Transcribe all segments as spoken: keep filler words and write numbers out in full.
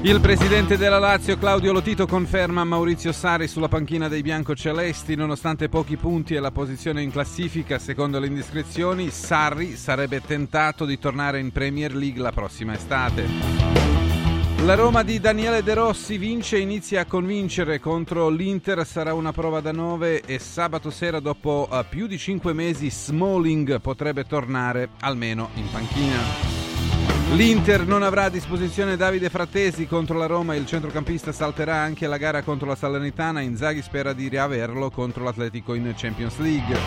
Il presidente della Lazio Claudio Lotito conferma Maurizio Sarri sulla panchina dei biancocelesti. Nonostante pochi punti e la posizione in classifica, secondo le indiscrezioni, Sarri sarebbe tentato di tornare in Premier League la prossima estate. La Roma di Daniele De Rossi vince e inizia a convincere contro l'Inter, sarà una prova da nove e sabato sera, dopo uh, più di cinque mesi, Smalling potrebbe tornare almeno in panchina. L'Inter non avrà a disposizione Davide Frattesi contro la Roma, il centrocampista salterà anche la gara contro la Salernitana, Inzaghi spera di riaverlo contro l'Atletico in Champions League.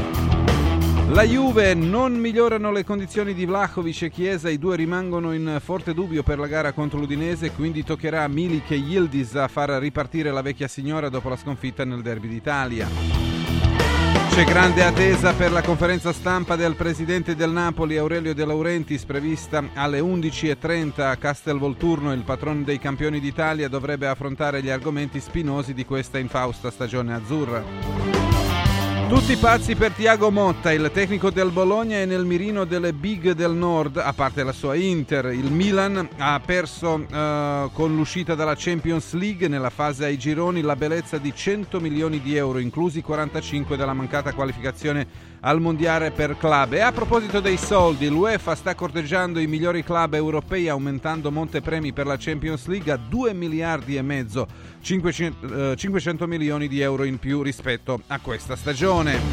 La Juve, non migliorano le condizioni di Vlahovic e Chiesa, i due rimangono in forte dubbio per la gara contro l'Udinese, quindi toccherà a Milik e Yildiz a far ripartire la vecchia signora dopo la sconfitta nel derby d'Italia. C'è grande attesa per la conferenza stampa del presidente del Napoli Aurelio De Laurentiis, prevista alle undici e trenta a Castelvolturno. Il patrono dei campioni d'Italia dovrebbe affrontare gli argomenti spinosi di questa infausta stagione azzurra. Tutti pazzi per Thiago Motta, il tecnico del Bologna è nel mirino delle big del Nord, a parte la sua Inter. Il Milan ha perso uh, con l'uscita dalla Champions League nella fase ai gironi la bellezza di cento milioni di euro, inclusi quarantacinque dalla mancata qualificazione al mondiale per club. E a proposito dei soldi, l'UEFA sta corteggiando i migliori club europei, aumentando montepremi per la Champions League a due miliardi e mezzo, cinquecento milioni di euro in più rispetto a questa stagione.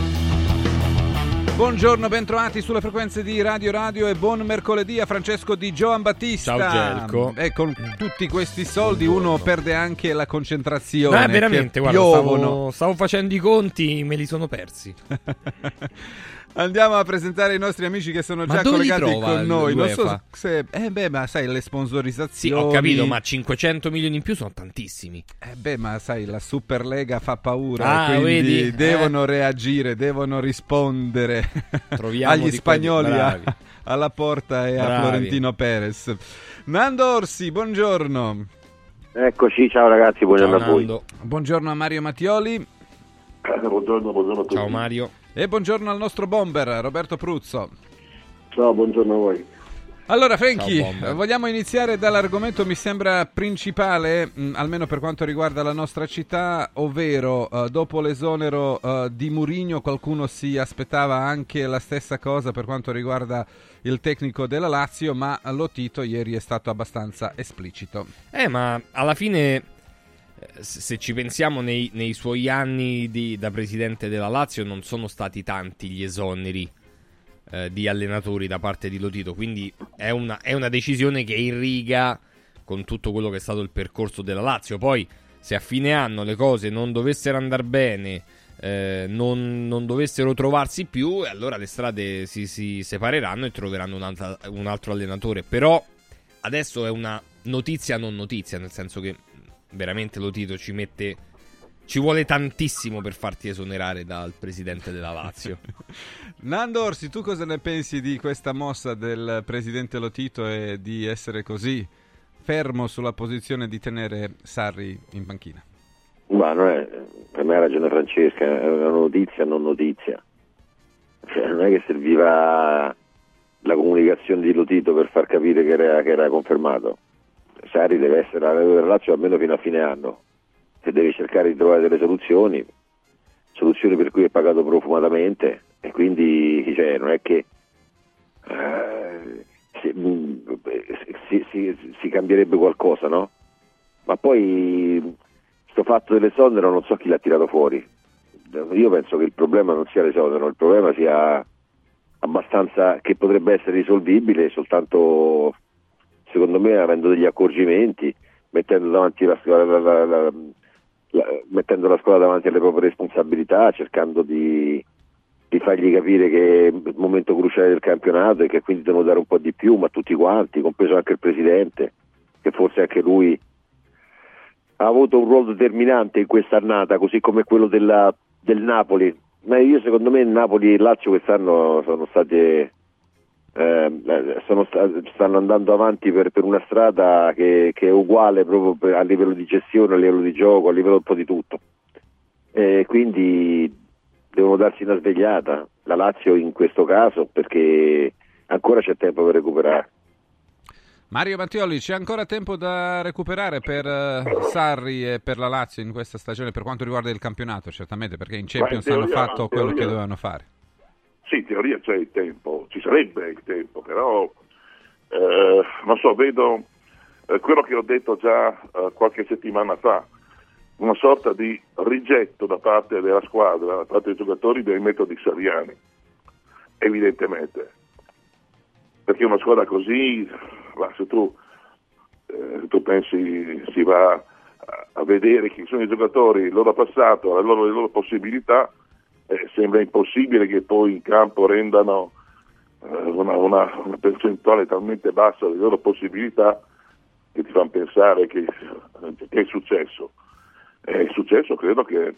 Buongiorno, bentrovati sulle frequenze di Radio Radio e buon mercoledì a Francesco Di Giovanbattista. Ciao Gelco. E con tutti questi soldi uno perde anche la concentrazione. No, è veramente, guarda, piovono. stavo, stavo facendo i conti, me li sono persi. Andiamo a presentare i nostri amici che sono ma già collegati con noi. Non so UEFA? se eh beh, ma sai, le sponsorizzazioni. Sì, ho capito, ma cinquecento milioni in più sono tantissimi. Eh beh, ma sai, la Superlega fa paura, Ah, quindi vedi? devono Eh. reagire, devono rispondere Troviamo agli di spagnoli quelli a, bravi. alla Porta e Bravi. a Florentino Perez. Nando Orsi, buongiorno. Eccoci, ciao ragazzi, buongiorno Ciao a voi. Nando. Buongiorno a Mario Mattioli. Buongiorno, buongiorno a tutti. Ciao Mario. E buongiorno al nostro bomber Roberto Pruzzo. Ciao, buongiorno a voi. Allora Franky, Ciao, bomber. vogliamo iniziare dall'argomento mi sembra principale, mh, almeno per quanto riguarda la nostra città, ovvero uh, dopo l'esonero uh, di Mourinho qualcuno si aspettava anche la stessa cosa per quanto riguarda il tecnico della Lazio, ma Lotito ieri è stato abbastanza esplicito. Eh, ma alla fine, se ci pensiamo, nei, nei suoi anni di, da presidente della Lazio non sono stati tanti gli esoneri eh, di allenatori da parte di Lotito, quindi è una, è una decisione che irriga con tutto quello che è stato il percorso della Lazio. Poi se a fine anno le cose non dovessero andare bene, eh, non, non dovessero trovarsi più, allora le strade si, si separeranno e troveranno un, altra, un altro allenatore. Però adesso è una notizia non notizia, nel senso che veramente Lotito ci mette, ci vuole tantissimo per farti esonerare dal presidente della Lazio. Nando Orsi, tu cosa ne pensi di questa mossa del presidente Lotito e di essere così fermo sulla posizione di tenere Sarri in panchina? Ma non è, per me ha ragione Francesca, è una notizia non notizia. Cioè, non è che serviva la comunicazione di Lotito per far capire che era, che era confermato. Sarri deve essere allenatore della Lazio almeno fino a fine anno e deve cercare di trovare delle soluzioni, soluzioni per cui è pagato profumatamente, e quindi cioè, non è che eh, si, si, si, si cambierebbe qualcosa, no? Ma poi sto fatto dell'esonero non so chi l'ha tirato fuori. Io penso che il problema non sia l'esonero, il problema sia abbastanza, che potrebbe essere risolvibile soltanto, secondo me, avendo degli accorgimenti, mettendo davanti la scuola, la, la, la, la, mettendo la scuola davanti alle proprie responsabilità, cercando di, di fargli capire che è il momento cruciale del campionato e che quindi devono dare un po' di più, ma tutti quanti, compreso anche il presidente, che forse anche lui ha avuto un ruolo determinante in questa annata, così come quello della, del Napoli. Ma io, secondo me, il Napoli e il Lazio quest'anno sono state Eh, sono, stanno andando avanti per, per una strada che, che è uguale proprio per, a livello di gestione, a livello di gioco, a livello un po' di tutto, e quindi devono darsi una svegliata la Lazio in questo caso, perché ancora c'è tempo per recuperare. Mario Mattioli, c'è ancora tempo da recuperare per uh, Sarri e per la Lazio in questa stagione per quanto riguarda il campionato, certamente, perché in Champions in teoria, hanno fatto quello teoria, che dovevano fare. Sì, in teoria c'è il tempo, ci sarebbe il tempo, però eh, non so, vedo eh, quello che ho detto già eh, qualche settimana fa, una sorta di rigetto da parte della squadra, da parte dei giocatori dei metodi sarriani, evidentemente. Perché una squadra così, ma se tu, eh, tu pensi, si va a, a vedere chi sono i giocatori, il loro passato, le loro, le loro possibilità, eh, sembra impossibile che poi in campo rendano eh, una, una, una percentuale talmente bassa delle loro possibilità che ti fanno pensare che, che è successo. È successo, credo che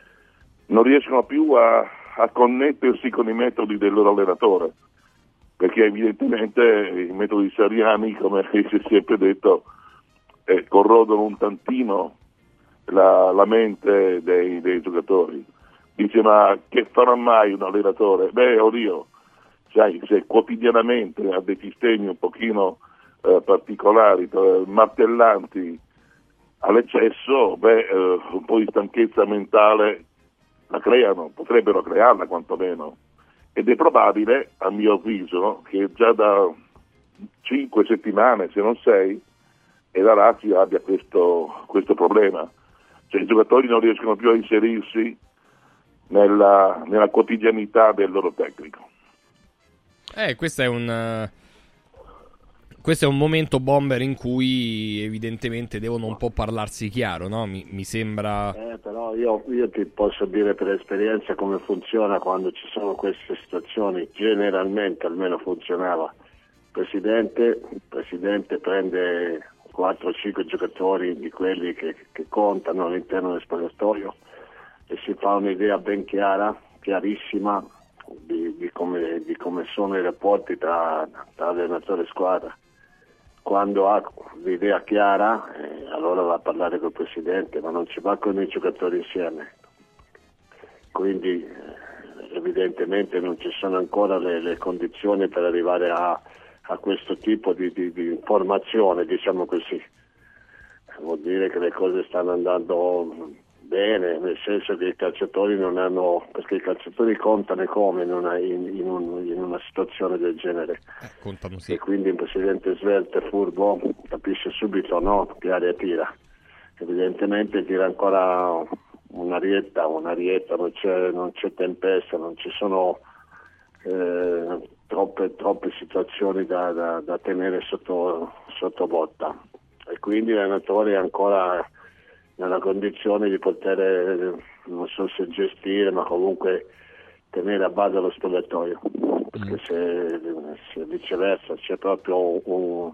non riescono più a, a connettersi con i metodi del loro allenatore, perché evidentemente i metodi sarriani, come si è sempre detto, eh, corrodono un tantino la, la mente dei, dei giocatori. Dice, ma che farà mai un allenatore? Beh, oddio, sai, se quotidianamente ha dei sistemi un pochino eh, particolari, eh, martellanti all'eccesso, beh, eh, un po' di stanchezza mentale la creano, potrebbero crearla quantomeno. Ed è probabile, a mio avviso, che già da cinque settimane, se non sei, e la Lazio abbia questo, questo problema. Cioè i giocatori non riescono più a inserirsi nella, nella quotidianità del loro tecnico. Eh, questo è un... Questo è un momento, Bomber, in cui evidentemente devono un po' parlarsi chiaro, no? Mi, mi sembra... Eh, però io, io ti posso dire per esperienza come funziona quando ci sono queste situazioni. Generalmente almeno funzionava. Il presidente, il presidente prende quattro o cinque giocatori di quelli che, che contano all'interno del spogliatoio e si fa un'idea ben chiara, chiarissima, di, di, come, di come sono i rapporti tra, tra allenatore e squadra. Quando ha l'idea chiara, eh, allora va a parlare col presidente, ma non ci va con i giocatori insieme. Quindi eh, evidentemente non ci sono ancora le, le condizioni per arrivare a, a questo tipo di, di, di informazione, diciamo così. Vuol dire che le cose stanno andando bene, nel senso che i calciatori non hanno, perché i calciatori contano come in una, in, in un, in una situazione del genere, eh, contano, sì. E quindi un presidente svelto e furbo capisce subito, no, che aria tira. Evidentemente tira ancora un'arietta, un'arietta, non c'è, non c'è tempesta, non ci sono eh, troppe, troppe situazioni da, da, da tenere sotto, sotto botta, e quindi l'allenatore è ancora nella condizione di poter, non so se gestire, ma comunque tenere a bada lo spogliatoio, perché se, se viceversa c'è proprio un,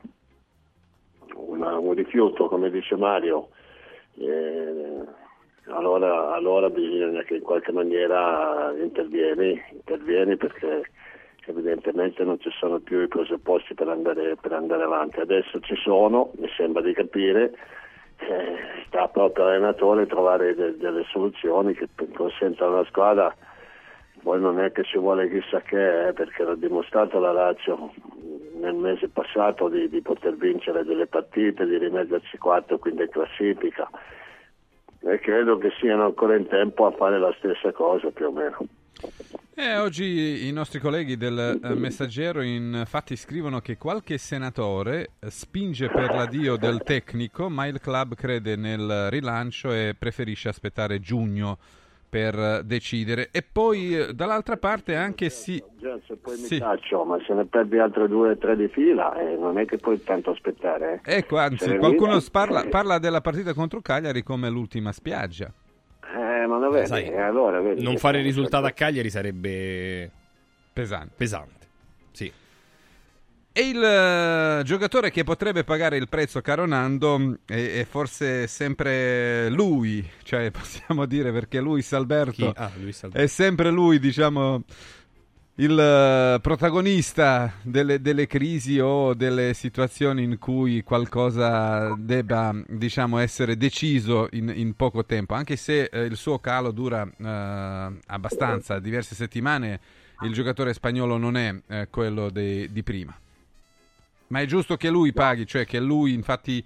una, un rifiuto, come dice Mario, eh, allora, allora bisogna che in qualche maniera intervieni, intervieni perché evidentemente non ci sono più i presupposti per andare, per andare avanti. Adesso ci sono, mi sembra di capire. Eh, sta proprio all'allenatore trovare de- delle soluzioni che consentano alla squadra. Poi non è che ci vuole chissà che, eh, perché l'ha dimostrato la Lazio nel mese passato di, di poter vincere delle partite, di rimettersi quattro quindi in classifica, e credo che siano ancora in tempo a fare la stessa cosa più o meno. Eh, oggi i nostri colleghi del eh, Messaggero infatti scrivono che qualche senatore spinge per l'addio del tecnico, ma il club crede nel rilancio e preferisce aspettare giugno per decidere. E poi eh, dall'altra parte anche sì, Già, se poi sì. mi taccio, ma se ne perdi altre due o tre di fila, eh, non è che puoi tanto aspettare. Eh. Ecco, anzi, Se qualcuno ne... parla, parla della partita contro Cagliari come l'ultima spiaggia. Eh, ma lo vedi, Sai, eh, allora, vedi non che fare stiamo risultato a sempre- Cagliari sarebbe Pesante. pesante. Sì. E il eh, giocatore che potrebbe pagare il prezzo, caro Nando, è, è forse sempre lui, cioè possiamo dire, perché Luis Alberto Chi? Ah, Luis Alberto. è sempre lui, diciamo, il eh, protagonista delle, delle crisi o delle situazioni in cui qualcosa debba, diciamo, essere deciso in, in poco tempo, anche se eh, il suo calo dura eh, abbastanza, diverse settimane. Il giocatore spagnolo non è eh, quello de- di prima. Ma è giusto che lui paghi, cioè che lui infatti...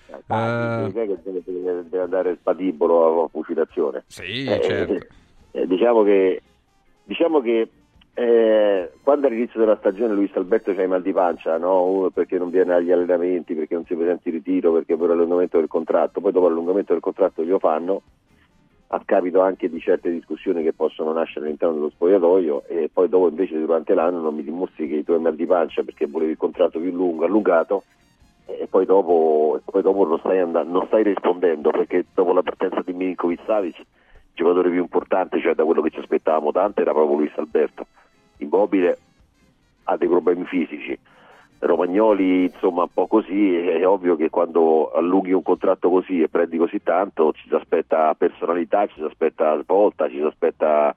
Ah, uh... che deve, deve, deve andare il patibolo a fucilazione. Sì, eh, certo. Eh, eh, diciamo che, diciamo che eh, quando all'inizio della stagione Luis Alberto c'ha i mal di pancia, no? Perché non viene agli allenamenti, perché non si presenta in ritiro, perché per l'allungamento del contratto, poi dopo l'allungamento del contratto glielo fanno, a scapito anche di certe discussioni che possono nascere all'interno dello spogliatoio, e poi dopo invece durante l'anno non mi dimostri che i tuoi mal di pancia perché volevi il contratto più lungo, allungato, e poi dopo, e poi dopo non, stai andando, non stai rispondendo, perché dopo la partenza di Milinkovic-Savic il giocatore più importante, cioè da quello che ci aspettavamo tanto, era proprio Luis Alberto. Immobile ha dei problemi fisici, Romagnoli insomma un po' così, è ovvio che quando allunghi un contratto così e prendi così tanto ci si aspetta personalità, ci si aspetta svolta, ci si aspetta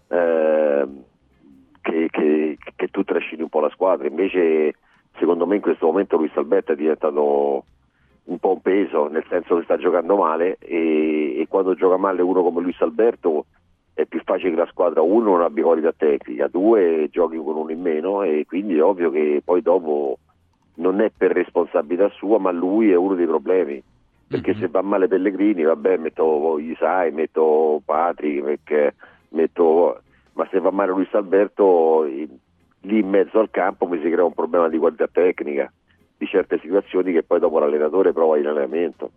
eh, che, che, che tu trascini un po' la squadra. Invece secondo me in questo momento Luis Alberto è diventato un po' un peso, nel senso che sta giocando male, e, e quando gioca male uno come Luis Alberto è più facile che la squadra, uno, non abbia qualità tecnica, due, giochi con uno in meno, e quindi è ovvio che poi dopo non è per responsabilità sua, ma lui è uno dei problemi, perché mm-hmm. se va male Pellegrini, vabbè, metto Isai, metto Patrick, perché metto, ma se va male Luis Alberto lì in mezzo al campo mi si crea un problema di qualità tecnica di certe situazioni che poi dopo l'allenatore prova in allenamento.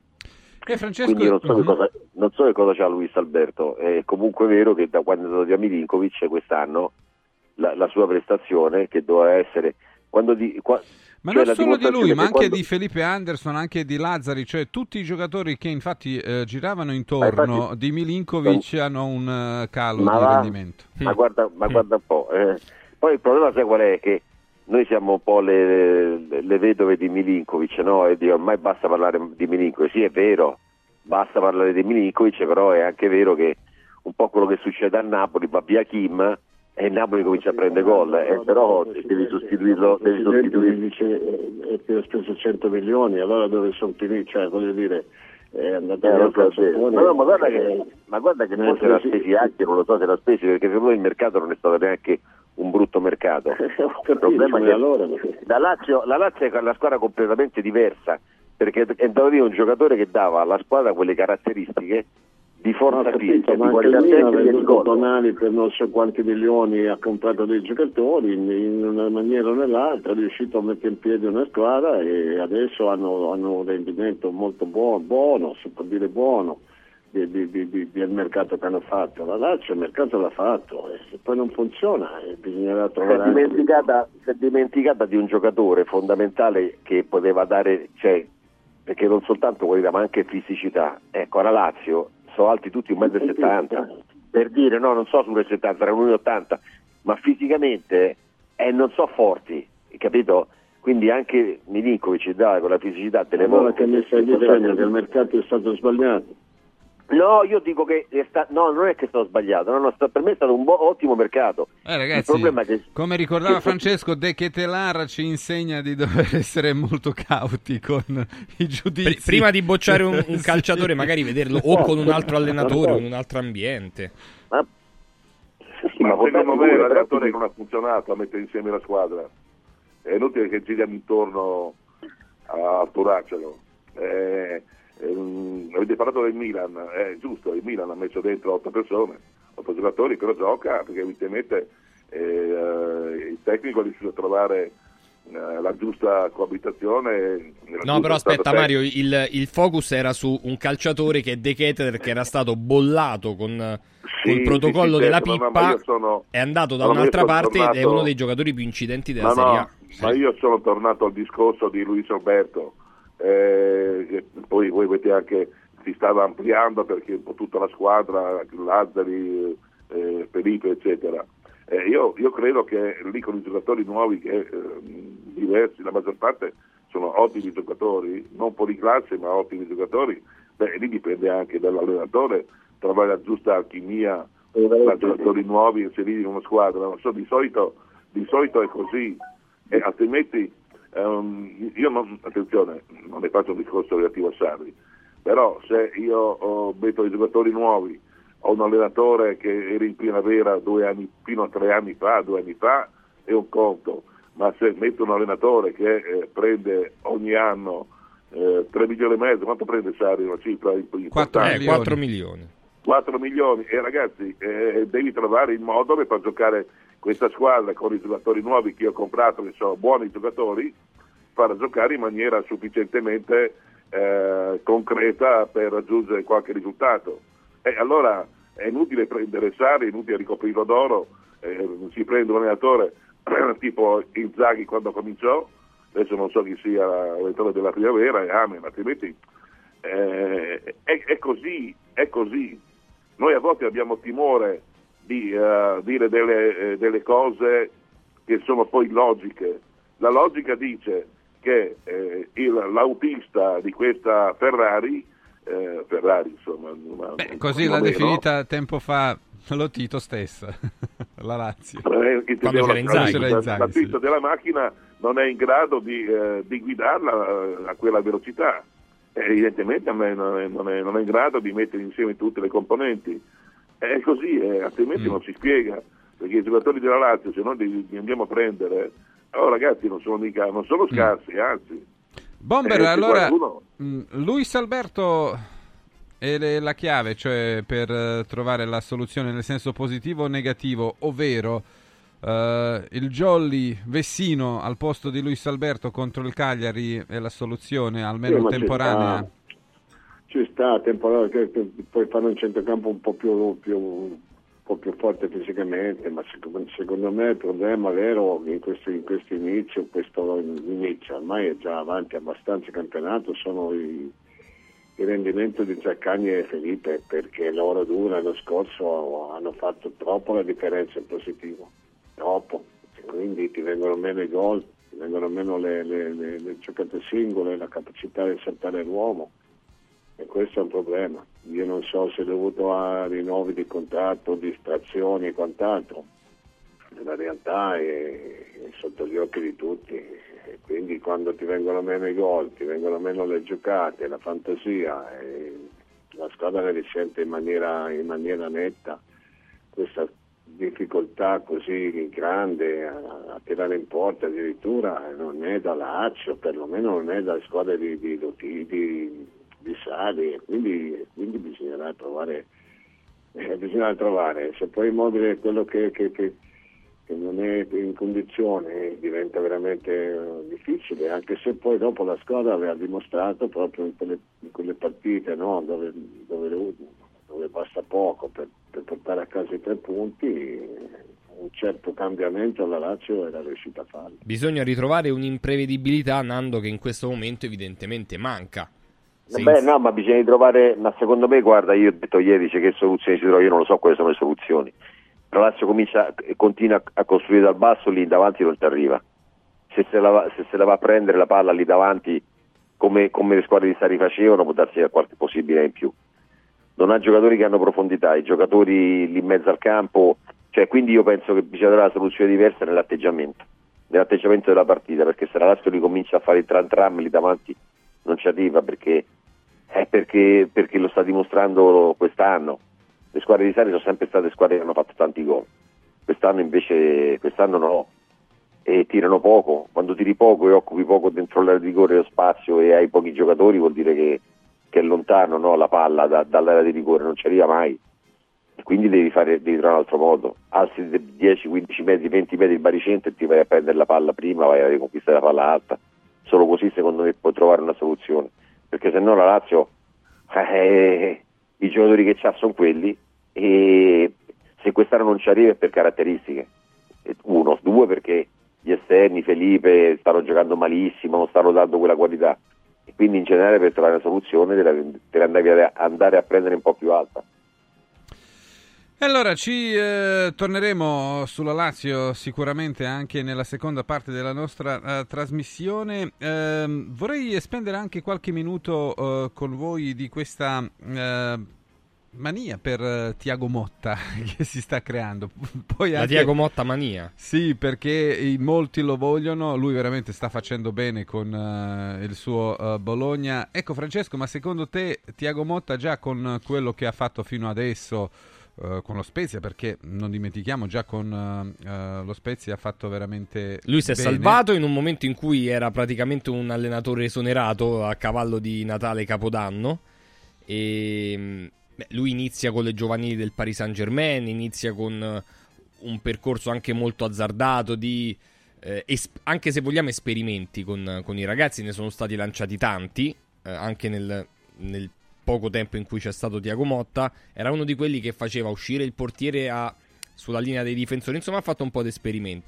E Francesco... Quindi non so, uh-huh. che cosa, non so che cosa c'ha Luis Alberto. È comunque vero che da quando è andato via Milinkovic quest'anno la, la sua prestazione, che doveva essere quando di, qua, ma cioè non solo di lui, ma anche quando... di Felipe Anderson, anche di Lazzari, cioè tutti i giocatori che infatti eh, giravano intorno infatti, di Milinkovic non... hanno un uh, calo ma di va, rendimento. Ma guarda, ma guarda un po'. Eh. Poi il problema sai qual è? Che noi siamo un po' le, le, le vedove di Milinkovic, no? E dico, ormai basta parlare di Milinkovic. Sì, è vero, basta parlare di Milinkovic, però è anche vero che un po' quello che succede a Napoli, va via Kim e il Napoli comincia a prendere gol, eh, però devi sostituirlo, devi sostituirlo. Dice eh, che ha speso cento milioni, allora dove sono finiti? Cioè, voglio dire, è andato eh, via so ma, no, ma guarda che, ma guarda che forse l'ha spesi anche, non lo so se l'ha spesi, perché secondo me il mercato non è stato neanche un brutto mercato. Il problema è che allora... la Lazio, la Lazio è una squadra completamente diversa, perché è andato via un giocatore che dava alla squadra quelle caratteristiche di forza no, fisica, capito, di qualità tecnica, ha venduto Tonali per non so quanti milioni, ha comprato dei giocatori in, in una maniera o nell'altra, è riuscito a mettere in piedi una squadra e adesso hanno, hanno un rendimento molto buono, buono, si può dire buono, di, di, di, di, del mercato che hanno fatto. La Lazio il mercato l'ha fatto e se poi non funziona e bisognerà trovare... Si è dimenticata, si è dimenticata di un giocatore fondamentale che poteva dare, cioè, perché non soltanto qualità ma anche fisicità. Ecco, la Lazio sono alti tutti un metro e settanta, per dire, no, non so su uno e settanta, erano uno e ottanta, ma fisicamente eh, non so forti, capito? Quindi anche Milinkovic dà con la fisicità delle allora volte... che mi stai dicendo che il mercato è stato sbagliato? No, io dico che è sta... no, non è che è stato sbagliato, no, no, sta... per me è stato un bo- ottimo mercato. Eh, ragazzi, il problema è che... come ricordava Francesco, De Ketelar ci insegna di dover essere molto cauti con i giudizi. Prima di bocciare un, un calciatore, sì. Magari vederlo o con un altro allenatore o in un altro ambiente. Ma, sì, ma, ma secondo me l'allenatore che non ha funzionato a mettere insieme la squadra. È inutile che giriamo intorno a Turacelo. Eh, eh, avete parlato del Milan, è giusto, il Milan ha messo dentro otto persone, otto giocatori, però gioca perché evidentemente eh, il tecnico è riuscito a trovare eh, la giusta coabitazione. No, però aspetta Mario, il, il focus era su un calciatore che è De Keteler, che era stato bollato con sì, il protocollo sì, sì, della certo, pippa, no, sono, è andato da no, un'altra parte tornato... ed è uno dei giocatori più incidenti della no, Serie A. no, sì. Ma io sono tornato al discorso di Luis Alberto, eh, che poi voi vedete anche si stava ampliando perché un po' tutta la squadra, Lazzari, eh, Felipe eccetera. Eh, io, io credo che lì con i giocatori nuovi, che eh, diversi, la maggior parte sono ottimi giocatori, non policlasse ma ottimi giocatori, beh, lì dipende anche dall'allenatore trovare la giusta alchimia tra giocatori nuovi inseriti in una squadra. Non so, di solito, di solito è così, e altrimenti um, io non, attenzione, non ne faccio un discorso relativo a Sarri, però se io oh, metto i giocatori nuovi, ho un allenatore che era in primavera due anni, fino a tre anni fa, due anni fa, è un conto. ma se metto un allenatore che eh, prende ogni anno eh, tre milioni e mezzo, quanto prende Sarri? Una cifra importante? quattro milioni. quattro milioni, e ragazzi eh, devi trovare il modo per far giocare questa squadra con i giocatori nuovi che ho comprato, che sono buoni giocatori, far giocare in maniera sufficientemente eh, concreta per raggiungere qualche risultato. E allora è inutile prendere Sarri, è inutile ricoprirlo d'oro, eh, si prende un allenatore tipo Inzaghi quando cominciò, adesso non so chi sia l'allenatore della primavera, e amen, altrimenti eh, è, è così, è così. Noi a volte abbiamo timore di uh, dire delle, eh, delle cose che sono poi logiche. La logica dice che eh, il, l'autista di questa Ferrari, eh, Ferrari insomma... Una, Beh, così l'ha definita tempo fa Lotito stessa, la Lazio. Eh, Quando c'era Inzaghi. L'autista della macchina non è in grado di, eh, di guidarla a quella velocità. Evidentemente non è, non, è, non è in grado di mettere insieme tutte le componenti, è così, eh, altrimenti mm. non si spiega, perché i giocatori della Lazio, se noi li, li andiamo a prendere, oh ragazzi, non sono mica, non sono scarsi, mm. anzi. Bomber, eh, allora qualcuno... Luis Alberto è la chiave, cioè per trovare la soluzione nel senso positivo o negativo, ovvero Uh, il Jolly Vessino al posto di Luis Alberto contro il Cagliari è la soluzione, almeno sì, temporanea. Ci sta, temporanea, che puoi fare un centrocampo un po' più, più, un po' più forte fisicamente, ma secondo, secondo me il problema vero in questo, in questo inizio, questo inizio ormai è già avanti abbastanza il campionato, sono i, il rendimento di Zaccagni e Felipe, perché loro due l'anno scorso hanno fatto troppo la differenza in positivo. Troppo, quindi ti vengono meno i gol, ti vengono meno le, le, le, le giocate singole, la capacità di saltare l'uomo, e questo è un problema. Io non so se è dovuto a rinnovi di contratto, distrazioni e quant'altro, la realtà è, è sotto gli occhi di tutti, e quindi quando ti vengono meno i gol, ti vengono meno le giocate, la fantasia, e la squadra ne risente in maniera, in maniera netta questa difficoltà così grande a, a tirare in porta, addirittura non è da Lazio, perlomeno non è da squadre di, di, di, di, di Sarri, quindi, quindi bisognerà trovare eh, bisognerà trovare se poi Immobile quello che, che, che, che non è in condizione, diventa veramente uh, difficile, anche se poi dopo la squadra aveva dimostrato proprio in quelle, in quelle partite, no? dove, dove dove basta poco per, per portare a casa i tre punti, un certo cambiamento alla Lazio era riuscita a farlo. Bisogna ritrovare un'imprevedibilità, Nando, che in questo momento evidentemente manca. Beh, no, ma bisogna trovare, ma secondo me, guarda, io ho detto ieri che soluzioni si trovano, io non lo so quali sono le soluzioni. La Lazio comincia, continua a costruire dal basso, lì davanti non ti arriva. Se se la va, se se la va a prendere la palla lì davanti, come, come le squadre di Sarri facevano, può darsi qualche possibilità in più. Non ha giocatori che hanno profondità, i giocatori lì in mezzo al campo, cioè quindi io penso che bisogna trovare una soluzione diversa nell'atteggiamento, nell'atteggiamento della partita, perché se la Lazio ricomincia a fare il tram tram lì davanti non ci arriva, perché è perché, perché lo sta dimostrando quest'anno. Le squadre di Sarri sono sempre state squadre che hanno fatto tanti gol, quest'anno invece quest'anno no, e tirano poco. Quando tiri poco e occupi poco dentro l'area di rigore, lo spazio, e hai pochi giocatori, vuol dire che che è lontano, no, la palla da, dall'area di rigore, non ci arriva mai, e quindi devi fare devi trovare un altro modo, alzi dieci quindici metri, venti metri il baricentro e ti vai a prendere la palla prima, vai a riconquistare la palla alta. Solo così secondo me puoi trovare una soluzione, perché se no la Lazio eh, i giocatori che c'ha sono quelli, e se quest'anno non ci arriva è per caratteristiche, uno, due perché gli esterni, Felipe, stanno giocando malissimo, non stanno dando quella qualità, e quindi in generale per trovare una soluzione devi andare, andare a prendere un po' più alta. E allora ci eh, torneremo sulla Lazio sicuramente anche nella seconda parte della nostra uh, trasmissione. Eh, vorrei spendere anche qualche minuto uh, con voi di questa uh, mania per uh, Thiago Motta che si sta creando. Poi la anche, Thiago Motta mania. Sì, perché in molti lo vogliono, lui veramente sta facendo bene con uh, il suo uh, Bologna. Ecco Francesco, ma secondo te Thiago Motta già con quello che ha fatto fino adesso, uh, con lo Spezia, perché non dimentichiamo già con uh, uh, lo Spezia ha fatto veramente lui si è bene. salvato in un momento in cui era praticamente un allenatore esonerato a cavallo di Natale e Capodanno, e beh, lui inizia con le giovanili del Paris Saint-Germain, inizia con un percorso anche molto azzardato di eh, es- anche se vogliamo esperimenti con, con i ragazzi, ne sono stati lanciati tanti, eh, anche nel, nel poco tempo in cui c'è stato Thiago Motta. Era uno di quelli che faceva uscire il portiere a, sulla linea dei difensori, insomma ha fatto un po' di esperimenti.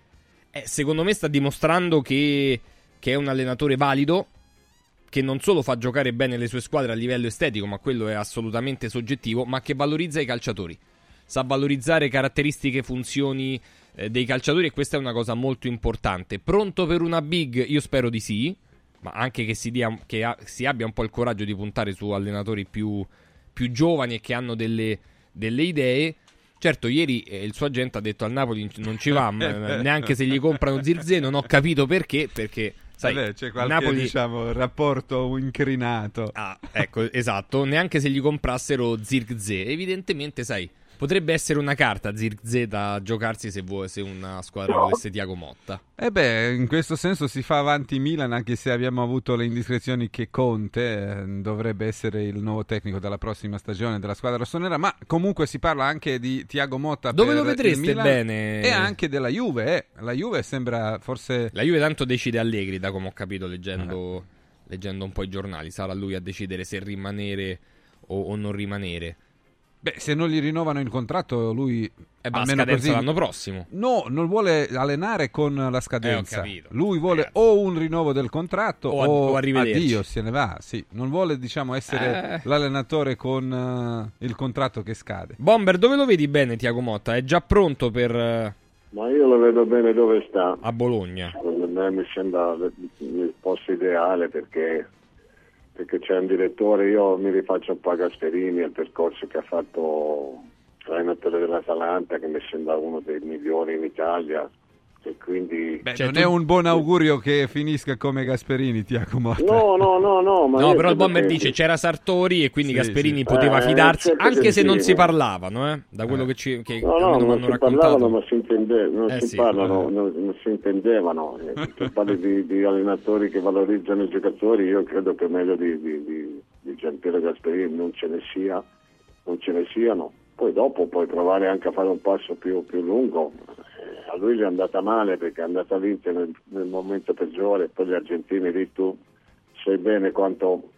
Eh, secondo me sta dimostrando che, che è un allenatore valido, che non solo fa giocare bene le sue squadre a livello estetico, ma quello è assolutamente soggettivo, ma che valorizza i calciatori, sa valorizzare caratteristiche, funzioni eh, dei calciatori, e questa è una cosa molto importante. Pronto per una big? Io spero di sì, ma anche che si, dia, che ha, si abbia un po' il coraggio di puntare su allenatori più, più giovani e che hanno delle, delle idee. Certo, ieri eh, il suo agente ha detto al Napoli non ci va, ma, neanche se gli comprano Zirkzee. Non ho capito perché, perché sai, Vabbè, c'è qualche Napoli... diciamo, rapporto incrinato. Ah, ecco, esatto, neanche se gli comprassero Zirkzee. Evidentemente, sai, potrebbe essere una carta Zirkzee da giocarsi se, vuoi, se una squadra volesse Thiago Motta. E beh, in questo senso si fa avanti Milan, anche se abbiamo avuto le indiscrezioni che Conte eh, dovrebbe essere il nuovo tecnico della prossima stagione della squadra rossonera, ma comunque si parla anche di Thiago Motta. Dove per lo vedreste il Milan bene? E anche della Juve, eh. La Juve sembra forse... La Juve tanto decide Allegri, da come ho capito leggendo, eh. leggendo un po' i giornali. Sarà lui a decidere se rimanere o, o non rimanere. Beh, se non gli rinnovano il contratto, lui E va a almeno scadenza così... l'anno prossimo. No, non vuole allenare con la scadenza. Eh, ho capito. Lui vuole Ragazzi. o un rinnovo del contratto O, a- o, o arrivederci. addio, se ne va. Sì, non vuole, diciamo, essere Eh. l'allenatore con uh, il contratto che scade. Bomber, dove lo vedi bene Thiago Motta? È già pronto per eh, Ma io lo vedo bene dove sta. a Bologna? Secondo me mi sembra il posto ideale, perché perché c'è un direttore. Io mi rifaccio un po' a Gasperini, il percorso che ha fatto l'allenatore dell'Atalanta, che mi sembra uno dei migliori in Italia, e quindi Beh, Cioè, non tu- è un buon augurio che finisca come Gasperini, Thiago Motta. no no no no ma No, io però il credo Bomber che- dice c'era Sartori e quindi Sì, Gasperini sì. poteva Eh, fidarsi, certo anche che se non sì, si ma- parlavano, eh, da quello che, ci, che No, almeno no, mi non hanno si raccontato. parlavano, ma si, intende- non Eh si sì. parlano, non, non si intendevano. Eh, Tu parli di, di allenatori che valorizzano i giocatori, io credo che meglio di, di, di, di Giampiero Gasperini non ce ne sia, non ce ne siano. Poi dopo puoi provare anche a fare un passo più, più lungo. Eh, a lui gli è andata male, perché è andata vinta nel, nel momento peggiore. Poi gli argentini lì, tu sai bene quanto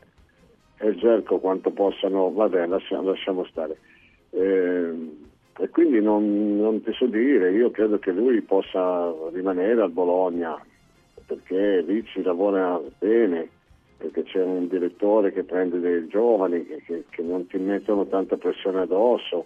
e il Gerco quanto possano, vabbè, lasciamo, lasciamo stare. Eh, e quindi non, non ti so dire, io credo che lui possa rimanere al Bologna, perché lì si lavora bene, perché c'è un direttore che prende dei giovani che, che, che non ti mettono tanta pressione addosso,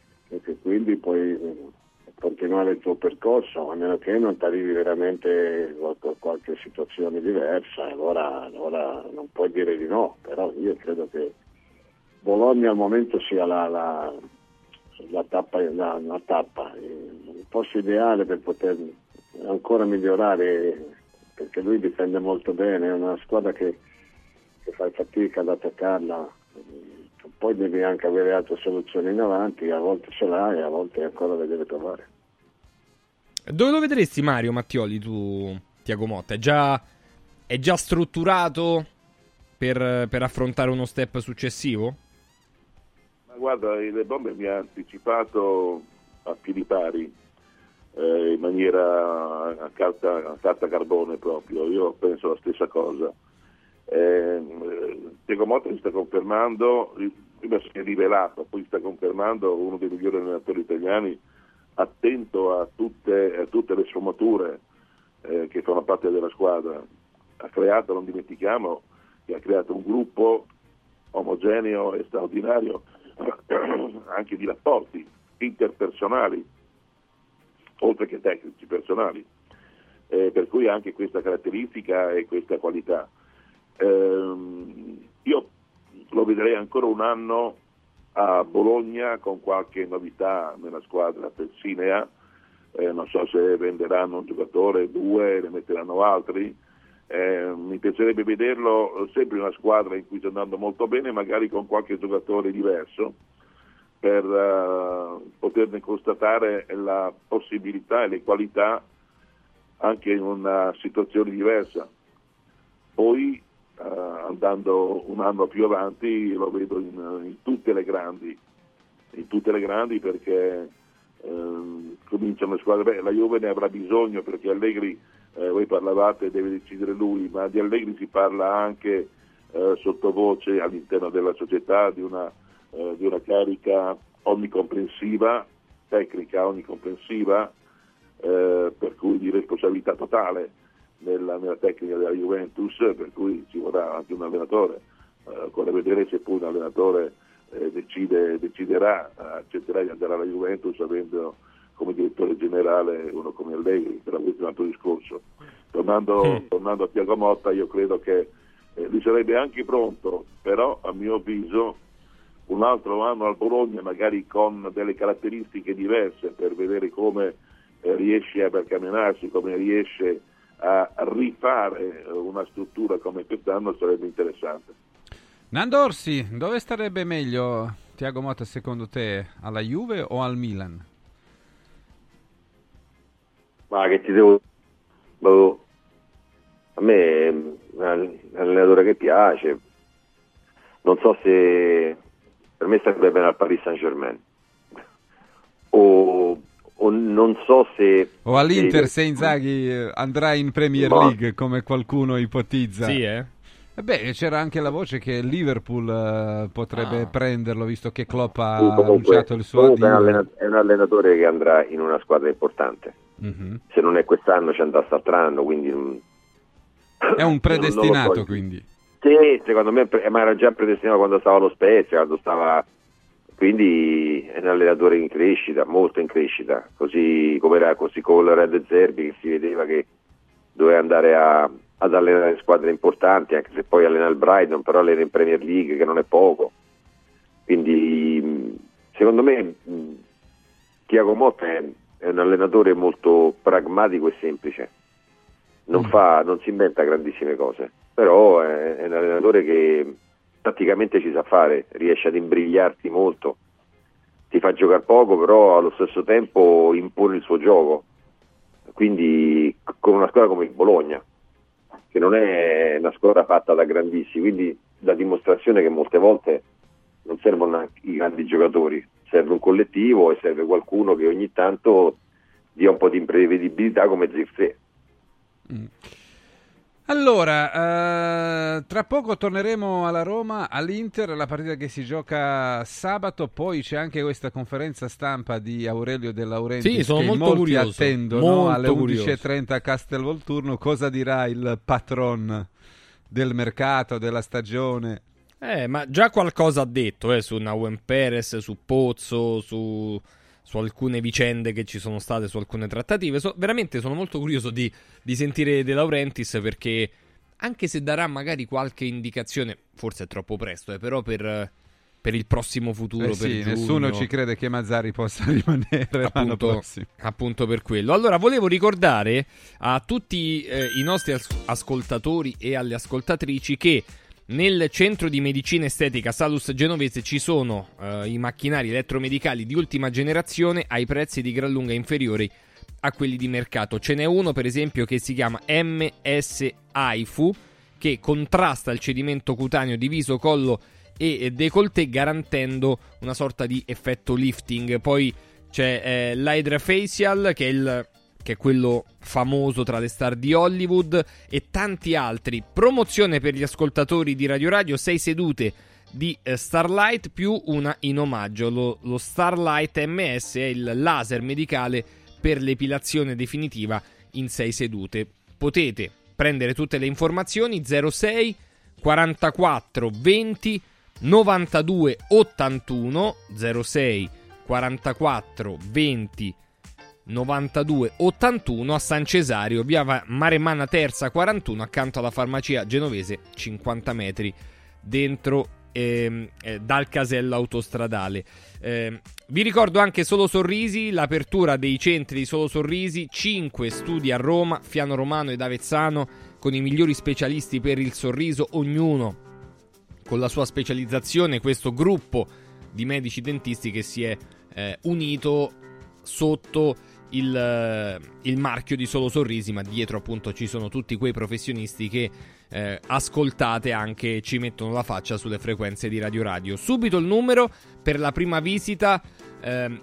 e che quindi puoi continuare il tuo percorso, a meno che non ti arrivi veramente qualche, qualche situazione diversa, allora, allora non puoi dire di no. Però io credo che Bologna al momento sia la, la, la, tappa, la, la tappa, il posto ideale per poter ancora migliorare, perché lui difende molto bene, è una squadra che, che fa fatica ad attaccarla. Poi devi anche avere altre soluzioni in avanti, a volte ce l'hai, a volte ancora le deve trovare. Dove lo vedresti Mario Mattioli tu, Thiago Motta? È già, è già strutturato per, per affrontare uno step successivo? Ma guarda, il Bomber mi ha anticipato a piedi pari, eh, in maniera a carta, a carta carbone proprio. Io penso la stessa cosa. Eh, Thiago Motta si sta confermando, prima si è rivelato, poi sta confermando uno dei migliori allenatori italiani, attento a tutte, a tutte le sfumature eh, che fanno parte della squadra. Ha creato, non dimentichiamo, che ha creato un gruppo omogeneo e straordinario anche di rapporti interpersonali, oltre che tecnici personali, eh, per cui anche questa caratteristica e questa qualità. Eh, io lo vedrei ancora un anno a Bologna con qualche novità nella squadra Pessinea, eh, non so se venderanno un giocatore, due, ne metteranno altri, eh, mi piacerebbe vederlo sempre in una squadra in cui sta andando molto bene, magari con qualche giocatore diverso, per uh, poterne constatare la possibilità e le qualità anche in una situazione diversa. Poi uh, andando un anno più avanti lo vedo in, in tutte le grandi, in tutte le grandi perché uh, cominciano le squadre. Beh, la Juve ne avrà bisogno perché Allegri, uh, voi parlavate, deve decidere lui, ma di Allegri si parla anche uh, sottovoce all'interno della società di una, uh, di una carica onnicomprensiva, tecnica onnicomprensiva, Eh, per cui di responsabilità totale nella, nella tecnica della Juventus, per cui ci vorrà anche un allenatore, eh, ancora vedere se poi un allenatore eh, decide, deciderà, accetterà di andare alla Juventus avendo come direttore generale uno come Allegri, però questo è un altro discorso. Tornando, mm. tornando a Thiago Motta, io credo che eh, lui sarebbe anche pronto, però a mio avviso un altro anno al Bologna, magari con delle caratteristiche diverse, per vedere come riesce a barcamenarsi, come riesce a rifare una struttura come quest'anno, sarebbe interessante. Nando Orsi, dove starebbe meglio Thiago Motta secondo te, alla Juve o al Milan? Ma che ti devo... a me è un allenatore che piace, non so se per me starebbe bene al Paris Saint-Germain o O non so se o all'Inter se Inzaghi andrà in Premier no. League come qualcuno ipotizza. Sì, eh? E beh, c'era anche la voce che Liverpool uh, potrebbe ah. prenderlo, visto che Klopp ha comunque, annunciato il suo addio. È un, allenatore, è un allenatore che andrà in una squadra importante. Mm-hmm. Se non è quest'anno ci andrà quest'altro anno, quindi non... è un predestinato, so. Quindi. Sì, secondo me, ma era già predestinato quando stava allo Spezia, quando stava... Quindi è un allenatore in crescita, molto in crescita, così come era così con il Red Zerbi, che si vedeva che doveva andare a, ad allenare squadre importanti, anche se poi allena il Brighton, però allena in Premier League, che non è poco. Quindi secondo me Thiago Motta è, è un allenatore molto pragmatico e semplice, non, mm. fa, non si inventa grandissime cose, però è, è un allenatore che tatticamente ci sa fare, riesce ad imbrigliarti molto, ti fa giocare poco, però allo stesso tempo impone il suo gioco, quindi con una squadra come il Bologna, che non è una squadra fatta da grandissimi, quindi la dimostrazione che molte volte non servono anche i grandi giocatori, serve un collettivo e serve qualcuno che ogni tanto dia un po' di imprevedibilità come Zirkzee. Mm. Allora, eh, tra poco torneremo alla Roma, all'Inter, la partita che si gioca sabato, poi c'è anche questa conferenza stampa di Aurelio De Laurentiis sì, sono che molto molti curioso, attendono molto alle undici e trenta curioso. a Castelvolturno. Cosa dirà il patron del mercato, della stagione? Eh, ma già qualcosa ha detto eh, su Nauen Perez, su Pozzo, su... su alcune vicende che ci sono state, su alcune trattative. So, veramente sono molto curioso di, di sentire De Laurentiis, perché anche se darà magari qualche indicazione, forse è troppo presto, eh, però per, per il prossimo futuro, eh sì, per giugno, nessuno ci crede che Mazzarri possa rimanere l'anno appunto, prossimo. appunto per quello. Allora, volevo ricordare a tutti eh, i nostri as- ascoltatori e alle ascoltatrici che nel centro di medicina estetica Salus Genovese ci sono eh, i macchinari elettromedicali di ultima generazione ai prezzi di gran lunga inferiori a quelli di mercato. Ce n'è uno per esempio che si chiama M S I F U, che contrasta il cedimento cutaneo di viso, collo e décolleté, garantendo una sorta di effetto lifting. Poi c'è eh, l'Hydra Facial, che è il che è quello famoso tra le star di Hollywood, e tanti altri. Promozione per gli ascoltatori di Radio Radio: sei sedute di eh, Starlight più una in omaggio. Lo, lo Starlight M S è il laser medicale per l'epilazione definitiva in sei sedute. Potete prendere tutte le informazioni zero sei quarantaquattro venti novantadue ottantuno, zero sei quarantaquattro venti novantadue ottantuno a San Cesario, via Maremana Terza quarantuno, accanto alla farmacia genovese, cinquanta metri dentro ehm, eh, dal casello autostradale. Eh, vi ricordo anche Solo Sorrisi, l'apertura dei centri di Solo Sorrisi, cinque studi a Roma, Fiano Romano ed Avezzano, con i migliori specialisti per il sorriso, ognuno con la sua specializzazione. Questo gruppo di medici dentisti che si è eh, unito sotto il, il marchio di Solo Sorrisi, ma dietro appunto ci sono tutti quei professionisti che eh, ascoltate anche ci mettono la faccia sulle frequenze di Radio Radio. Subito il numero per la prima visita, eh,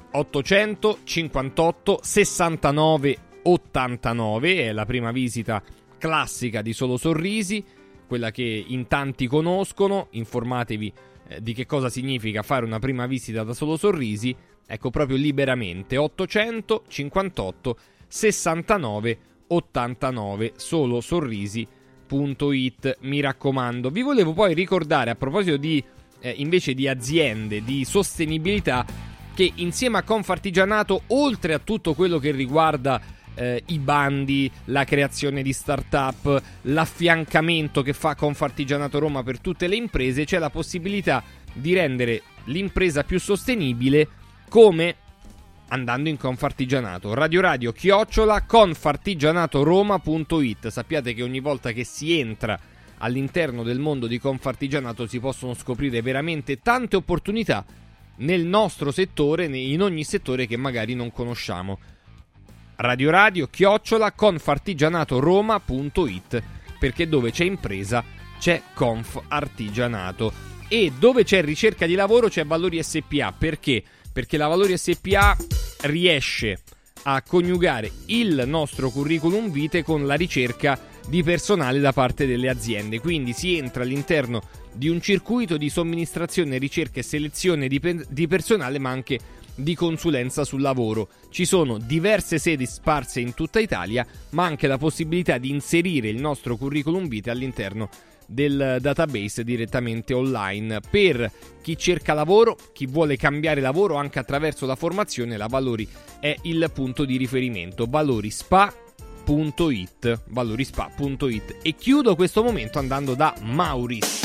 ottocentocinquantotto sessantanove ottantanove, è la prima visita classica di Solo Sorrisi, quella che in tanti conoscono. Informatevi eh, di che cosa significa fare una prima visita da Solo Sorrisi. Ecco, proprio liberamente, ottocentocinquantotto sessantanove ottantanove, solosorrisi punto it, mi raccomando. Vi volevo poi ricordare, a proposito di eh, invece di aziende, di sostenibilità, che insieme a Confartigianato, oltre a tutto quello che riguarda eh, i bandi, la creazione di start-up, l'affiancamento che fa Confartigianato Roma per tutte le imprese, c'è la possibilità di rendere l'impresa più sostenibile, come andando in Confartigianato. Radio Radio chiocciola confartigianatoroma punto it. Sappiate che ogni volta che si entra all'interno del mondo di Confartigianato si possono scoprire veramente tante opportunità nel nostro settore, in ogni settore che magari non conosciamo. Radio Radio chiocciola confartigianatoroma punto it, perché dove c'è impresa c'è Confartigianato, e dove c'è ricerca di lavoro c'è Valori S P A. Perché? Perché la Valori S P A riesce a coniugare il nostro curriculum vitae con la ricerca di personale da parte delle aziende. Quindi si entra all'interno di un circuito di somministrazione, ricerca e selezione di, pe- di personale, ma anche di consulenza sul lavoro. Ci sono diverse sedi sparse in tutta Italia, ma anche la possibilità di inserire il nostro curriculum vitae all'interno del database direttamente online. Per chi cerca lavoro, chi vuole cambiare lavoro anche attraverso la formazione, la Valori è il punto di riferimento. valorispa punto it, valorispa punto it. E chiudo questo momento andando da Mauris.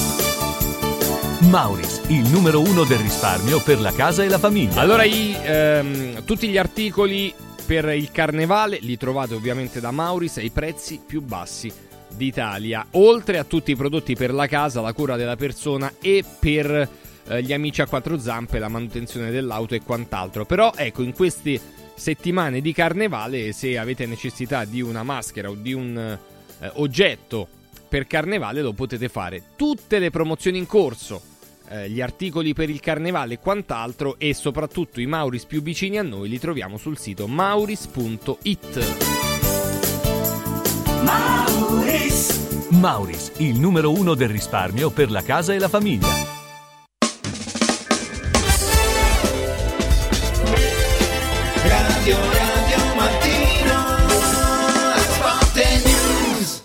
Mauris, il numero uno del risparmio per la casa e la famiglia. Allora, i, ehm, tutti gli articoli per il carnevale li trovate ovviamente da Mauris ai prezzi più bassi d'Italia, oltre a tutti i prodotti per la casa, la cura della persona e per eh, gli amici a quattro zampe, la manutenzione dell'auto e quant'altro. Però ecco, in queste settimane di carnevale, se avete necessità di una maschera o di un eh, oggetto per carnevale, lo potete fare. Tutte le promozioni in corso, eh, gli articoli per il carnevale e quant'altro, e soprattutto i Mauris più vicini a noi li troviamo sul sito mauris punto it. Mauris. Mauris, il numero uno del risparmio per la casa e la famiglia. Radio Radio Mattino, Sport News.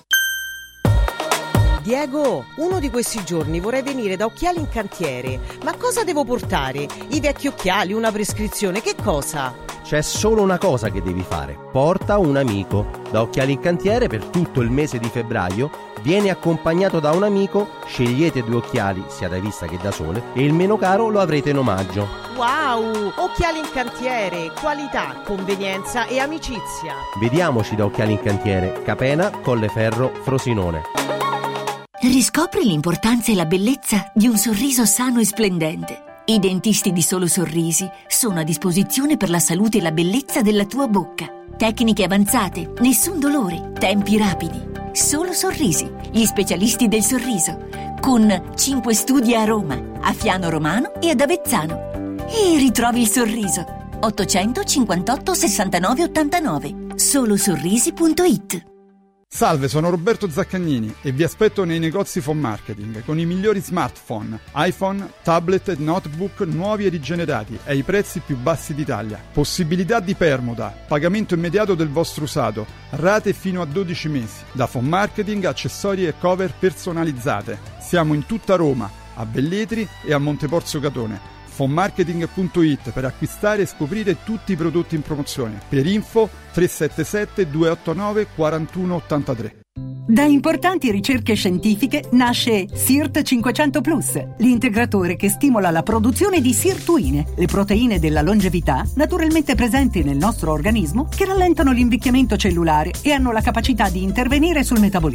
Diego, uno di questi giorni vorrei venire da Occhiali in Cantiere. Ma cosa devo portare? I vecchi occhiali, una prescrizione, che cosa? C'è solo una cosa che devi fare: porta un amico. Da Occhiali in Cantiere per tutto il mese di febbraio vieni accompagnato da un amico, scegliete due occhiali sia da vista che da sole e il meno caro lo avrete in omaggio. Wow! Occhiali in Cantiere, qualità, convenienza e amicizia. Vediamoci da Occhiali in Cantiere, Capena, Colleferro, Frosinone. Riscopri l'importanza e la bellezza di un sorriso sano e splendente. I dentisti di Solo Sorrisi sono a disposizione per la salute e la bellezza della tua bocca. Tecniche avanzate, nessun dolore, tempi rapidi. Solo Sorrisi, gli specialisti del sorriso, con cinque studi a Roma, a Fiano Romano e ad Avezzano. E ritrovi il sorriso. ottocentocinquantotto sessantanove ottantanove, solosorrisi punto it. Salve, sono Roberto Zaccagnini e vi aspetto nei negozi Phone Marketing con i migliori smartphone, iPhone, tablet e notebook nuovi e rigenerati ai prezzi più bassi d'Italia. Possibilità di permuta, pagamento immediato del vostro usato, rate fino a dodici mesi. Da Phone Marketing, accessori e cover personalizzate. Siamo in tutta Roma, a Velletri e a Monteporzio Catone. phone marketing punto it per acquistare e scoprire tutti i prodotti in promozione. Per info tre sette sette due otto nove quattro uno otto tre. Da importanti ricerche scientifiche nasce SIRT cinquecento plus, l'integratore che stimola la produzione di sirtuine, le proteine della longevità naturalmente presenti nel nostro organismo che rallentano l'invecchiamento cellulare e hanno la capacità di intervenire sul metabolismo.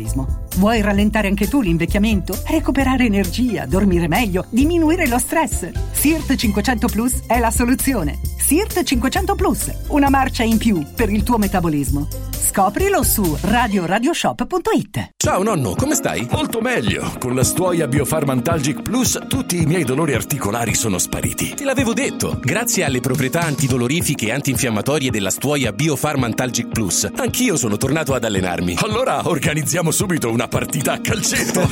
Vuoi rallentare anche tu l'invecchiamento? Recuperare energia, dormire meglio, diminuire lo stress? Sirt cinquecento Plus è la soluzione. Sirt cinquecento Plus, una marcia in più per il tuo metabolismo. Scoprilo su radio radioshop punto it. Ciao nonno, come stai? Molto meglio. Con la Stuoia Biofarmantalgic Plus tutti i miei dolori articolari sono spariti. Te l'avevo detto. Grazie alle proprietà antidolorifiche e antinfiammatorie della Stuoia Biofarmantalgic Plus, anch'io sono tornato ad allenarmi. Allora organizziamo subito una partita a calcetto.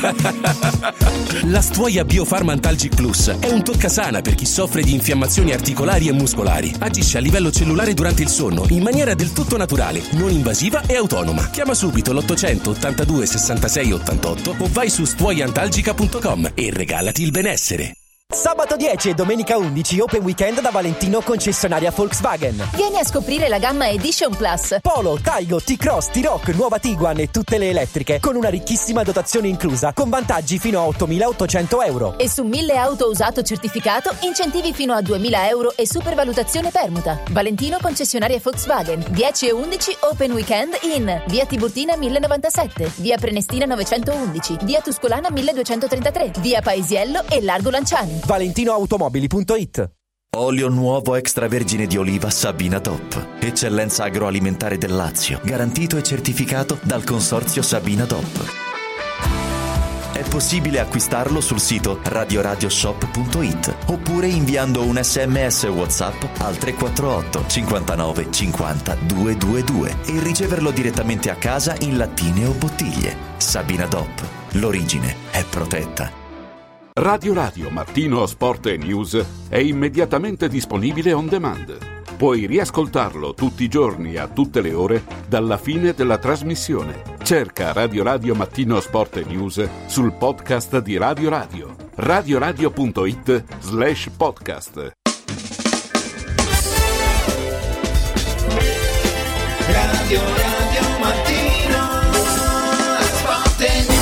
La Stuoia Biofarmantalgic Plus è un toccasana per chi soffre di infiammazioni articolari e muscolari. Agisce a livello cellulare durante il sonno in maniera del tutto naturale, non invasiva e autonoma. Chiama subito l'ottocento ottantadue sessantasei ottantotto o vai su stuoiantalgica punto com e regalati il benessere. Sabato dieci e domenica undici Open Weekend da Valentino concessionaria Volkswagen. Vieni a scoprire la gamma Edition Plus. Polo, Taigo, T-Cross, T-Roc, nuova Tiguan e tutte le elettriche con una ricchissima dotazione inclusa con vantaggi fino a ottomilaottocento euro. E su mille auto usato certificato incentivi fino a duemila euro e supervalutazione permuta. Valentino concessionaria Volkswagen. dieci e undici Open Weekend in via Tiburtina mille novantasette, via Prenestina novecentoundici, via Tuscolana milleduecentotrentatré, via Paesiello e Largo Lanciani. valentinoautomobili punto it. Olio nuovo extravergine di oliva Sabina Top. Eccellenza agroalimentare del Lazio. Garantito e certificato dal consorzio Sabina Top. È possibile acquistarlo sul sito radio radioshop punto it oppure inviando un sms WhatsApp al tre quattro otto cinquantanove cinquanta duecentoventidue e riceverlo direttamente a casa in lattine o bottiglie. Sabina Dop. L'origine è protetta. Radio Radio Mattino Sport e News è immediatamente disponibile on demand. Puoi riascoltarlo tutti i giorni a tutte le ore dalla fine della trasmissione. Cerca Radio Radio Mattino Sport e News sul podcast di Radio Radio. radioradio punto it slash podcast. Radio Radio Mattino Sport e News.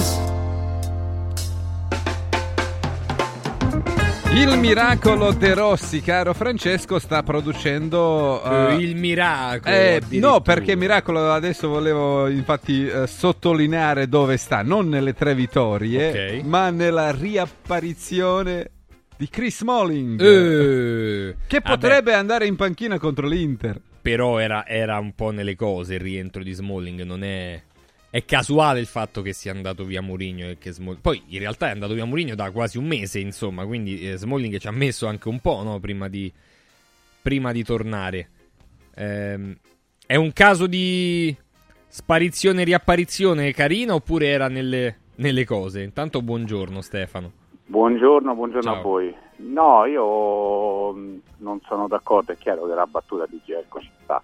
Il miracolo De Rossi, caro Francesco, sta producendo uh, il miracolo. Eh, no, perché miracolo adesso volevo infatti uh, sottolineare dove sta, non nelle tre vittorie, okay, ma nella riapparizione di Chris Smalling, uh, che potrebbe vabbè. andare in panchina contro l'Inter. Però era, era un po' nelle cose il rientro di Smalling, non è... È casuale il fatto che sia andato via Mourinho e che Smalling... Poi in realtà è andato via Mourinho da quasi un mese, insomma, quindi eh, Smalling ci ha messo anche un po', no? Prima di, prima di tornare. Ehm, è un caso di sparizione e riapparizione carina oppure era nelle, nelle cose? Intanto buongiorno Stefano. Buongiorno, buongiorno Ciao. a voi. No, io non sono d'accordo, è chiaro che la battuta di Gerco ci sta,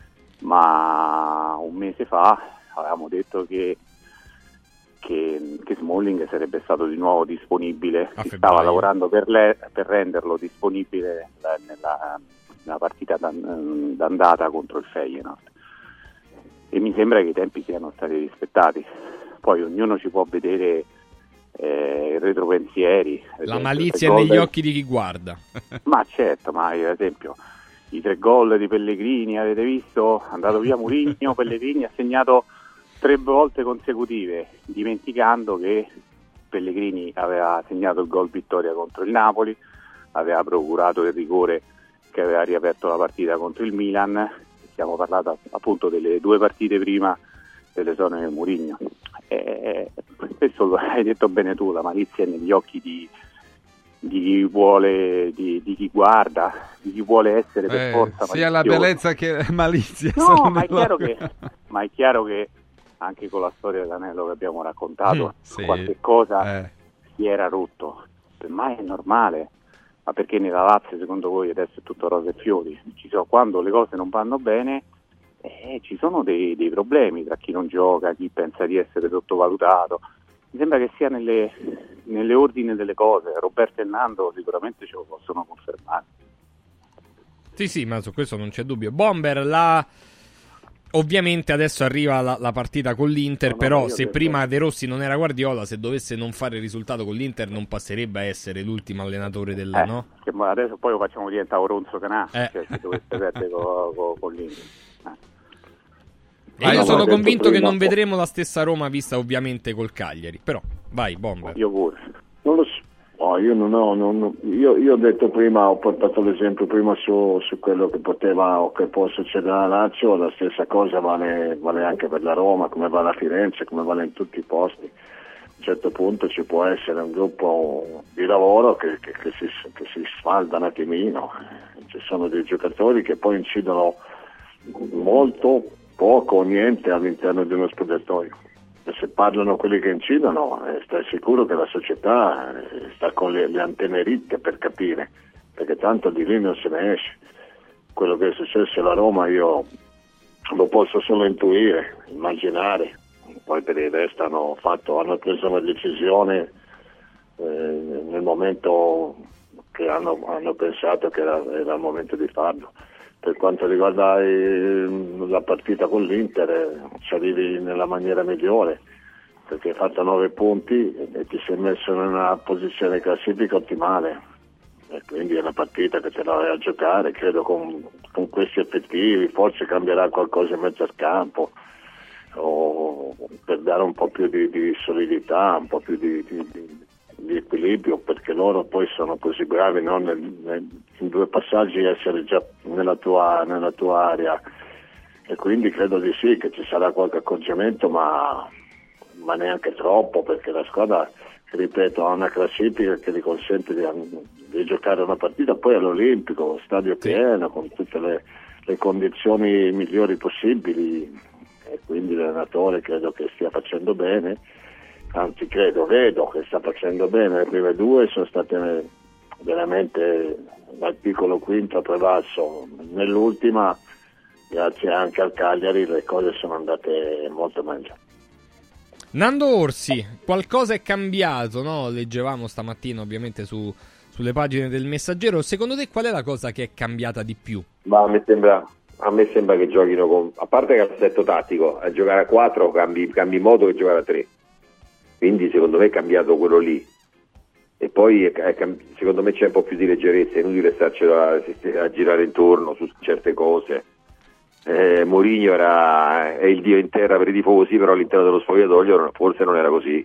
ma un mese fa avevamo detto che, che, che Smalling sarebbe stato di nuovo disponibile, si stava lavorando per, le, per renderlo disponibile nella, nella, nella partita d'an, d'andata contro il Feyenoord, e mi sembra che i tempi siano stati rispettati. Poi ognuno ci può vedere eh, i retropensieri, la malizia negli del... occhi di chi guarda. Ma certo, ma ad esempio i tre gol di Pellegrini, avete visto? È andato via Mourinho, Pellegrini ha segnato tre volte consecutive, dimenticando che Pellegrini aveva segnato il gol vittoria contro il Napoli, aveva procurato il rigore che aveva riaperto la partita contro il Milan. Stiamo parlando appunto delle due partite prima dell'esonero di Mourinho. E questo lo hai detto bene tu, la malizia è negli occhi di, di chi vuole, di, di chi guarda, di chi vuole essere per eh, forza sia la bellezza che malizia. No, ma è, chiaro che, ma è chiaro che anche con la storia dell'anello che abbiamo raccontato, mm, sì, qualche cosa eh. si era rotto, ma è normale. Ma perché nella Lazio secondo voi adesso è tutto rose e fiori? Ci sono, quando le cose non vanno bene eh, ci sono dei, dei problemi tra chi non gioca, chi pensa di essere sottovalutato. Mi sembra che sia nelle, nelle ordini delle cose. Roberto e Nando sicuramente ce lo possono confermare. Sì, sì, ma su questo non c'è dubbio. Bomber, la... ovviamente adesso arriva la, la partita con l'Inter, no, però no, se detto... prima De Rossi non era Guardiola, se dovesse non fare il risultato con l'Inter non passerebbe a essere l'ultimo allenatore del... Eh, no? Che adesso poi lo facciamo diventare Oronzo Canà, eh. cioè se dovesse perdere con, con, con l'Inter. Eh. E io sono convinto che non vedremo la stessa Roma vista ovviamente col Cagliari. Però, vai, Bomber. Io pure. Non lo so. Oh, io non ho, non, io, io ho detto prima, ho portato l'esempio prima su, su quello che poteva o che può succedere alla Lazio, la stessa cosa vale, vale anche per la Roma, come vale a Firenze, come vale in tutti i posti. A un certo punto ci può essere un gruppo di lavoro che, che, che, si, che si sfalda un attimino, ci sono dei giocatori che poi incidono molto, poco o niente all'interno di uno spogliatoio. Se parlano quelli che incidono, eh, stai sicuro che la società eh, sta con le, le antenne ritte per capire, perché tanto di lì non se ne esce. Quello che è successo alla Roma io lo posso solo intuire, immaginare. Poi per il resto hanno, fatto, hanno preso una decisione eh, nel momento che hanno, hanno pensato che era, era il momento di farlo. Per quanto riguarda eh, la partita con l'Inter, eh, ci arrivi nella maniera migliore, perché hai fatto nove punti e, e ti sei messo in una posizione classifica ottimale, e quindi è una partita che te la vai a giocare. Credo con, con questi effettivi forse cambierà qualcosa in mezzo al campo, o per dare un po' più di, di solidità, un po' più di, di, di di equilibrio, perché loro poi sono così bravi, no? nel, nel, in due passaggi essere già nella tua, nella tua area, e quindi credo di sì che ci sarà qualche accorgimento, ma, ma neanche troppo, perché la squadra, ripeto, ha una classifica che gli consente di, di giocare una partita poi all'Olimpico, stadio pieno, con tutte le, le condizioni migliori possibili, e quindi l'allenatore credo che stia facendo bene. Anzi credo, vedo che sta facendo bene. Le prime due sono state veramente dal piccolo quinto a prevalso. Nell'ultima, grazie anche al Cagliari, le cose sono andate molto meglio. Nando Orsi, qualcosa è cambiato, no? Leggevamo stamattina ovviamente su, sulle pagine del Messaggero. Secondo te qual è la cosa che è cambiata di più? Ma a me sembra, a me sembra che giochino con, a parte che l'assetto tattico, a giocare a quattro cambi, cambi modo che giocare a tre. Quindi secondo me è cambiato quello lì, e poi è, è, secondo me c'è un po' più di leggerezza, è inutile starci a, a girare intorno su certe cose. eh, Mourinho era è il dio in terra per i tifosi, però all'interno dello spogliatoio forse non era così,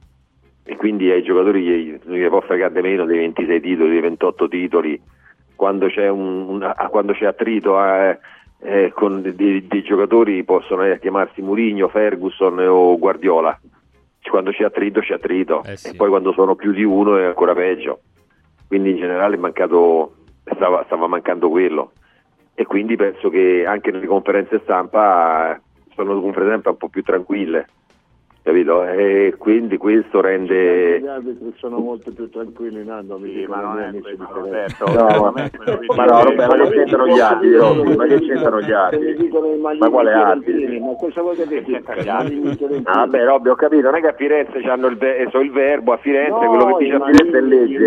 e quindi ai giocatori non gli può fregare meno dei ventisei titoli, dei ventotto titoli, quando c'è, un, una, quando c'è attrito eh, eh, con dei, dei giocatori possono eh, chiamarsi Mourinho, Ferguson o Guardiola. Quando c'è attrito c'è attrito, eh sì. E poi quando sono più di uno è ancora peggio, quindi in generale è mancato, stava, stava mancando quello, e quindi penso che anche nelle conferenze stampa sono conferenze stampa un po' più tranquille, capito? E quindi questo rende... Gli arbitri sono molto più tranquilli, Nando, mi sì, ma non è quello, no, ma, ma no, Roberto, ma che c'entrano gli arbitri, Robby? Ma che c'entrano gli arbitri? Ma quale arbitri? Ma cosa vuol dire? Ah, vabbè, Robby, ho capito, non è che a Firenze c'hanno il, ve- so il verbo, a Firenze no, quello che dice a Firenze è legge.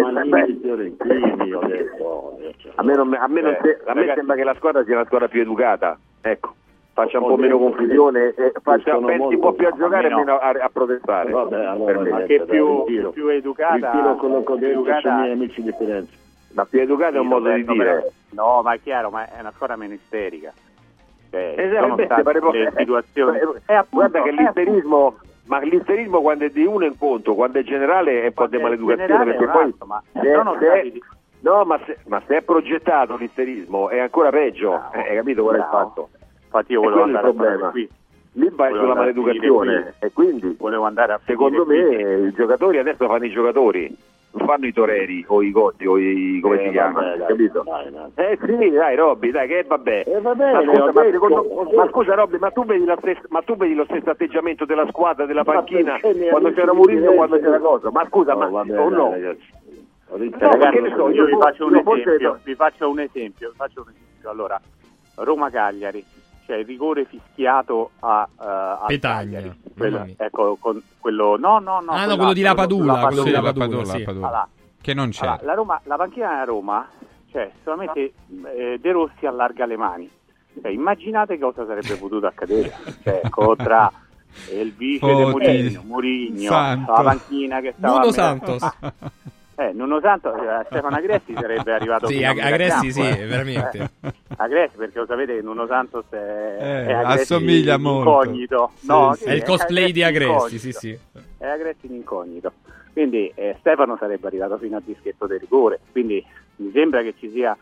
A me, non, a me, non se- a me sembra che la squadra sia una squadra più educata, ecco. Faccia un po' meno confusione e faccia, pensi un po' più a giocare e meno a, a protestare. Vabbè, allora, ma che più, più, più educata, ritiro quello che ho detto educata... sui miei amici di Firenze. Ma più educata è un modo di dire. No, ma è chiaro, ma è una squadra meno isterica. Cioè, esatto, beh, pare le situazioni. Eh, appunto, guarda che l'isterismo, ma l'isterismo quando è di uno è un conto, quando è generale è un po' di maleducazione, perché poi altro, ma se, sono se è, no, ma se, ma se è progettato l'isterismo è ancora peggio, no, eh, hai capito qual è il fatto? Infatti io volevo andare a parlare qui. Lì vai sulla maleducazione, e quindi volevo andare a secondo me qui. I giocatori adesso fanno i giocatori, non fanno i toreri o i gotti o i come eh, si chiama, capito? Dai, dai. Eh sì, dai Robby, dai che vabbè. Eh, va bene, ma, scusa, ma, detto, secondo, ma scusa Robby, ma tu vedi la stessa, ma tu vedi lo stesso atteggiamento della squadra, della panchina quando c'era Mourinho, quando c'era cosa? Ma scusa, no, ma vabbè, o no? Ragazzi. No, ragazzi, ne so, io, io vi faccio un esempio, vi faccio un esempio, vi faccio un esempio. Allora, Roma-Cagliari, cioè il rigore fischiato a, uh, a Petagna, quello, ecco, con quello no no no ah no quello di Lapadula, quello di Lapadula, sì. Allora, che non c'è. Allora, la Roma, la panchina della Roma, cioè solamente eh, De Rossi allarga le mani, cioè, immaginate cosa sarebbe potuto accadere, cioè contra il vice di Mourinho, Mourinho, la panchina che stava Nuno Santos. Eh, Nuno Santo, eh, Stefano Agresti sarebbe arrivato sì, fino a Agresti sì, campo, eh. veramente. Eh, Agresti, perché lo sapete che Nuno Santos è, Eh, è Agresti assomiglia in molto. incognito. Sì, No, sì. sì, È il cosplay di Agresti, sì, sì. È Agresti in incognito. Quindi eh, Stefano sarebbe arrivato fino al dischetto del rigore. Quindi mi sembra che ci sia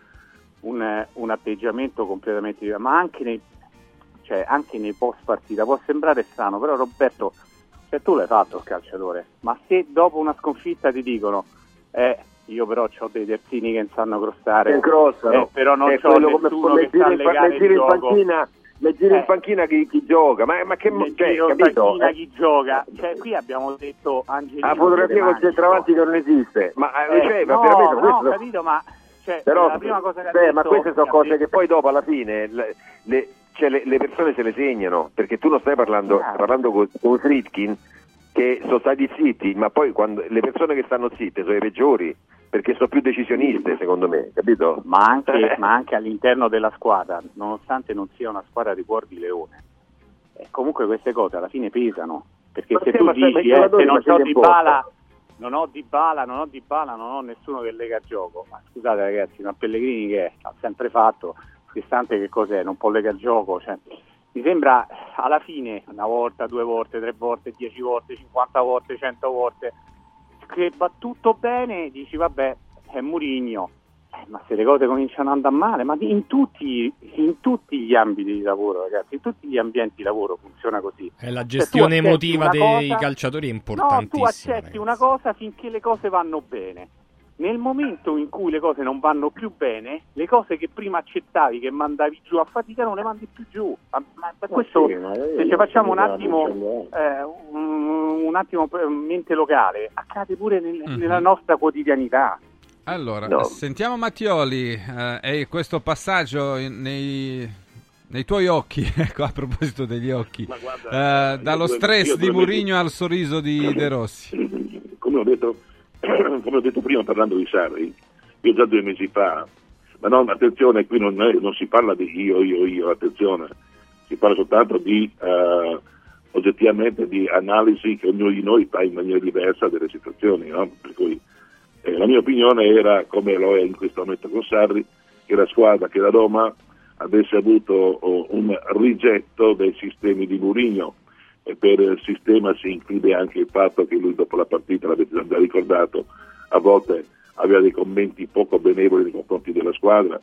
un, un atteggiamento completamente diverso, ma anche nei, cioè, anche nei post partita. Può sembrare strano, però Roberto, cioè, tu l'hai fatto il calciatore, ma se dopo una sconfitta ti dicono eh, io però ho dei terzini che non sanno crossare, Che crossano. eh, però non È c'ho quello come nessuno le che giri sa in pa- legare le il giri in gioco. panchina, le giri Eh. in panchina chi, chi gioca, ma, ma che Le cioè, giro in capito? panchina Eh, chi gioca, cioè qui abbiamo detto Angelino la fotografia col centravanti che non esiste, ma eh, eh, cioè, ma no, veramente no, questo ho capito, ma cioè, però la prima cosa che ha beh, detto, ma queste sono ha cose detto- che poi dopo alla fine le, le, cioè, le, le persone se le segnano, perché tu non stai parlando, Chiaro. parlando con, con Friedkin che sono stati zitti, ma poi quando le persone che stanno zitte sono i peggiori, perché sono più decisioniste secondo me, capito? ma anche, Eh. ma anche all'interno della squadra, nonostante non sia una squadra di cuor di leone, eh, comunque queste cose alla fine pesano, perché Ma se sì, tu ma sai, ma i dici eh, giocatori se non ma ce ho li Dybala non ho Dybala, non ho Dybala, non ho nessuno che lega il gioco, ma scusate ragazzi, ma Pellegrini che è? Ha sempre fatto, Cristante che cos'è? Non può legare il gioco, cioè, mi sembra alla fine una volta, due volte, tre volte, dieci volte, cinquanta volte, cento volte che va tutto bene, dici vabbè è Mourinho, eh, ma se le cose cominciano ad andare male, ma in tutti, in tutti gli ambiti di lavoro ragazzi, in tutti gli ambienti di lavoro funziona così. È la Cioè, gestione tu accetti emotiva una dei cosa- calciatori è No, tu importantissima. accetti ragazzi. una cosa finché le cose vanno bene. Nel momento in cui le cose non vanno più bene, le cose che prima accettavi, che mandavi giù a fatica, non le mandi più giù. Ma, ma per questo, sì, ma io- se ci facciamo un io- attimo, io- eh, un, un attimo per mente locale, accade pure nel- Mhm. nella nostra quotidianità. Allora, No. sentiamo Mattioli eh, e questo passaggio in- nei, nei tuoi occhi, ecco, a proposito degli occhi, Ma guarda, eh, io dallo due- stress io di due Mourinho al sorriso di De Rossi. come ho detto, come ho detto prima parlando di Sarri, io già due mesi fa, ma no, attenzione, qui non, è- non si parla di io, io, io, attenzione, si parla soltanto di eh, oggettivamente di analisi che ognuno di noi fa in maniera diversa delle situazioni, no? Per cui eh, la mia opinione era, come lo è in questo momento con Sarri, che la squadra, che la Roma avesse avuto oh, un rigetto dei sistemi di Mourinho. E per il sistema si include anche il fatto che lui dopo la partita, l'avete già ricordato, a volte aveva dei commenti poco benevoli nei confronti della squadra,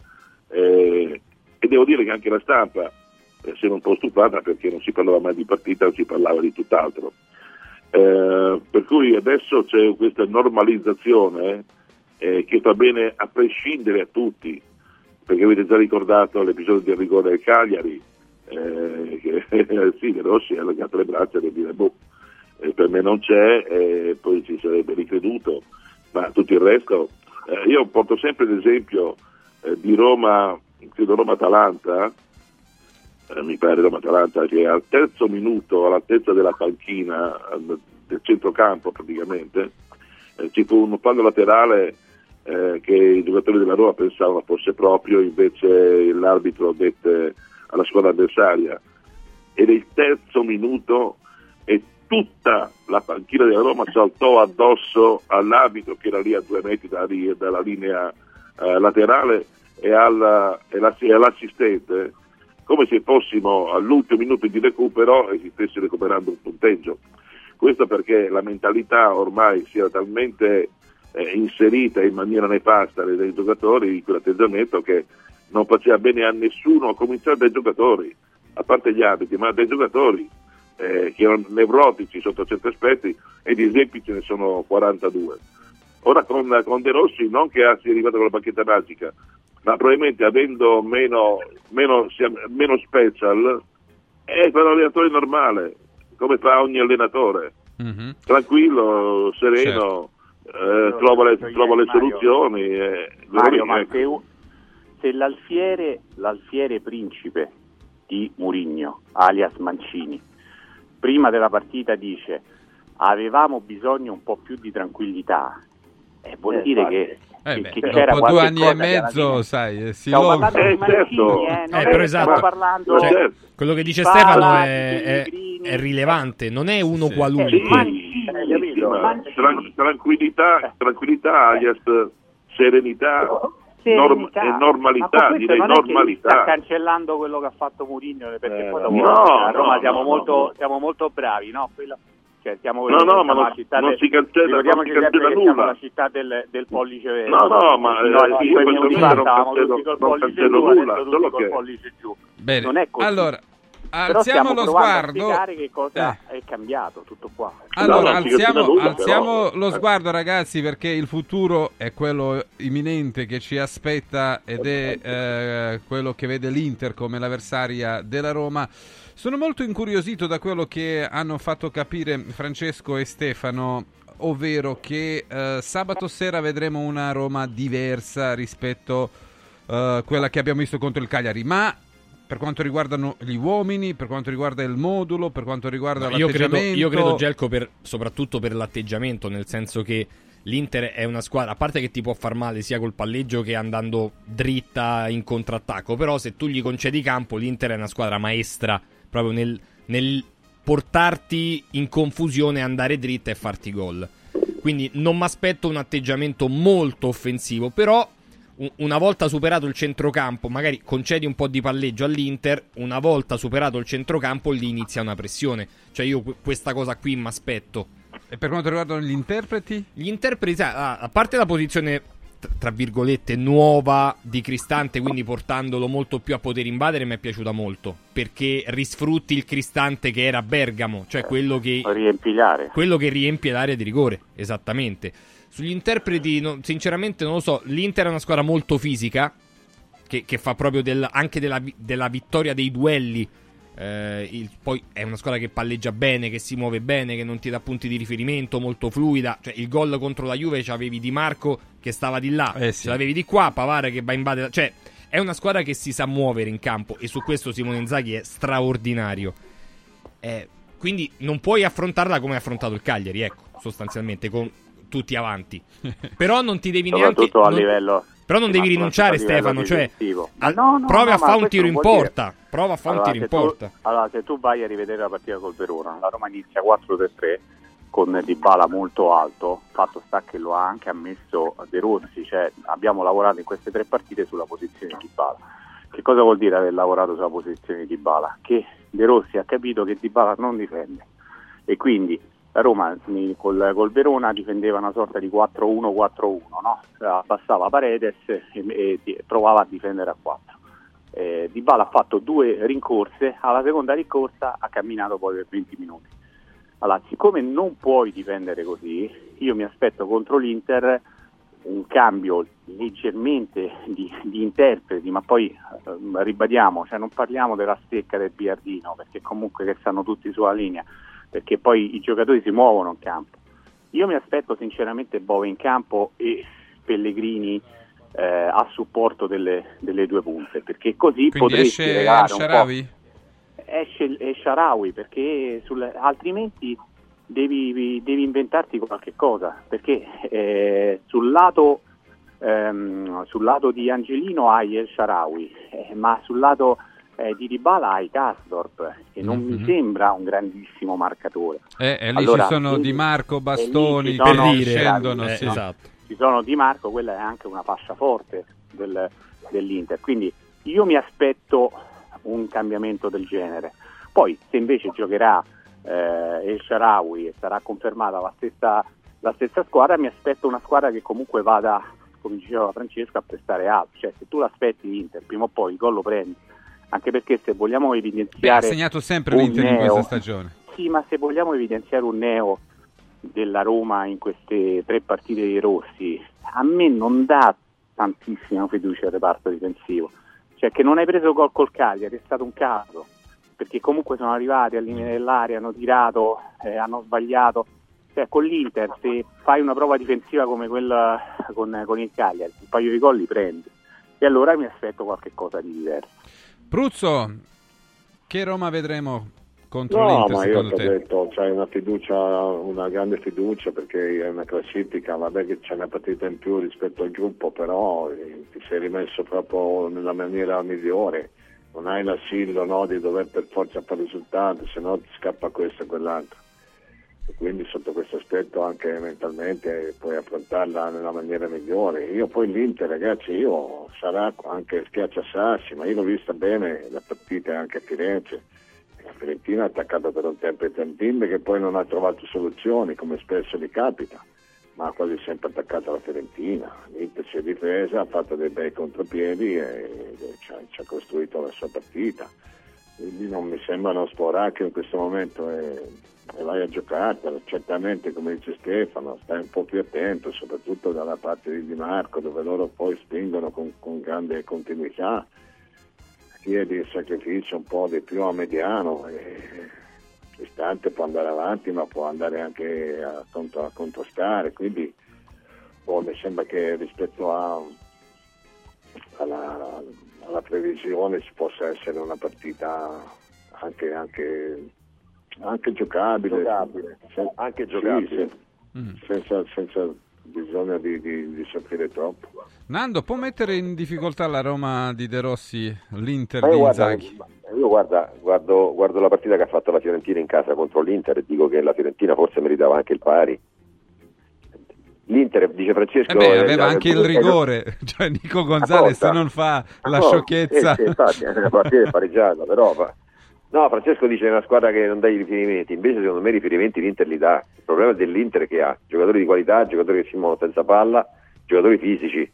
eh, e devo dire che anche la stampa eh, si era un po' stupata perché non si parlava mai di partita, non si parlava di tutt'altro. Eh, per cui adesso c'è questa normalizzazione eh, che fa bene a prescindere a tutti, perché avete già ricordato l'episodio del rigore del Cagliari, eh, che sì, De Rossi ha legato le braccia per dire boh, eh, per me non c'è, eh, poi ci sarebbe ricreduto, ma tutto il resto eh, io porto sempre l'esempio eh, di Roma, credo Roma-Atalanta, eh, mi pare Roma-Atalanta, che al terzo minuto all'altezza della panchina eh, del centrocampo praticamente eh, ci fu un fallo laterale eh, che i giocatori della Roma pensavano fosse proprio, invece l'arbitro dette alla squadra avversaria, ed il terzo minuto e tutta la panchina della Roma saltò addosso all'arbitro che era lì a due metri dalla, dalla linea eh, laterale e, alla, e, la, e all'assistente, come se fossimo all'ultimo minuto di recupero e si stesse recuperando un punteggio. Questo perché la mentalità ormai si era talmente eh, inserita in maniera nefasta dai giocatori in quell'atteggiamento che non faceva bene a nessuno, a cominciare dai giocatori, a parte gli arbitri, ma dai giocatori eh, che erano nevrotici sotto certi aspetti, e di esempi ce ne sono quarantadue. Ora con, con De Rossi non che sia arrivato con la bacchetta magica, ma probabilmente avendo meno, meno, sia, meno special, è per un allenatore normale, come fa ogni allenatore, mm-hmm. tranquillo, sereno, certo. eh, trova le, trova le soluzioni. Eh, Mario, ma se, se l'alfiere, l'alfiere principe di Mourinho, alias Mancini, prima della partita dice avevamo bisogno un po' più di tranquillità, eh, vuol eh, dire infatti. che, Eh che, beh, che dopo c'era due anni e cosa mezzo, sai, si stiamo loga. parlando di Mancini, eh, non Eh, è però che stiamo esatto. parlando Cioè, cioè, quello che dice Spalletti, Stefano è, è, Pellegrini. è rilevante, non è uno Sì. qualunque. Eh, Mancini, massima tran- tranquillità, tranquillità, alias serenità, norm- e normalità, direi normalità. Sta cancellando quello che ha fatto Mourinho, perché Eh, poi dopo no, a Roma no, siamo no, molto no. siamo molto bravi, no? Quello, cioè, siamo No, no, ma siamo non- la città non del- si cancella- ricordiamoci non si sempre cancella che siamo nulla. la città del, del pollice vero. No, no, ma fino a eh, cinque io minuti personalmente fa non stavamo cancello, tutti col non pollice cancello giù, nulla, adesso solo tutti col che pollice giù. Bene, Non è così. allora Però alziamo stiamo lo provando sguardo. a spiegare che cosa è cambiato, tutto qua. Allora, No, non si capisce alziamo, nulla, alziamo però. lo sguardo, ragazzi, perché il futuro è quello imminente che ci aspetta ed è eh, quello che vede l'Inter come l'avversaria della Roma. Sono molto incuriosito da quello che hanno fatto capire Francesco e Stefano, ovvero che eh, sabato sera vedremo una Roma diversa rispetto a eh, quella che abbiamo visto contro il Cagliari, ma per quanto riguardano gli uomini, per quanto riguarda il modulo, per quanto riguarda io credo, l'atteggiamento... io credo Gelco, per, soprattutto per l'atteggiamento, nel senso che l'Inter è una squadra, a parte che ti può far male sia col palleggio che andando dritta in contrattacco, però se tu gli concedi campo, l'Inter è una squadra maestra proprio nel, nel portarti in confusione, andare dritta e farti gol. Quindi non mi aspetto un atteggiamento molto offensivo, però una volta superato il centrocampo, magari concedi un po' di palleggio all'Inter, una volta superato il centrocampo lì inizia una pressione. Cioè io questa cosa qui mi aspetto. E per quanto riguardano gli interpreti? Gli interpreti, ah, a parte la posizione tra virgolette nuova di Cristante, quindi portandolo molto più a poter invadere, mi è piaciuta molto, perché risfrutti il Cristante che era a Bergamo, cioè quello che riempie quello che riempie l'area di rigore, esattamente. Sugli interpreti, no, sinceramente non lo so. L'Inter è una squadra molto fisica, che, che fa proprio del, anche della, della vittoria dei duelli. Eh, il, poi è una squadra che palleggia bene, che si muove bene, che non ti dà punti di riferimento, molto fluida. Cioè il gol contro la Juve c'avevi Di Marco che stava di là, eh sì. ce l'avevi di qua, Pavard che va in base. Cioè è una squadra che si sa muovere in campo, e su questo Simone Inzaghi è straordinario. Eh, quindi non puoi affrontarla come ha affrontato il Cagliari, ecco, sostanzialmente con tutti avanti. Però non ti devi neanche Soprattutto a non, livello però non sì, devi ma rinunciare, soprattutto a Stefano, livello cioè difensivo. al- No, no, provi no, a ma fare un questo tiro in non vuol dire- porta prova a fare Allora, un tiro in se tu- porta allora se tu vai a rivedere la partita col Verona, la Roma inizia quattro tre tre con Dybala molto alto, fatto sta che lo ha anche ammesso De Rossi, cioè abbiamo lavorato in queste tre partite sulla posizione di Dybala. Che cosa vuol dire aver lavorato sulla posizione di Dybala? Che De Rossi ha capito che Dybala non difende, e quindi la Roma col, col Verona difendeva una sorta di quattro uno quattro uno, no? Abbassava Paredes e, e, e provava a difendere a quattro. Eh, Dybala ha fatto due rincorse, alla seconda rincorsa ha camminato poi per venti minuti. Allora, siccome non puoi difendere così, io mi aspetto contro l'Inter un cambio leggermente di, di interpreti, ma poi eh, ribadiamo, cioè non parliamo della stecca del Biardino, perché comunque che stanno tutti sulla linea, perché poi i giocatori si muovono in campo. Io mi aspetto sinceramente Bove in campo e Pellegrini eh, a supporto delle, delle due punte, perché così Quindi potresti esce regalare un Sharawi? po'. Esce, esce Sharawi, perché sul, altrimenti devi, devi inventarti qualche cosa, perché eh, sul lato ehm, sul lato di Angelino hai El Sharawi, eh, ma sul lato eh, di Dybala hai Karsdorp, che non Mm-hmm. mi sembra un grandissimo marcatore. Eh, e lì Allora, ci sono quindi- Di Marco, e Bastoni lì ci che sono- scendono. eh, sì. esatto. Ci sono Di Marco, quella è anche una fascia forte del, dell'Inter, quindi io mi aspetto un cambiamento del genere. Poi se invece giocherà eh, El Sharawi e sarà confermata la stessa, la stessa squadra, mi aspetto una squadra che comunque vada, come diceva Francesco, a prestare alto. Cioè se tu l'aspetti l'Inter, prima o poi il gol lo prendi, anche perché se vogliamo Beh, ha evidenziare segnato sempre un l'Inter in neo- questa stagione. sì, ma se vogliamo evidenziare un neo della Roma in queste tre partite dei rossi, a me non dà tantissima fiducia al reparto difensivo. Cioè che non hai preso gol col Cagliari è stato un caso, perché comunque sono arrivati al limite dell'area, hanno tirato, eh, hanno sbagliato. Cioè con l'Inter se fai una prova difensiva come quella con, con il Cagliari, un paio di gol li prendi, e allora mi aspetto qualche cosa di diverso. Pruzzo, che Roma vedremo contro No, l'Inter ma io secondo ti ho te? detto, c'hai una fiducia, una grande fiducia, perché è una classifica, vabbè che c'è una partita in più rispetto al gruppo, però eh, ti sei rimesso proprio nella maniera migliore, non hai l'assillo, no, di dover per forza fare risultati, se no ti scappa questo e quell'altro. e quindi sotto questo aspetto anche mentalmente puoi affrontarla nella maniera migliore. Io poi l'Inter, ragazzi, io sarà anche schiacciasassi, ma io l'ho vista bene la partita anche a Firenze. La Fiorentina ha attaccato per un tempo e tantine che poi non ha trovato soluzioni, come spesso gli capita, ma ha quasi sempre attaccato la Fiorentina. L'Inter si è difesa, ha fatto dei bei contropiedi e, e ci, ha, ci ha costruito la sua partita. Quindi non mi sembra uno sporacchio in questo momento e, e vai a giocartela. Certamente, come dice Stefano, stai un po' più attento, soprattutto dalla parte di Di Marco, dove loro poi spingono con, con grande continuità, chiedi il sacrificio un po' di più a mediano e Cristante può andare avanti ma può andare anche a, contro, a contrastare, quindi oh, mi sembra che rispetto a, alla, alla previsione ci possa essere una partita anche, anche, anche giocabile, giocabile. Sen- anche giocabile sì, sì. Senza, senza bisogno di, di, di soffrire troppo. Nando, può mettere in difficoltà la Roma di De Rossi l'Inter eh, di guarda, Inzaghi? Io guarda, guardo, guardo la partita che ha fatto la Fiorentina in casa contro l'Inter e dico che la Fiorentina forse meritava anche il pari. L'Inter, dice Francesco, eh beh, aveva eh, anche eh, il rigore, cioè Nico Gonzalez non fa la no, sciocchezza. Sì, sì, infatti, la partita è pareggiata, però no, Francesco dice che è una squadra che non dà i riferimenti, invece secondo me i riferimenti l'Inter li dà. Il problema dell'Inter è che ha giocatori di qualità, giocatori che si muovono senza palla, giocatori fisici,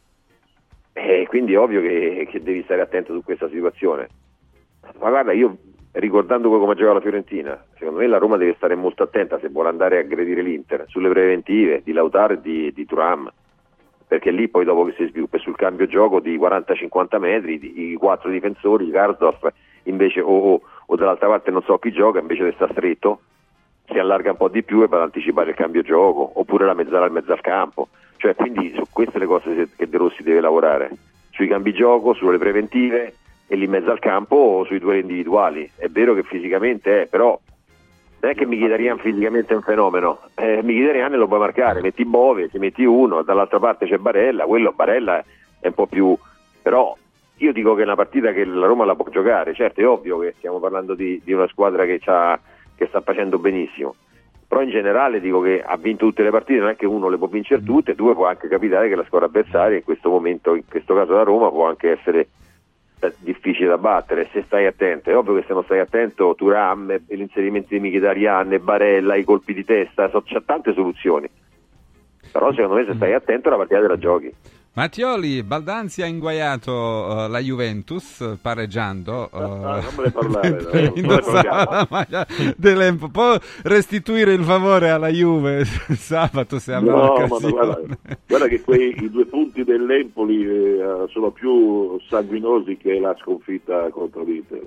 e quindi è ovvio che, che devi stare attento su questa situazione. Ma guarda, io ricordando come gioca la Fiorentina, secondo me la Roma deve stare molto attenta se vuole andare a aggredire l'Inter sulle preventive di Lautaro e di, di Thuram, perché lì poi dopo che si sviluppa sul cambio gioco di quaranta cinquanta metri i quattro difensori, Karsdorp invece o, o, o dall'altra parte non so chi gioca, invece di sta stretto si allarga un po' di più e per anticipare il cambio gioco, oppure la mezzala al mezzo al campo, cioè quindi su queste le cose che De Rossi deve lavorare, sui cambi gioco, sulle preventive e lì in mezzo al campo o sui due individuali. È vero che fisicamente è, però non è che Mkhitaryan fisicamente è un fenomeno, eh, Mkhitaryan lo puoi marcare, metti Bove, ti metti uno, dall'altra parte c'è Barella, quello Barella è un po' più, però io dico che è una partita che la Roma la può giocare. Certo, è ovvio che stiamo parlando di, di una squadra che, c'ha, che sta facendo benissimo, però in generale dico che ha vinto tutte le partite, non è che uno le può vincere tutte, due può anche capitare che la squadra avversaria in questo momento, in questo caso la Roma, può anche essere difficile da battere se stai attento. È ovvio che se non stai attento Thuram, l'inserimento di Mkhitaryan, Barella, i colpi di testa, so, c'è tante soluzioni, però secondo me se stai attento la partita te la giochi. Mattioli, Baldanzi ha inguaiato uh, la Juventus pareggiando, uh, ah, non me ne parlare, no, indossava la maglia dell'Empoli. Può restituire il favore alla Juve sabato se avrà no, l'occasione? Ma guarda, guarda che quei i due punti dell'Empoli eh, sono più sanguinosi che la sconfitta contro l'Inter.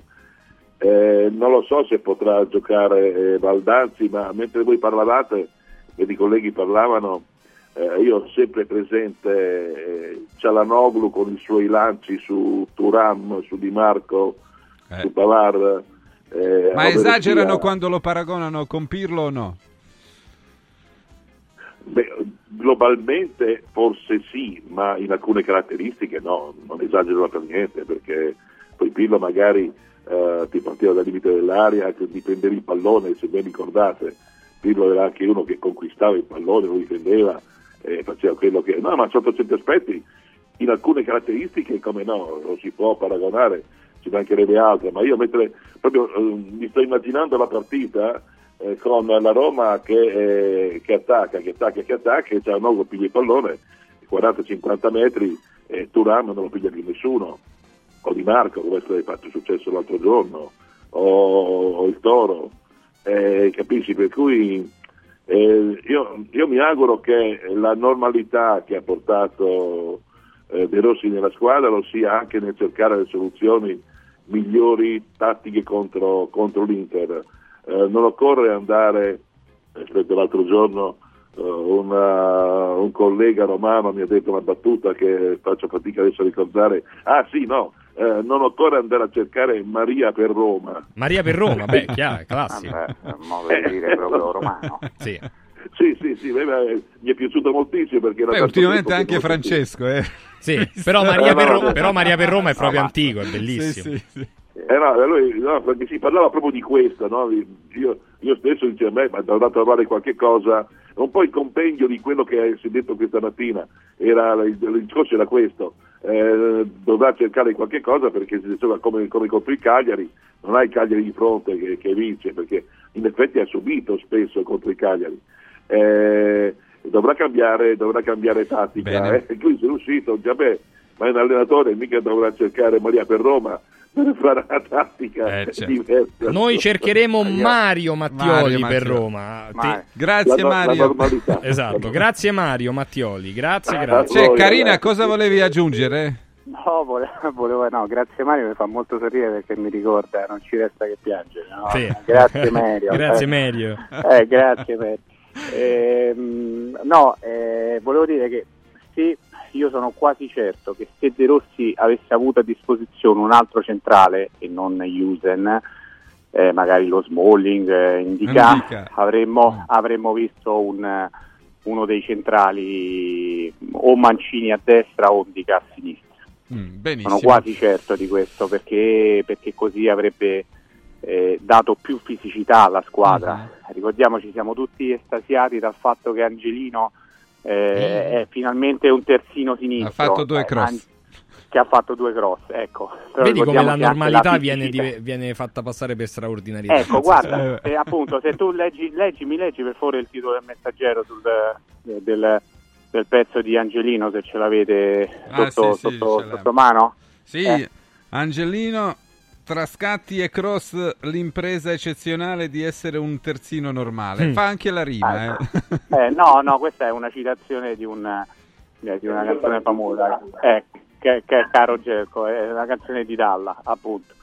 Eh, non lo so se potrà giocare eh, Baldanzi, ma mentre voi parlavate e i colleghi parlavano, Eh, io ho sempre presente eh, Çalhanoğlu con i suoi lanci su Thuram, su Di Marco, eh. su Pavard. Eh, Ma esagerano sia... quando lo paragonano con Pirlo o no? Beh, globalmente forse sì, ma in alcune caratteristiche no, non esagerano per niente, perché poi Pirlo magari eh, ti partiva dal limite dell'area, che difendeva il pallone, se ben ricordate. Pirlo era anche uno che conquistava il pallone, lo difendeva, e faceva quello che... No, ma sotto certi aspetti, in alcune caratteristiche, come no, non si può paragonare, ci mancherebbe altro, ma io mentre proprio eh, mi sto immaginando la partita eh, con la Roma che, eh, che attacca, che attacca, che attacca, e c'è un nuovo piglia il pallone, quaranta cinquanta metri, e Thuram non lo piglia più nessuno, o Di Marco, come è fatto successo l'altro giorno, o, o il Toro, eh, capisci? Per cui... Eh, io, io mi auguro che la normalità che ha portato eh, De Rossi nella squadra lo sia anche nel cercare le soluzioni migliori tattiche contro, contro l'Inter. Eh, non occorre andare, rispetto all'altro giorno eh, una, un collega romano mi ha detto una battuta che faccio fatica adesso a ricordare, ah sì no Eh, non occorre andare a cercare Maria per Roma. Maria per Roma, beh, chiaro, classico. Vabbè, è un modo di dire proprio romano. Sì, sì, sì, sì beh, mi è piaciuto moltissimo perché... Beh, ultimamente anche Francesco, eh. Sì, però Maria, per Roma, però Maria per Roma è proprio no, antico, è bellissimo. Sì, sì, sì. Eh no, lui, no, perché si parlava proprio di questo, no? Io io stesso dicevo a me, ma dovrà trovare qualche cosa, un po' il compendio di quello che si è detto questa mattina, era, il, il discorso era questo, eh, dovrà cercare qualche cosa perché insomma, come, come contro il Cagliari, non ha il Cagliari di fronte che, che vince, perché in effetti ha subito spesso contro il Cagliari. Eh, dovrà cambiare, dovrà cambiare tattica, eh. Lui si è riuscito, già beh, ma è un allenatore, mica dovrà cercare Maria per Roma per fare una tattica eh, certo. diversa. Noi cercheremo Mario Mattioli Mario, per Roma. Te... Grazie la, Mario. La esatto, grazie Mario Mattioli. Grazie, ah, grazie. Cioè, Carina, cosa volevi aggiungere? No, volevo, volevo, no, grazie Mario, mi fa molto sorridere perché mi ricorda, non ci resta che piangere. No? Sì. Grazie Mario. grazie eh, Mario. Eh, grazie Mario. Eh, no, eh, volevo dire che se io sono quasi certo che se De Rossi avesse avuto a disposizione un altro centrale e non Jusen, eh, magari lo Smalling, eh, Indica, Indica. Avremmo, mm. avremmo visto un, uno dei centrali o Mancini a destra o Indica a sinistra. Mm, sono quasi certo di questo perché, perché così avrebbe eh, dato più fisicità alla squadra. Mm. Ricordiamoci, siamo tutti estasiati dal fatto che Angelino Eh, mm. è finalmente un terzino sinistro, ha fatto due cross, eh, che ha fatto due cross, ecco. Però vedi come la normalità la viene, viene fatta passare per straordinarità. Ecco, guarda, eh, appunto, se tu leggi, leggi, mi leggi per favore il titolo del Messaggero sul, del, del pezzo di Angelino, se ce l'avete ah, sotto, sì, sì, sotto, sotto mano. Sì, eh. Angelino, tra scatti e cross l'impresa eccezionale di essere un terzino normale. Mm. Fa anche la rima. Ah, eh. Eh, no, no, questa è una citazione di, un, eh, di una canzone famosa, eh, che, che è Caro Gelco, è una canzone di Dalla, appunto.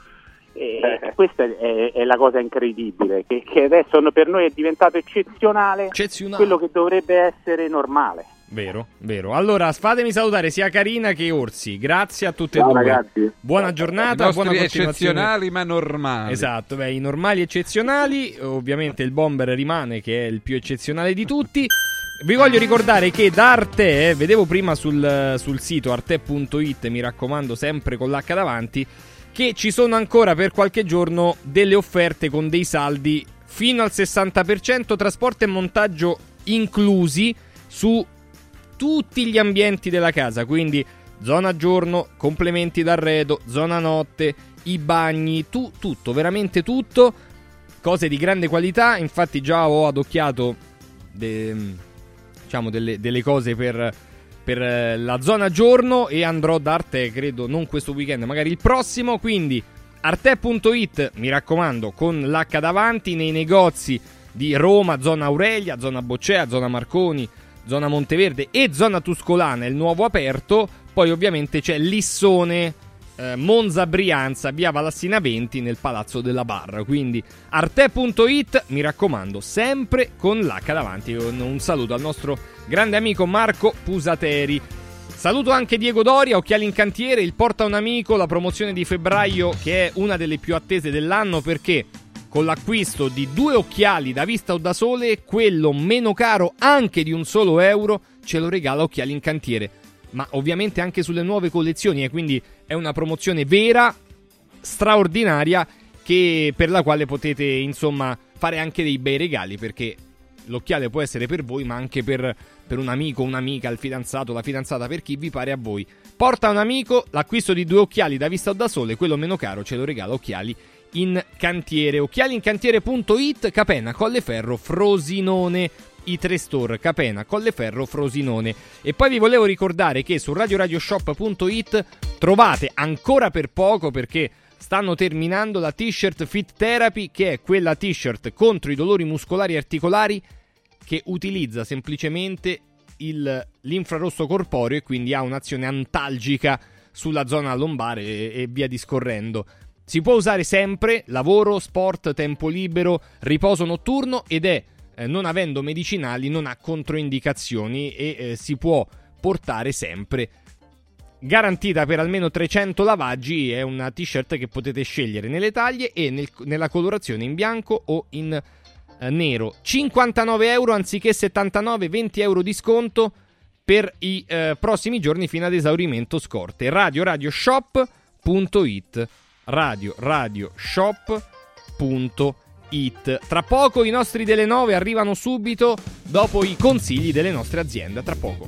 E eh. questa è, è la cosa incredibile, che, che adesso per noi è diventato eccezionale, eccezionale quello che dovrebbe essere normale. Vero, vero. Allora, fatemi salutare sia Carina che Orsi. Grazie a tutte e Ciao, due. Ragazzi. Buona giornata, I buona continuazione. Eccezionali ma normali. Esatto, beh, i normali eccezionali. Ovviamente il Bomber rimane che è il più eccezionale di tutti. Vi voglio ricordare che da Arte, eh, vedevo prima sul, sul sito arte punto it, mi raccomando sempre con l'H davanti, che ci sono ancora per qualche giorno delle offerte con dei saldi fino al sessanta per cento, trasporto e montaggio inclusi su tutti gli ambienti della casa, quindi zona giorno, complementi d'arredo, zona notte, i bagni, tu, tutto, veramente tutto, cose di grande qualità. Infatti già ho adocchiato de, diciamo delle, delle cose per, per la zona giorno e andrò da Arte, credo non questo weekend, magari il prossimo, quindi arte punto it, mi raccomando, con l'H davanti, nei negozi di Roma, zona Aurelia, zona Boccea, zona Marconi, zona Monteverde e zona Tuscolana, il nuovo aperto. Poi ovviamente c'è Lissone, eh, Monza Brianza, via Valassina venti nel Palazzo della Barra. Quindi arte punto it, mi raccomando, sempre con l'H davanti. Un saluto al nostro grande amico Marco Pusateri. Saluto anche Diego Doria, Occhiali in Cantiere, il Porta un Amico, la promozione di febbraio che è una delle più attese dell'anno, perché con l'acquisto di due occhiali da vista o da sole, quello meno caro anche di un solo euro ce lo regala Occhiali in Cantiere, ma ovviamente anche sulle nuove collezioni, e quindi è una promozione vera, straordinaria, che per la quale potete insomma fare anche dei bei regali, perché l'occhiale può essere per voi ma anche per, per un amico, un'amica, il fidanzato, la fidanzata, per chi vi pare a voi. Porta un Amico, l'acquisto di due occhiali da vista o da sole, quello meno caro ce lo regala Occhiali in Cantiere. Occhiali in cantiere punto it, Capena, Colleferro, Frosinone, i tre store Capena, Colleferro, Frosinone. E poi vi volevo ricordare che su radio radio shop punto it trovate ancora per poco, perché stanno terminando, la t-shirt Fit Therapy, che è quella t-shirt contro i dolori muscolari e articolari che utilizza semplicemente il, l'infrarosso corporeo e quindi ha un'azione antalgica sulla zona lombare e, e via discorrendo. Si può usare sempre, lavoro, sport, tempo libero, riposo notturno, ed è, eh, non avendo medicinali, non ha controindicazioni e eh, si può portare sempre. Garantita per almeno trecento lavaggi, è una t-shirt che potete scegliere nelle taglie e nel, nella colorazione in bianco o in eh, nero. cinquantanove euro anziché settantanove, venti euro di sconto per i eh, prossimi giorni fino ad esaurimento scorte. radio radio shop punto it radio radio shop punto it. Tra poco i nostri delle nove arrivano subito dopo i consigli delle nostre aziende. Tra poco.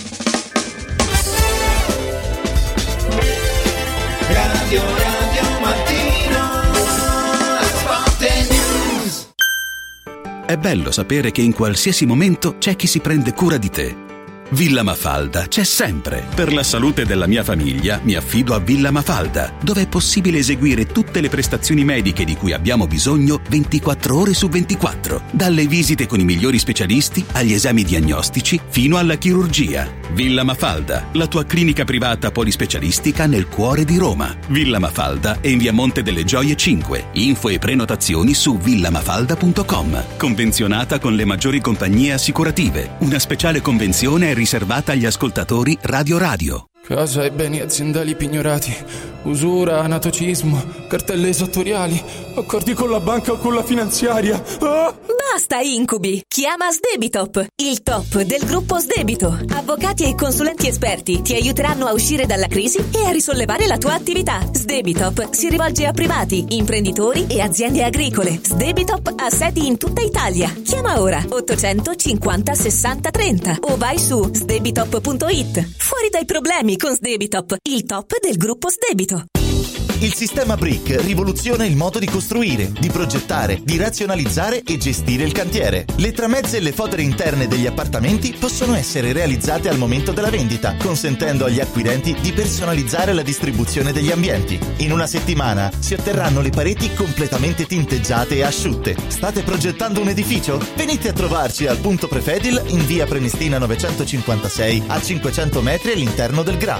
Radio Radio Mattino, Sport News. È bello sapere che in qualsiasi momento c'è chi si prende cura di te. Villa Mafalda c'è sempre. Per la salute della mia famiglia mi affido a Villa Mafalda, dove è possibile eseguire tutte le prestazioni mediche di cui abbiamo bisogno ventiquattro ore su ventiquattro, dalle visite con i migliori specialisti agli esami diagnostici fino alla chirurgia. Villa Mafalda, la tua clinica privata polispecialistica nel cuore di Roma. Villa Mafalda è in via Monte delle Gioie cinque. Info e prenotazioni su villamafalda punto com. Convenzionata con le maggiori compagnie assicurative. Una speciale convenzione è riservata agli ascoltatori Radio Radio. Casa e beni aziendali pignorati, usura, anatocismo, cartelle esattoriali, accordi con la banca o con la finanziaria. Ah! Basta incubi! Chiama Sdebitop, il top del gruppo Sdebito. Avvocati e consulenti esperti ti aiuteranno a uscire dalla crisi e a risollevare la tua attività. Sdebitop si rivolge a privati, imprenditori e aziende agricole. Sdebitop ha sedi in tutta Italia. Chiama ora ottocentocinquanta sessanta trenta o vai su sdebitop punto it. Fuori dai problemi con Sdebitop, il top del gruppo Sdebito. Il sistema Brick rivoluziona il modo di costruire, di progettare, di razionalizzare e gestire il cantiere. Le tramezze e le fodere interne degli appartamenti possono essere realizzate al momento della vendita, consentendo agli acquirenti di personalizzare la distribuzione degli ambienti. In una settimana si otterranno le pareti completamente tinteggiate e asciutte. State progettando un edificio? Venite a trovarci al punto Prefedil in via Prenestina novecentocinquantasei a cinquecento metri all'interno del Gra.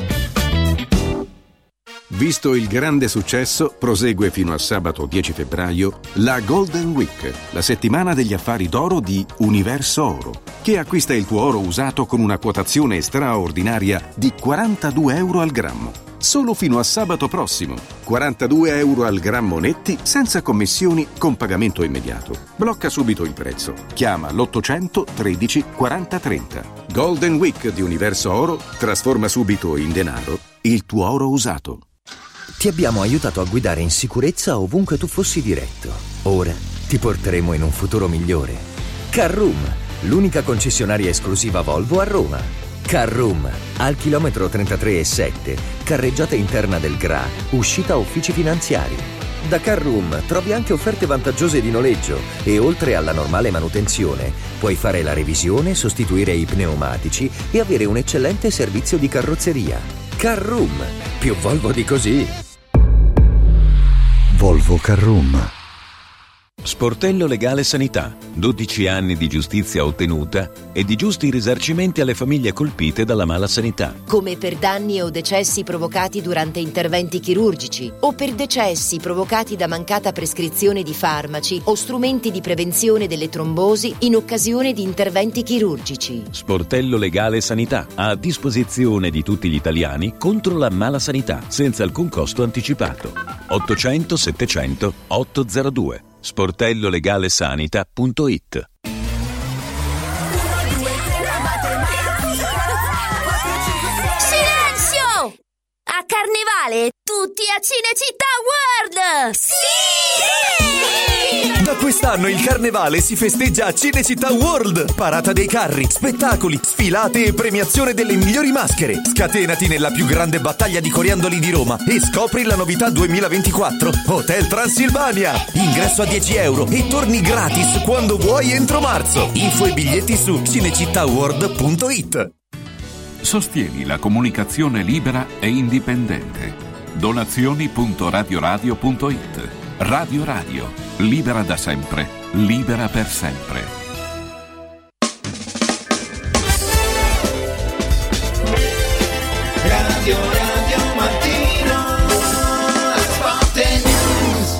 Visto il grande successo, prosegue fino a sabato dieci febbraio la Golden Week, la settimana degli affari d'oro di Universo Oro, che acquista il tuo oro usato con una quotazione straordinaria di quarantadue euro al grammo. Solo fino a sabato prossimo. quarantadue euro al grammo netti, senza commissioni, con pagamento immediato. Blocca subito il prezzo. Chiama l'ottocento tredici quaranta trenta. Golden Week di Universo Oro trasforma subito in denaro il tuo oro usato. Ti abbiamo aiutato a guidare in sicurezza ovunque tu fossi diretto. Ora ti porteremo in un futuro migliore. Carroom, l'unica concessionaria esclusiva Volvo a Roma. Carroom, al chilometro trentatré e sette, carreggiata interna del Gra, uscita uffici finanziari. Da Carroom trovi anche offerte vantaggiose di noleggio e oltre alla normale manutenzione puoi fare la revisione, sostituire i pneumatici e avere un eccellente servizio di carrozzeria. Carroom, più Volvo di così. Volvo Carroom. Sportello Legale Sanità. dodici anni di giustizia ottenuta e di giusti risarcimenti alle famiglie colpite dalla mala sanità. Come per danni o decessi provocati durante interventi chirurgici o per decessi provocati da mancata prescrizione di farmaci o strumenti di prevenzione delle trombosi in occasione di interventi chirurgici. Sportello Legale Sanità, a disposizione di tutti gli italiani contro la mala sanità, senza alcun costo anticipato. ottocento settecento ottocentodue. sportello legale sanita punto it. Silenzio! A Carnevale tutti a Cinecittà World! Sì! Da quest'anno il Carnevale si festeggia a Cinecittà World. Parata dei carri, spettacoli, sfilate e premiazione delle migliori maschere. Scatenati nella più grande battaglia di coriandoli di Roma e scopri la novità duemilaventiquattro Hotel Transilvania. Ingresso a dieci euro e torni gratis quando vuoi entro marzo. Info e biglietti su cinecittàworld punto it. Sostieni la comunicazione libera e indipendente. Donazioni punto radioradio punto it. Radio Radio, libera da sempre, libera per sempre. Radio Radio Mattino, Sport News.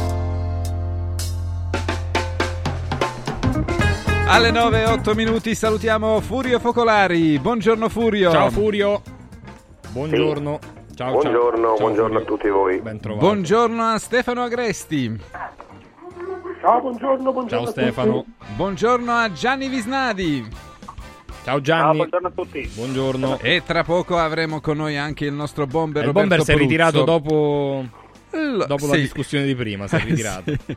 Alle nove e otto minuti salutiamo Furio Focolari. Buongiorno Furio. Ciao Furio. Buongiorno. Sì. Ciao, buongiorno, ciao. buongiorno Ciao, a tutti voi. Ben trovato. Buongiorno a Stefano Agresti. Ciao, buongiorno, buongiorno. Ciao a Stefano. tutti. Buongiorno a Gianni Visnadi. Ciao Gianni. Ciao, buongiorno a tutti. Buongiorno. E tra poco avremo con noi anche il nostro bomber il Roberto bomber si è Pruzzo. ritirato dopo, L- dopo sì. la discussione di prima, si è ritirato. Sì.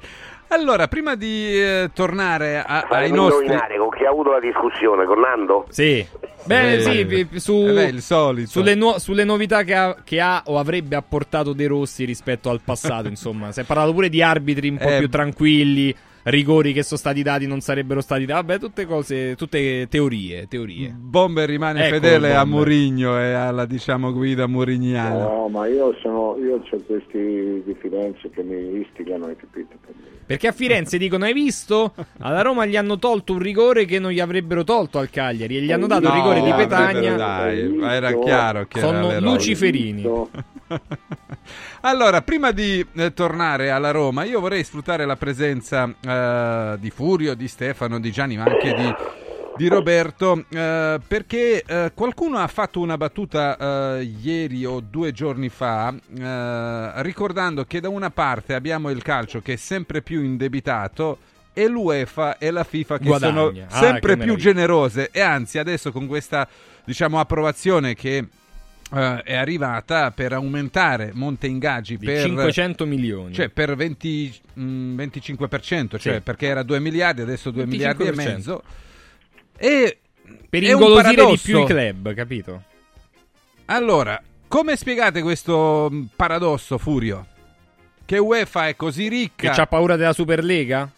Allora, prima di eh, tornare a, ai Fammi nostri... indovinare con chi ha avuto la discussione, con Nando? Sì. Beh, Eh, sì, pi- pi- su, eh beh, il solito. Sulle, nuo- sulle novità che ha, che ha o avrebbe apportato De Rossi rispetto al passato, insomma. Si è parlato pure di arbitri un po' Eh, più tranquilli, rigori che sono stati dati non sarebbero stati dati. Vabbè, tutte cose, tutte teorie, teorie. Bomber rimane Ecco fedele il a Bomber. Mourinho e alla, diciamo, guida mourigniana. No, ma io sono io ho questi di Firenze che mi istigano, hai capito? Perché a Firenze dicono, hai visto? Alla Roma gli hanno tolto un rigore che non gli avrebbero tolto al Cagliari e gli hanno dato No, il rigore di Petagna. dai, ma era chiaro che Sono era l'eroe. luciferini. Allora, prima di eh, tornare alla Roma, io vorrei sfruttare la presenza eh, di Furio, di Stefano, di Gianni, ma anche di, di Roberto, eh, perché eh, qualcuno ha fatto una battuta eh, ieri o due giorni fa, eh, ricordando che da una parte abbiamo il calcio che è sempre più indebitato e l'UEFA e la FIFA che Guadagna. sono Ah, sempre che più meraviglia. generose, e anzi adesso con questa, diciamo, approvazione che Uh, è arrivata per aumentare monte ingaggi Di per cinquecento milioni. cioè per venti, mh, venticinque per cento, cioè Sì. perché era due miliardi, adesso due miliardi e venticinque per cento. mezzo, e Per è un ingolosire di paradosso. più i club, capito? Allora, come spiegate questo mh, paradosso, Furio? Che UEFA è così ricca, Che c'ha paura della Superlega?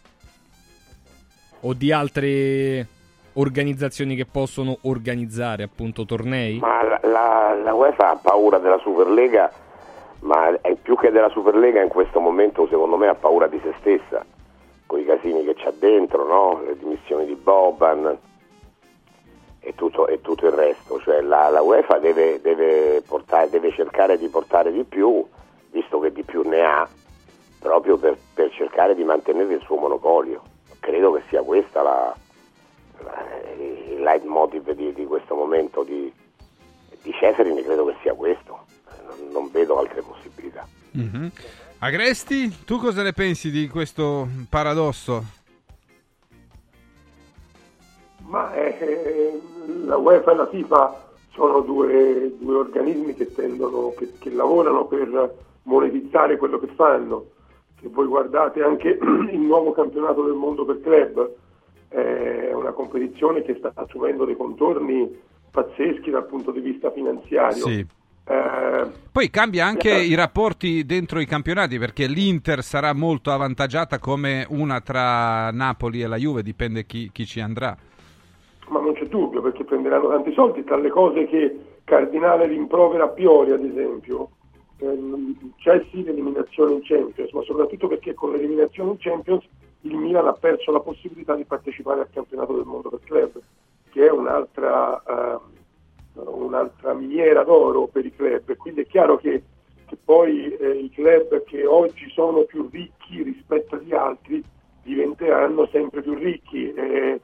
O di altre organizzazioni che possono organizzare appunto tornei? Ma la, la, la UEFA ha paura della Superlega, ma è più che della Superlega in questo momento, secondo me, ha paura di se stessa, con i casini che c'ha dentro, no? Le dimissioni di Boban e tutto, e tutto il resto. Cioè la, la UEFA deve, deve, portare, deve cercare di portare di più, visto che di più ne ha, proprio per, per cercare di mantenere il suo monopolio. Credo che sia questa la il leitmotiv di, di questo momento di, di Ceferin, credo che sia questo, non, non vedo altre possibilità. Mhm. Agresti, tu cosa ne pensi di questo paradosso? Ma eh, la UEFA e la FIFA sono due, due organismi che tendono, che, che lavorano per monetizzare quello che fanno. Se voi guardate anche il nuovo campionato del mondo per club, è una competizione che sta assumendo dei contorni pazzeschi dal punto di vista finanziario. Sì. Eh, Poi cambia anche eh, i rapporti dentro i campionati, perché l'Inter sarà molto avvantaggiata come una tra Napoli e la Juve, dipende chi, chi ci andrà. Ma non c'è dubbio, perché prenderanno tanti soldi. Tra le cose che Cardinale rimprovera a Pioli, ad esempio, ehm, c'è sì l'eliminazione in Champions, ma soprattutto perché con l'eliminazione in Champions il Milan ha perso la possibilità di partecipare al campionato del mondo per club, che è un'altra, uh, un'altra miniera d'oro per i club. E quindi è chiaro che, che poi eh, i club che oggi sono più ricchi rispetto agli altri diventeranno sempre più ricchi e,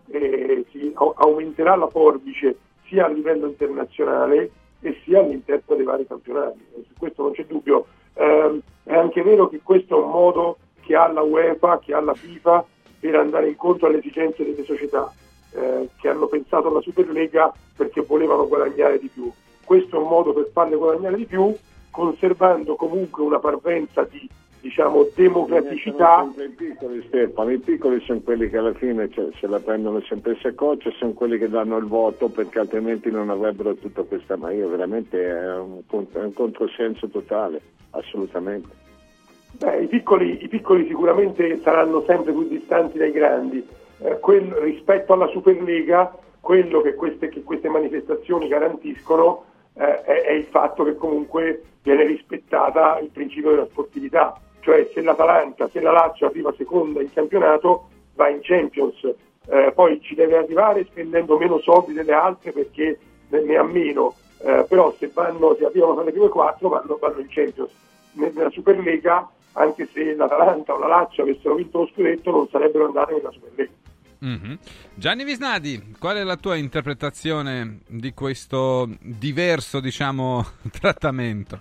e si aumenterà la forbice sia a livello internazionale e sia all'interno dei vari campionati. E su questo non c'è dubbio. Eh, è anche vero che questo è un modo che ha la UEFA, che ha la FIFA per andare incontro alle esigenze delle società eh, che hanno pensato alla Superlega perché volevano guadagnare di più. Questo è un modo per farle guadagnare di più, conservando comunque una parvenza di, diciamo, democraticità. Sono sempre i piccoli, Stefano, i piccoli sono quelli che alla fine cioè, se la prendono sempre secoccia, sono quelli che danno il voto perché altrimenti non avrebbero tutta questa, ma io veramente è un, è un controsenso totale, assolutamente. Beh, i piccoli, i piccoli sicuramente saranno sempre più distanti dai grandi. Eh, quel, rispetto alla Superlega, quello che queste, che queste manifestazioni garantiscono eh, è, è il fatto che comunque viene rispettata il principio della sportività. Cioè se l'Atalanta, se la Lazio arriva seconda in campionato, va in Champions. Eh, poi ci deve arrivare spendendo meno soldi delle altre perché ne ha meno. Eh, però se, vanno, se arrivano tra le prime quattro vanno, vanno in Champions. Nella Superlega, anche se l'Atalanta o la Lazio avessero vinto lo scudetto, non sarebbero andate nella Superlega. Mm-hmm. Gianni Visnadi, qual è la tua interpretazione di questo diverso, diciamo, trattamento?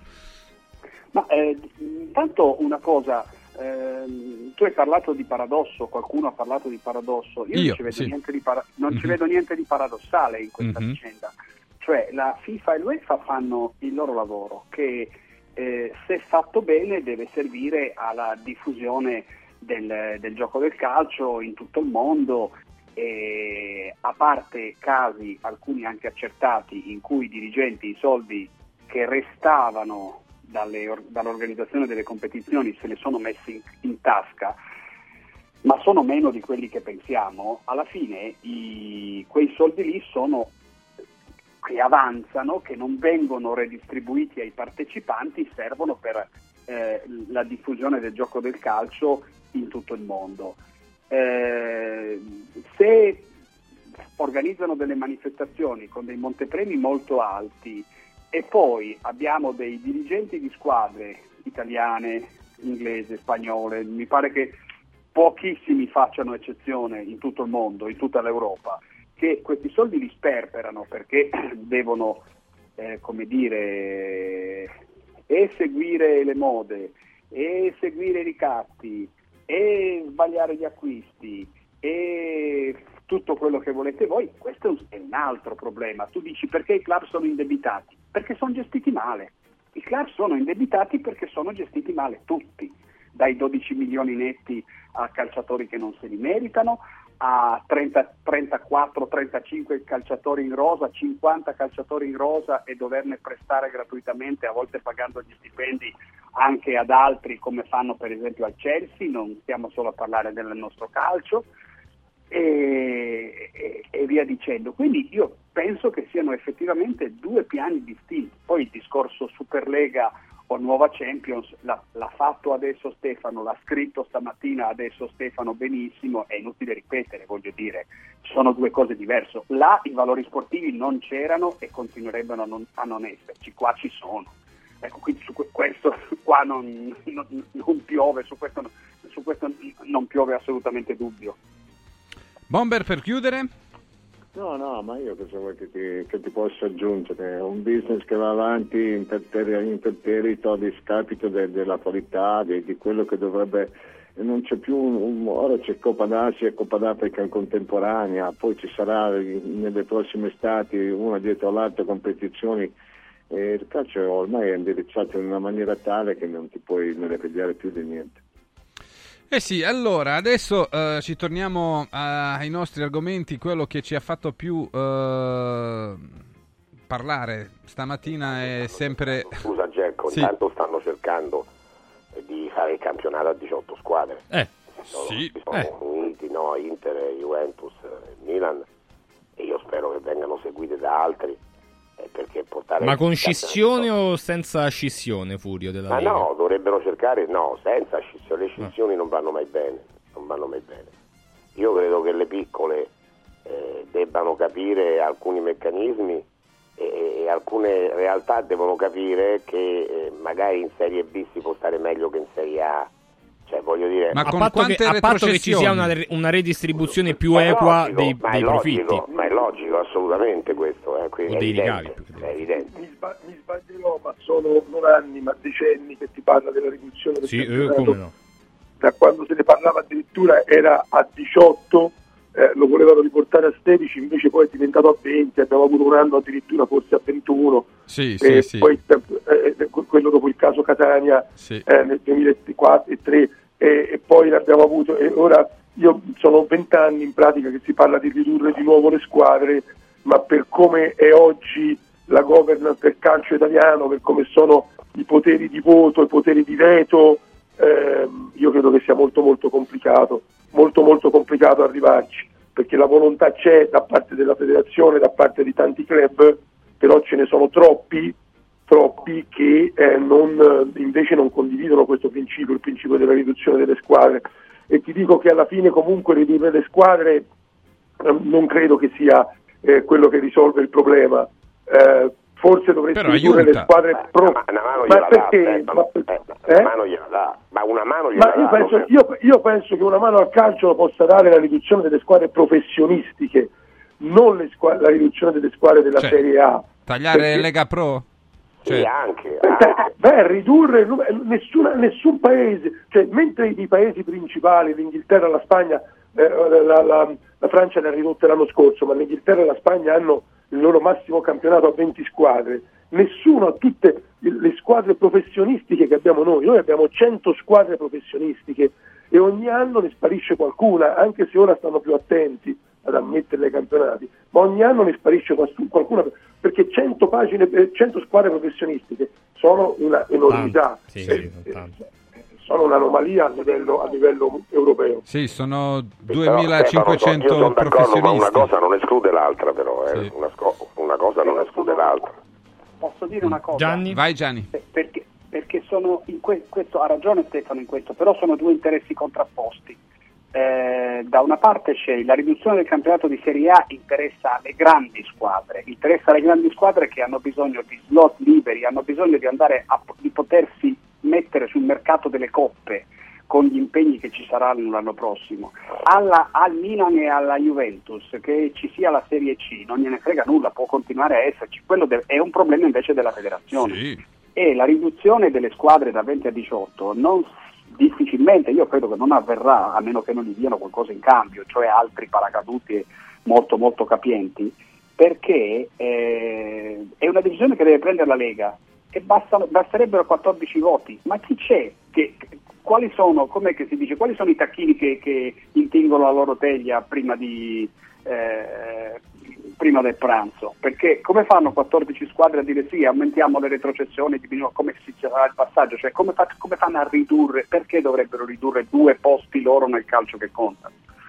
Ma eh, intanto una cosa, ehm, tu hai parlato di paradosso, qualcuno ha parlato di paradosso, io, Io non, ci vedo, sì. niente di para- non Mm-hmm. ci vedo niente di paradossale in questa Mm-hmm. vicenda. Cioè la FIFA e l'UEFA fanno il loro lavoro che eh, se fatto bene deve servire alla diffusione del, del gioco del calcio in tutto il mondo, e a parte casi, alcuni anche accertati, in cui i dirigenti i soldi che restavano dalle, dall'organizzazione delle competizioni se ne sono messi in, in tasca, ma sono meno di quelli che pensiamo, alla fine i, quei soldi lì sono che avanzano, che non vengono redistribuiti ai partecipanti, servono per eh, la diffusione del gioco del calcio in tutto il mondo. Eh, se organizzano delle manifestazioni con dei montepremi molto alti e poi abbiamo dei dirigenti di squadre italiane, inglesi, spagnole, mi pare che pochissimi facciano eccezione in tutto il mondo, in tutta l'Europa, che questi soldi li sperperano perché devono, eh, come dire, e seguire le mode, e seguire i ricatti, e sbagliare gli acquisti, e tutto quello che volete voi. Questo è un, è un altro problema. Tu dici perché i club sono indebitati? Perché sono gestiti male. I club sono indebitati perché sono gestiti male, tutti, dai dodici milioni netti a calciatori che non se li meritano, a trenta, trentaquattro, trentacinque calciatori in rosa, cinquanta calciatori in rosa e doverne prestare gratuitamente, a volte pagando gli stipendi anche ad altri, come fanno per esempio al Chelsea. Non stiamo solo a parlare del nostro calcio, e, e, e via dicendo. Quindi io penso che siano effettivamente due piani distinti. Poi il discorso Superlega o nuova Champions l'ha, l'ha fatto adesso Stefano, l'ha scritto stamattina adesso Stefano benissimo, è inutile ripetere, voglio dire, sono due cose diverse. Là i valori sportivi non c'erano e continuerebbero a non, a non esserci, qua ci sono. Ecco, quindi su questo qua non, non, non piove, su questo, su questo non piove assolutamente dubbio. Bomber, per chiudere? No, no, ma io cosa vuoi che ti, che ti posso aggiungere? È un business che va avanti imperterrito a discapito de, della qualità, de, di quello che dovrebbe... Non c'è più, un, ora c'è Coppa d'Asia e Coppa d'Africa in contemporanea, poi ci sarà nelle prossime estati una dietro l'altra competizioni, e il calcio ormai è indirizzato in una maniera tale che non ti puoi meravigliare più di niente. Eh sì, allora adesso uh, ci torniamo uh, ai nostri argomenti. Quello che ci ha fatto più uh, parlare stamattina è sempre... Scusa Gerco, sì. Intanto stanno cercando di fare il campionato a diciotto squadre. Eh, sono, sì. sono Eh. uniti, no, Inter, Juventus, Milan, e io spero che vengano seguite da altri. Perché portare Ma con scissione o senza scissione, Furio, della Ma Lega? no, dovrebbero cercare, no, senza scissione. Le scissioni ah. non vanno mai bene, non vanno mai bene. Io credo che le piccole eh, debbano capire alcuni meccanismi e, e alcune realtà devono capire che eh, magari in Serie B si può stare meglio che in Serie A. Cioè, voglio dire, Ma a patto, che, a patto che ci sia una, una redistribuzione più ma equa logico, dei, dei profitti. Logico, ma è logico, assolutamente questo. Eh, o dei evidente, ricavi. È evidente. Mi, sba- mi sbaglierò, ma sono non anni, ma decenni che ti parla della riduzione del sì, campionato. Eh, come no. Da quando se ne parlava addirittura era a diciotto, eh, lo volevano riportare a sedici, invece poi è diventato a venti, abbiamo avuto un anno addirittura forse a ventuno. Sì, e sì, poi sì. Eh, quello dopo il caso Catania sì. eh, nel duemilaquattro e tre e, e poi l'abbiamo avuto, e ora io sono vent'anni in pratica che si parla di ridurre di nuovo le squadre, ma per come è oggi la governance del calcio italiano, per come sono i poteri di voto, i poteri di veto, ehm, io credo che sia molto molto complicato, molto molto complicato arrivarci, perché la volontà c'è da parte della federazione, da parte di tanti club, però ce ne sono troppi, troppi che eh, non, invece non condividono questo principio, il principio della riduzione delle squadre. E ti dico che alla fine comunque ridurre le squadre eh, non credo che sia eh, quello che risolve il problema. Eh, forse dovresti Però ridurre aiuta. le squadre pro... Ma una mano ma gliela perché? dà, Ma, eh, eh? una mano gliela dà, ma una mano gliela Ma io dà. penso, non- io, io penso che una mano al calcio lo possa dare la riduzione delle squadre professionistiche, non le squa- la riduzione delle squadre della Cioè, Serie A. Tagliare Perché- Lega Pro? Cioè, Sì, anche, Beh, anche. beh, ridurre il numero- nessuna- nessun paese, cioè mentre i paesi principali, l'Inghilterra, la Spagna, eh, la, la- la Francia le ha ridotte l'anno scorso, ma l'Inghilterra e la Spagna hanno il loro massimo campionato a venti squadre, nessuno ha tutte le squadre professionistiche che abbiamo noi, noi abbiamo cento squadre professionistiche e ogni anno ne sparisce qualcuna, anche se ora stanno più attenti ad ammetterle ai campionati, ma ogni anno ne sparisce qualcuna, perché cento pagine, cento squadre professionistiche sono una enormità, sì, sì, sono un'anomalia a livello, a livello europeo. Sì, sono Però, duemilacinquecento Stefano, io sono d'accordo, ma professionisti. una cosa non esclude l'altra, però eh. Sì. una, sco- una cosa non esclude l'altra. Posso dire una cosa? Gianni? Vai Gianni. Perché, perché sono in que- questo ha ragione Stefano in questo, però sono due interessi contrapposti. Eh, da una parte c'è la riduzione del campionato di Serie A, interessa le grandi squadre, interessa le grandi squadre che hanno bisogno di slot liberi, hanno bisogno di andare a, di potersi mettere sul mercato delle coppe con gli impegni che ci saranno l'anno prossimo. Alla, al Milan e alla Juventus che ci sia la Serie C non gliene frega nulla, può continuare a esserci, quello de- è un problema invece della federazione. Sì. E la riduzione delle squadre da venti a diciotto non difficilmente, io credo che non avverrà a meno che non gli diano qualcosa in cambio, cioè altri paracaduti molto molto capienti, perché eh, è una decisione che deve prendere la Lega e bastano, basterebbero quattordici voti, ma chi c'è? Che, quali sono, com'è che si dice, quali sono i tacchini che, che intingono la loro teglia prima di eh, prima del pranzo? Perché come fanno quattordici squadre a dire sì, aumentiamo le retrocessioni, diminuiamo, come si sarà il passaggio, cioè come, fa, come fanno a ridurre, perché dovrebbero ridurre due posti loro nel calcio che contano?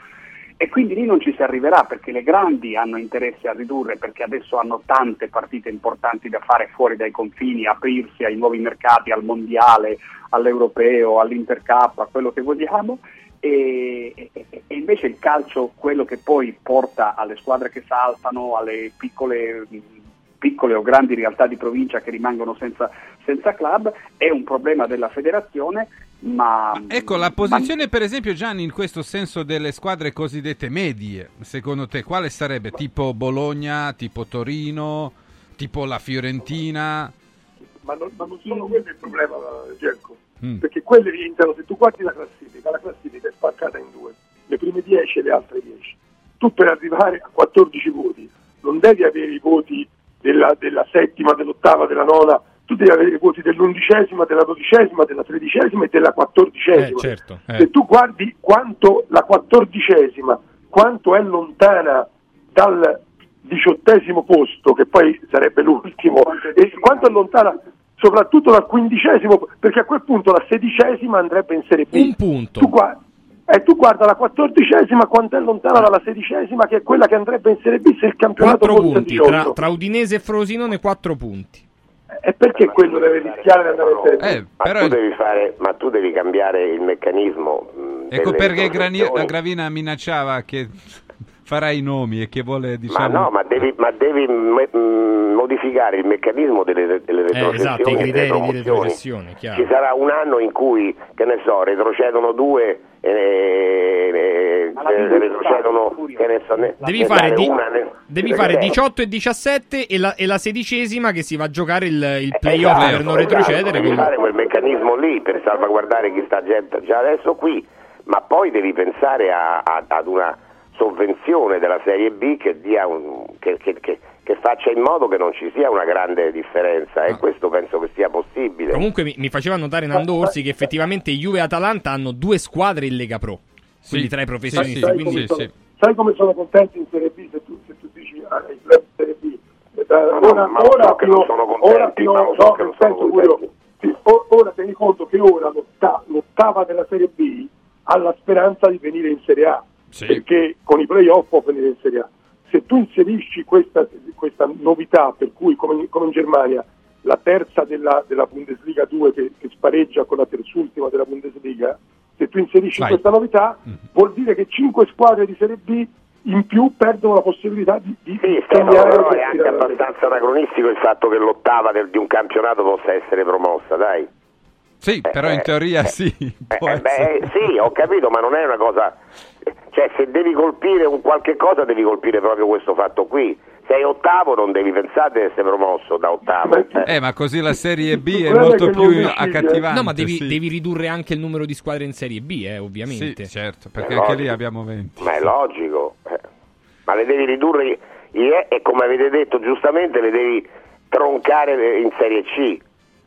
E quindi lì non ci si arriverà, perché le grandi hanno interesse a ridurre, perché adesso hanno tante partite importanti da fare fuori dai confini, aprirsi ai nuovi mercati, al mondiale, all'europeo, all'Intercup, a quello che vogliamo. E, e, e invece il calcio, quello che poi porta alle squadre che saltano, alle piccole, piccole o grandi realtà di provincia che rimangono senza, senza club, è un problema della federazione. Ma, ma ecco, la posizione ma... per esempio Gianni in questo senso delle squadre cosiddette medie, secondo te quale sarebbe? Tipo Bologna, tipo Torino, tipo la Fiorentina? Ma non, ma non sono quelli il problema, Gerco. Mm. Perché quelle rientrano, se tu guardi la classifica, la classifica è spaccata in due, le prime dieci e le altre dieci. Tu per arrivare a quattordici voti non devi avere i voti della, della settima, dell'ottava, della nona, tu devi avere i voti dell'undicesima, della dodicesima, della tredicesima e della quattordicesima. Eh, certo, eh. Se tu guardi quanto la quattordicesima, quanto è lontana dal diciottesimo posto, che poi sarebbe l'ultimo, e quanto è lontana soprattutto dal quindicesimo, perché a quel punto la sedicesima andrebbe in Serie B. Un punto. Tu guarda, eh, tu guarda la quattordicesima quanto è lontana dalla sedicesima, che è quella che andrebbe in Serie B se il campionato quattro fosse punti, diciotto. tra, tra Udinese e Frosinone quattro punti. E perché quello deve rischiare di andare in Serie B? Eh, ma, però... tu devi fare, ma tu devi cambiare il meccanismo. Mh, ecco delle perché Grani- retrocessioni. Gravina minacciava che farà i nomi e che vuole, diciamo... Ma no, ma devi, ma devi me- mh, modificare il meccanismo delle, delle retrocessioni. Eh, esatto, i e delle criteri di promozioni. retrocessione, chiaro. Ci sarà un anno in cui, che ne so, retrocedono due e, e, e retrocedono, che ne so, ne, Devi ne fare, dare di, una, ne, devi ne fare sei. diciotto e diciassette e la, e la sedicesima che si va a giocare il, il playoff Esatto, per non esatto, retrocedere. devi Con... fare quel meccanismo lì per salvaguardare chi sta già, già adesso qui, ma poi devi pensare a, a, ad una sovvenzione della Serie B che, dia un, che, che, che, che faccia in modo che non ci sia una grande differenza, e questo penso che sia possibile. Comunque mi, mi faceva notare Nando Orsi che effettivamente Juve e Atalanta hanno due squadre in Lega Pro, quindi Sì, tra i professionisti. Sai, quindi... come sono, sì. sai come sono contenti in Serie B se tu, se tu dici ai club di Serie B? Eh, No, ora, ma lo ora, so che non fino- sono contenti, ora fino- ma lo so no, che nel non sono senso, Guido, contenti. sì, o- ora tieni conto che ora l'otta- l'ottava della Serie B ha la speranza di venire in Serie A, Sì. perché con i playoff può venire in Serie A. Se tu inserisci questa, questa novità, per cui come, come in Germania la terza della, della Bundesliga due che, che spareggia con la terzultima della Bundesliga, se tu inserisci Vai. questa novità vuol dire che cinque squadre di Serie B in più perdono la possibilità di, di Sì, Stefano, segnare però e è anche tirare. abbastanza anacronistico il fatto che l'ottava del, di un campionato possa essere promossa, dai. Sì, però in teoria sì. Può Eh, essere. beh, sì, ho capito, ma non è una cosa... Cioè, se devi colpire un qualche cosa, devi colpire proprio questo fatto qui. Sei ottavo, non devi pensare di essere promosso da ottavo. Eh, ma così la Serie B è Guarda molto che più non decide. accattivante. No, ma devi, sì. devi ridurre anche il numero di squadre in Serie B, eh, ovviamente. Sì, certo, perché È anche logico. lì abbiamo venti. Ma è logico. eh. Ma le devi ridurre, e come avete detto giustamente, le devi troncare in Serie C.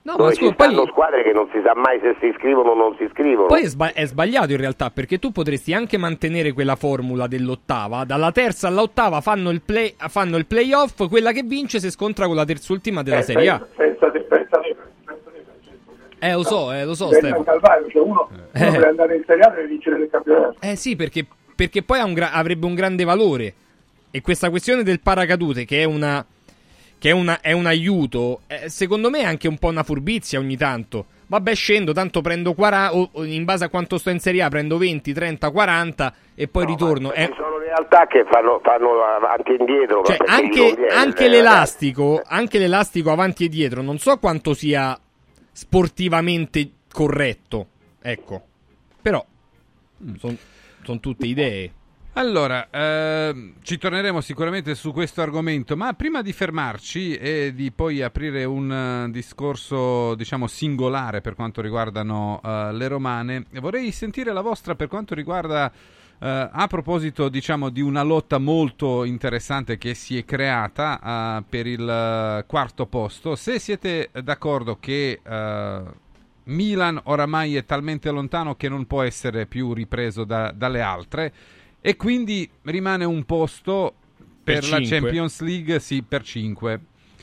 No, dove ma ci scusa, stanno poi- squadre che non si sa mai se si iscrivono o non si iscrivono. Poi è, sba- è sbagliato in realtà, perché tu potresti anche mantenere quella formula dell'ottava. Dalla terza all'ottava fanno il play, fanno il playoff, quella che vince si scontra con la terzultima della Eh, Serie A. Pensa te, pensa te, pensa te, Eh, lo so, eh, lo so, diventa Stefano. un calvario, cioè uno, uno Eh. per andare in Serie A deve vincere il campionato. Eh sì, perché, perché poi ha un gra- avrebbe un grande valore. E questa questione del paracadute, che è una che è, una, è un aiuto, eh, secondo me è anche un po' una furbizia ogni tanto. Vabbè, scendo, tanto prendo quaranta, o, o in base a quanto sto in Serie A prendo venti, trenta, quaranta e poi ritorno. Eh, Ci sono realtà che fanno, fanno avanti e indietro. cioè, ma perché gli anche, conviene, anche eh, l'elastico, anche l'elastico avanti e dietro, non so quanto sia sportivamente corretto, ecco. Però sono son tutte idee. Allora, ehm, ci torneremo sicuramente su questo argomento, ma prima di fermarci e di poi aprire un eh, discorso, diciamo, singolare per quanto riguardano eh, le romane, vorrei sentire la vostra per quanto riguarda, eh, a proposito, diciamo, di una lotta molto interessante che si è creata eh, per il eh, quarto posto. Se siete d'accordo che eh, Milan oramai è talmente lontano che non può essere più ripreso da- dalle altre, e quindi rimane un posto per, Per la cinque. Champions League, sì, per cinque.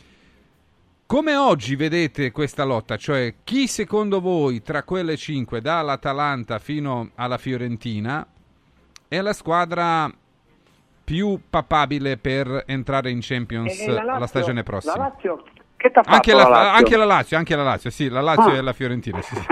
Come oggi vedete questa lotta? Cioè, chi secondo voi tra quelle cinque, dall'Atalanta fino alla Fiorentina, è la squadra più papabile per entrare in Champions E la la, Lazio- stagione prossima? La Lazio, che t'ha fatto Anche la, la, Lazio? anche la Lazio, anche la Lazio, sì, la Lazio Ah. e la Fiorentina, sì, sì.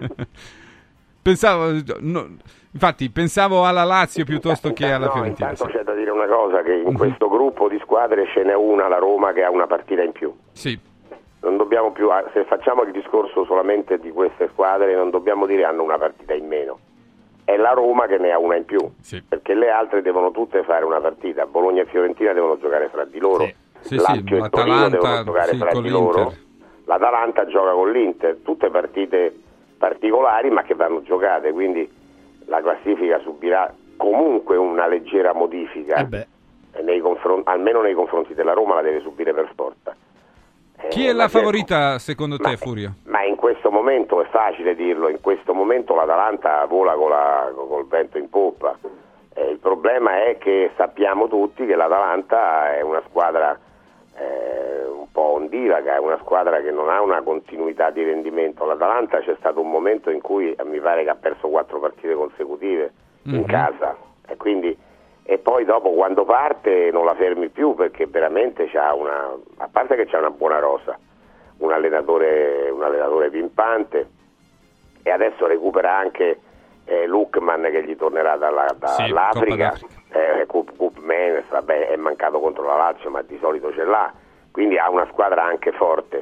Pensavo, no, infatti, pensavo alla Lazio piuttosto che alla No, Fiorentina. intanto Sì. c'è da dire una cosa, che in questo gruppo di squadre ce n'è una, la Roma, che ha una partita in più. Sì. Non dobbiamo più, se facciamo il discorso solamente di queste squadre, non dobbiamo dire hanno una partita in meno. È la Roma che ne ha una in più, sì. perché le altre devono tutte fare una partita. Bologna e Fiorentina devono giocare fra di loro, Sì, Lazio sì, e Torino l'Atalanta, devono giocare sì, fra con di l'Inter. loro. L'Atalanta gioca con l'Inter, tutte partite particolari ma che vanno giocate, quindi la classifica subirà comunque una leggera modifica, Eh nei confron- almeno nei confronti della Roma la deve subire per forza. Eh, Chi è la ma se- favorita secondo te, Furio? Ma in questo momento è facile dirlo, in questo momento l'Atalanta vola con la- col vento in poppa. Eh, il problema è che sappiamo tutti che l'Atalanta è una squadra eh, un po' ondivaga, è una squadra che non ha una continuità di rendimento. L'Atalanta c'è stato un momento in cui eh, mi pare che ha perso quattro partite consecutive in Mhm. casa, e quindi e poi dopo quando parte non la fermi più, perché veramente c'ha una, a parte che c'ha una buona rosa, un allenatore, un allenatore pimpante, e adesso recupera anche eh, Lukman che gli tornerà dalla, dall'Africa, eh, Cup, Cup Mendes, vabbè, è mancato contro la Lazio ma di solito ce l'ha, quindi ha una squadra anche forte,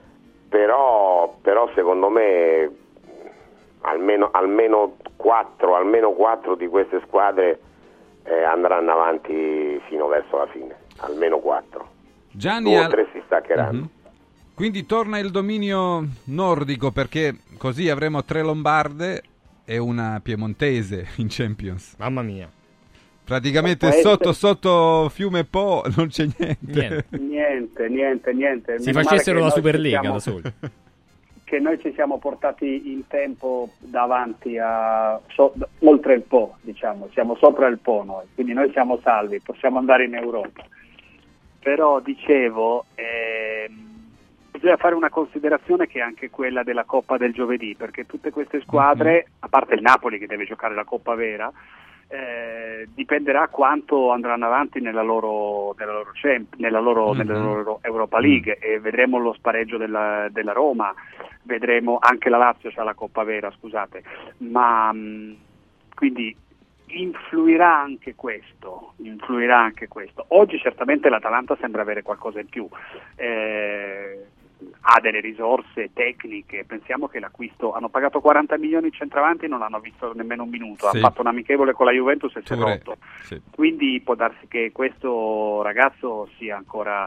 però, però secondo me almeno, almeno quattro almeno quattro di queste squadre eh, andranno avanti fino verso la fine, almeno quattro. Gianni, Due o al- tre si staccheranno. Mhm. Quindi torna il dominio nordico, perché così avremo tre lombarde e una piemontese in Champions. Mamma mia. Praticamente Può sotto essere- sotto Fiume Po non c'è niente. Niente, niente, niente. Si Meno facessero male la che noi Superlega ci siamo- da soli. Che noi ci siamo portati in tempo davanti a so- oltre il Po, diciamo, siamo sopra il Po noi, quindi noi siamo salvi, possiamo andare in Europa. Però dicevo, ehm, bisogna fare una considerazione che è anche quella della Coppa del giovedì, perché tutte queste squadre, a parte il Napoli che deve giocare la Coppa vera, eh, dipenderà quanto andranno avanti nella loro, nella loro, champ- nella loro, Mhm. nella loro Europa League, e vedremo lo spareggio della, della Roma, vedremo anche la Lazio c'ha la Coppa vera, scusate, ma mh, quindi influirà anche questo, influirà anche questo. Oggi certamente l'Atalanta sembra avere qualcosa in più, eh, ha delle risorse tecniche, pensiamo che l'acquisto, hanno pagato quaranta milioni in centravanti e non hanno visto nemmeno un minuto, Sì. ha fatto un amichevole con la Juventus e si è Pure, rotto, sì. quindi può darsi che questo ragazzo sia ancora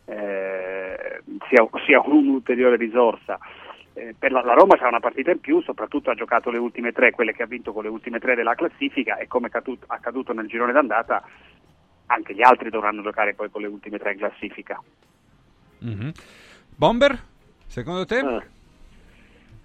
eh, sia, sia un'ulteriore risorsa. Eh, per la, la Roma c'ha una partita in più, soprattutto ha giocato le ultime tre, quelle che ha vinto con le ultime tre della classifica, e come è accaduto, accaduto nel girone d'andata anche gli altri dovranno giocare poi con le ultime tre in classifica. Mhm. Bomber, secondo te?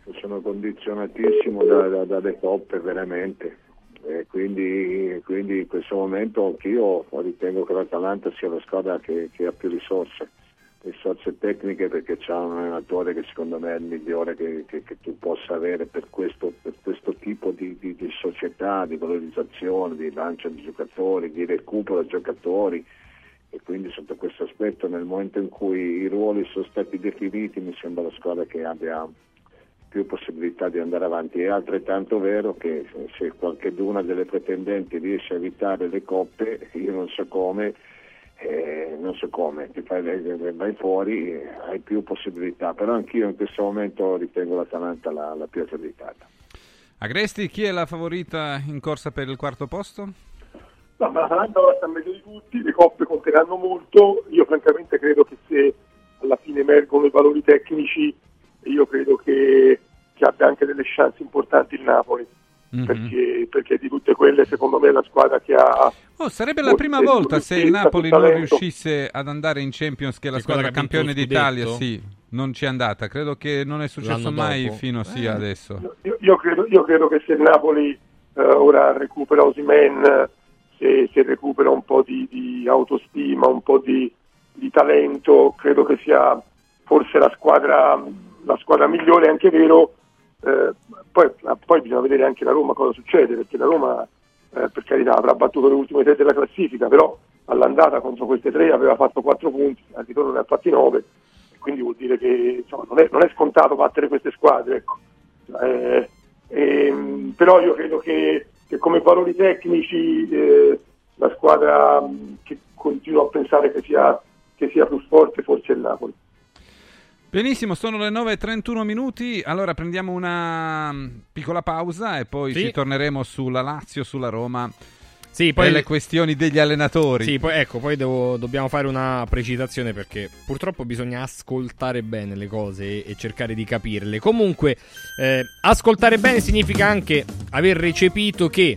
sono condizionatissimo da, da, dalle coppe veramente, e quindi, quindi in questo momento anch'io ritengo che l'Atalanta sia la squadra che, che ha più risorse, risorse tecniche, perché c'ha un allenatore che secondo me è il migliore che, che, che tu possa avere per questo, per questo tipo di, di, di società, di valorizzazione, di lancio di giocatori, di recupero giocatori. E quindi sotto questo aspetto, nel momento in cui i ruoli sono stati definiti, mi sembra la squadra che abbia più possibilità di andare avanti. È altrettanto vero che se qualcheduna delle pretendenti riesce a evitare le coppe, io non so come, eh, non so come, ti fai, vai fuori, eh, hai più possibilità, però anch'io in questo momento ritengo l'Atalanta la, la più accreditata. Agresti, chi è la favorita in corsa per il quarto posto? No, ma l'Atalanta ora sta meglio di tutti, le coppe conteranno molto, io francamente credo che se alla fine emergono i valori tecnici, io credo che, che abbia anche delle chance importanti il Napoli, mm-hmm. perché, perché di tutte quelle secondo me è la squadra che ha... Oh, sarebbe la prima volta se il Napoli non riuscisse ad andare in Champions, che la che squadra campione d'Italia sì, non ci è andata, credo che non è successo L'anno mai dopo. fino sì, eh. adesso. Io, io, credo, io credo che se il Napoli eh, ora recupera Osimhen, se, se recupera un po' di, di autostima, un po' di, di talento, credo che sia forse la squadra, la squadra migliore. È anche vero, eh, poi, poi bisogna vedere anche la Roma cosa succede, perché la Roma eh, per carità avrà battuto le ultime tre della classifica, però all'andata contro queste tre aveva fatto quattro punti, al ritorno ne ha fatti nove, quindi vuol dire che insomma, non, è, non è scontato battere queste squadre, ecco. eh, eh, però io credo che che come valori tecnici eh, la squadra mh, che continuo a pensare che sia, che sia più forte forse è il Napoli. Benissimo, sono le nove e trentuno minuti, allora prendiamo una piccola pausa e poi sì. ci torneremo sulla Lazio, sulla Roma sì, poi e le questioni degli allenatori. Sì, poi ecco, poi devo, dobbiamo fare una precisazione, perché purtroppo bisogna ascoltare bene le cose e, e cercare di capirle. Comunque, eh, ascoltare bene significa anche aver recepito che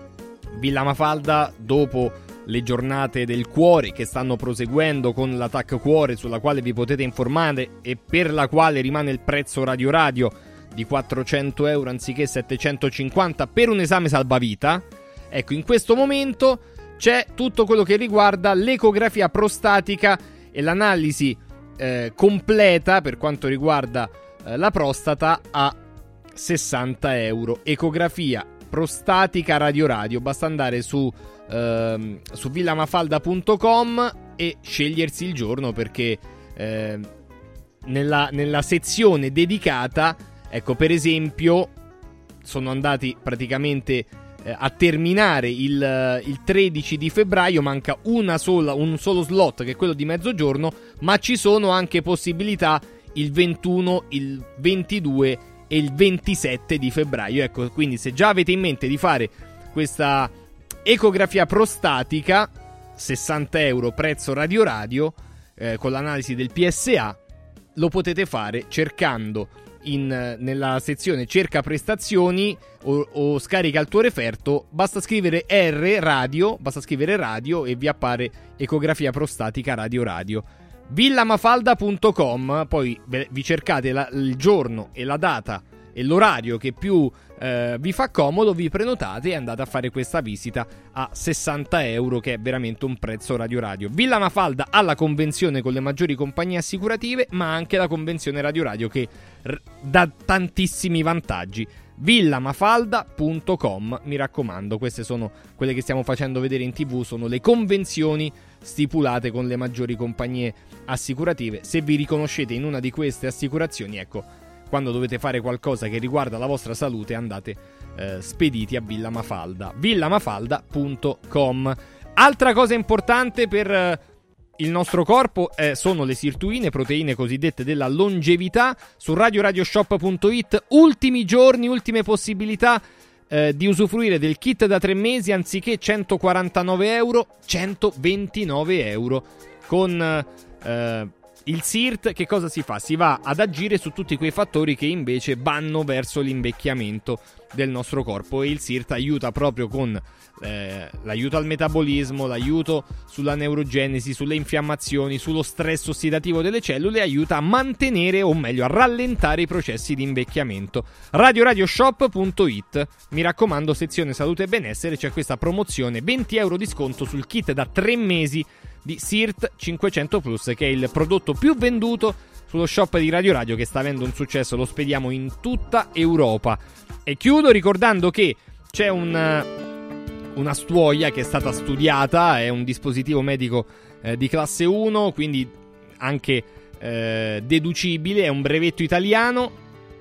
Villa Mafalda, dopo le giornate del cuore che stanno proseguendo con l'attacco cuore, sulla quale vi potete informare e per la quale rimane il prezzo Radio Radio di quattrocento euro anziché settecentocinquanta per un esame salvavita, ecco, in questo momento c'è tutto quello che riguarda l'ecografia prostatica e l'analisi eh, completa per quanto riguarda eh, la prostata a sessanta euro. Ecografia prostatica Radio Radio, basta andare su Uh, su villamafalda punto com e scegliersi il giorno, perché uh, nella, nella sezione dedicata, ecco, per esempio sono andati praticamente uh, a terminare il, uh, il tredici di febbraio, manca una sola, un solo slot che è quello di mezzogiorno, ma ci sono anche possibilità il ventuno, il ventidue e il ventisette di febbraio, ecco, quindi se già avete in mente di fare questa ecografia prostatica, sessanta euro prezzo Radio Radio, eh, con l'analisi del P S A, lo potete fare cercando in, nella sezione cerca prestazioni o, o scarica il tuo referto, basta scrivere R radio, basta scrivere radio e vi appare ecografia prostatica Radio Radio. villamafalda punto com, poi vi cercate la, il giorno e la data e l'orario che più eh, vi fa comodo, vi prenotate e andate a fare questa visita a sessanta euro, che è veramente un prezzo Radio Radio. Villa Mafalda ha la convenzione con le maggiori compagnie assicurative, ma anche la convenzione Radio Radio che r- dà tantissimi vantaggi. villamafalda punto com, mi raccomando, queste sono quelle che stiamo facendo vedere in tv, sono le convenzioni stipulate con le maggiori compagnie assicurative. Se vi riconoscete in una di queste assicurazioni, ecco, quando dovete fare qualcosa che riguarda la vostra salute, andate eh, spediti a Villa Mafalda, villamafalda punto com. Altra cosa importante per eh, il nostro corpo eh, sono le sirtuine, proteine cosiddette della longevità. Su radio radio shop punto it, ultimi giorni, ultime possibilità eh, di usufruire del kit da tre mesi, anziché centoquarantanove euro, centoventinove euro, con eh, il S I R T che cosa si fa? Si va ad agire su tutti quei fattori che invece vanno verso l'invecchiamento del nostro corpo, e il S I R T aiuta proprio con eh, l'aiuto al metabolismo, l'aiuto sulla neurogenesi, sulle infiammazioni, sullo stress ossidativo delle cellule, aiuta a mantenere, o meglio a rallentare i processi di invecchiamento. radio radio shop punto it, mi raccomando, sezione salute e benessere, c'è questa promozione, venti euro di sconto sul kit da tre mesi di S I R T cinquecento plus, che è il prodotto più venduto sullo shop di Radio Radio, che sta avendo un successo, lo spediamo in tutta Europa. E chiudo ricordando che c'è un, una stuoia che è stata studiata, è un dispositivo medico eh, di classe uno, quindi anche eh, deducibile, è un brevetto italiano,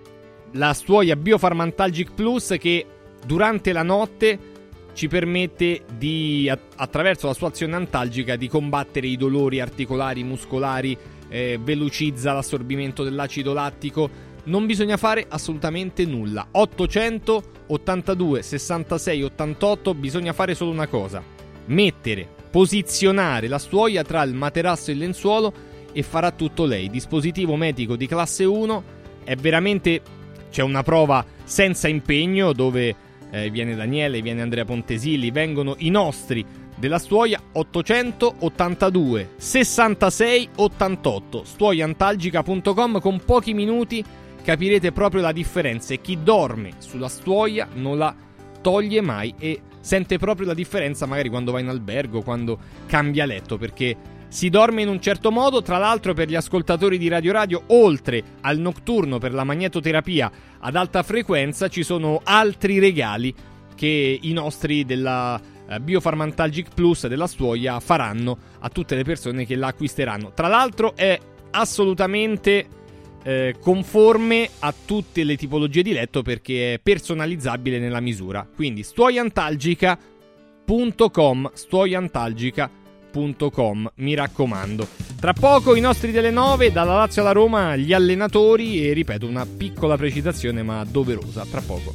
la stuoia Biofarmantalgic Plus, che durante la notte ci permette di, attraverso la sua azione antalgica, di combattere i dolori articolari, muscolari, eh, velocizza l'assorbimento dell'acido lattico. Non bisogna fare assolutamente nulla. ottocento ottantadue sessantasei ottantotto, bisogna fare solo una cosa: mettere, posizionare la stuoia tra il materasso e il lenzuolo, e farà tutto lei. Dispositivo medico di classe uno, è veramente, c'è una prova senza impegno dove eh, viene Daniele, viene Andrea Pontesilli, vengono i nostri della stuoia. Ottocento ottantadue sessantasei ottantotto, stuoiantalgica punto com. Con pochi minuti capirete proprio la differenza, e chi dorme sulla stuoia non la toglie mai e sente proprio la differenza magari quando va in albergo, quando cambia letto, perché si dorme in un certo modo. Tra l'altro, per gli ascoltatori di Radio Radio, oltre al notturno per la magnetoterapia ad alta frequenza, ci sono altri regali che i nostri della uh, Biofarmantalgic Plus della stuoia faranno a tutte le persone che la acquisteranno. Tra l'altro è assolutamente eh, conforme a tutte le tipologie di letto, perché è personalizzabile nella misura. Quindi stuoiantalgica punto com, stuoiantalgica punto com, mi raccomando. Tra poco i nostri delle nove, dalla Lazio alla Roma, gli allenatori, e ripeto, una piccola precisazione ma doverosa. Tra poco.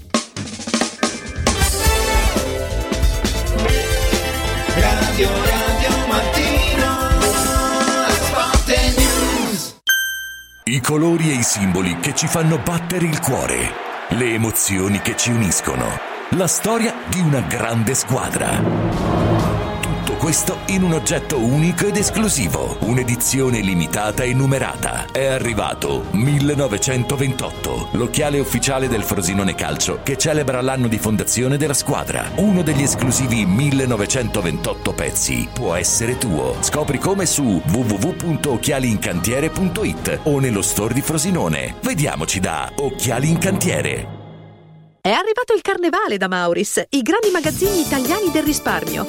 Radio Radio Mattino, Sport e News. I colori e i simboli che ci fanno battere il cuore, le emozioni che ci uniscono, la storia di una grande squadra. Tutto questo in un oggetto unico ed esclusivo, un'edizione limitata e numerata. È arrivato millenovecentoventotto, l'occhiale ufficiale del Frosinone Calcio, che celebra l'anno di fondazione della squadra. Uno degli esclusivi millenovecentoventotto pezzi può essere tuo. Scopri come su w w w punto occhiali in cantiere punto it o nello store di Frosinone. Vediamoci da Occhiali in Cantiere. È arrivato il Carnevale da Mauris, i grandi magazzini italiani del risparmio.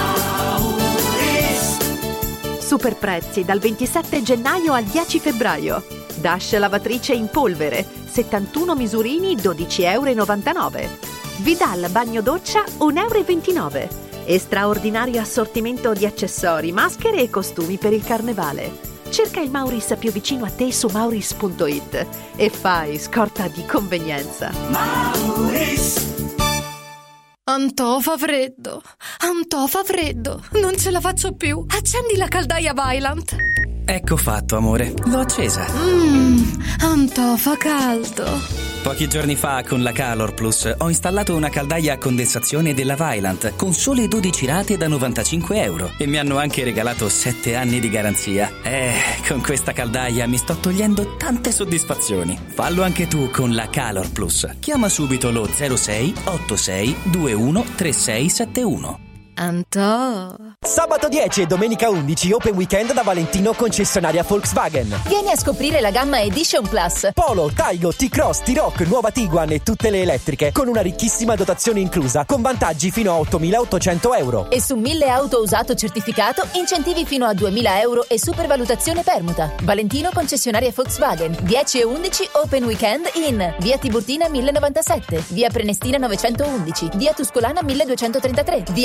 Mauris! Super prezzi dal ventisette gennaio al dieci febbraio. Dash lavatrice in polvere, settantuno misurini, dodici e novantanove euro. Vidal bagno doccia, un e ventinove euro. E straordinario assortimento di accessori, maschere e costumi per il Carnevale. Cerca il Mauris più vicino a te su mauris punto it e fai scorta di convenienza. Mauris! Antò fa freddo, Antò fa freddo, non ce la faccio più. Accendi la caldaia Vaillant. Ecco fatto, amore, l'ho accesa. Mmm, Antò fa caldo. Pochi giorni fa con la Calor Plus ho installato una caldaia a condensazione della Vaillant con sole dodici rate da novantacinque euro e mi hanno anche regalato sette anni di garanzia. Eh, con questa caldaia mi sto togliendo tante soddisfazioni. Fallo anche tu con la Calor Plus. Chiama subito lo zero sei otto sei due uno tre sei sette uno. Antò. Sabato dieci e domenica undici Open Weekend da Valentino, concessionaria Volkswagen. Vieni a scoprire la gamma Edition Plus. Polo, Taigo, T-Cross, T-Roc, nuova Tiguan e tutte le elettriche con una ricchissima dotazione inclusa con vantaggi fino a ottomilaottocento euro. E su mille auto usato certificato incentivi fino a duemila euro e supervalutazione permuta. Valentino, concessionaria Volkswagen. dieci e undici Open Weekend in via Tiburtina mille novantasette, via Prenestina novecentoundici, via Tuscolana milleduecentotrentatré, via Paesiana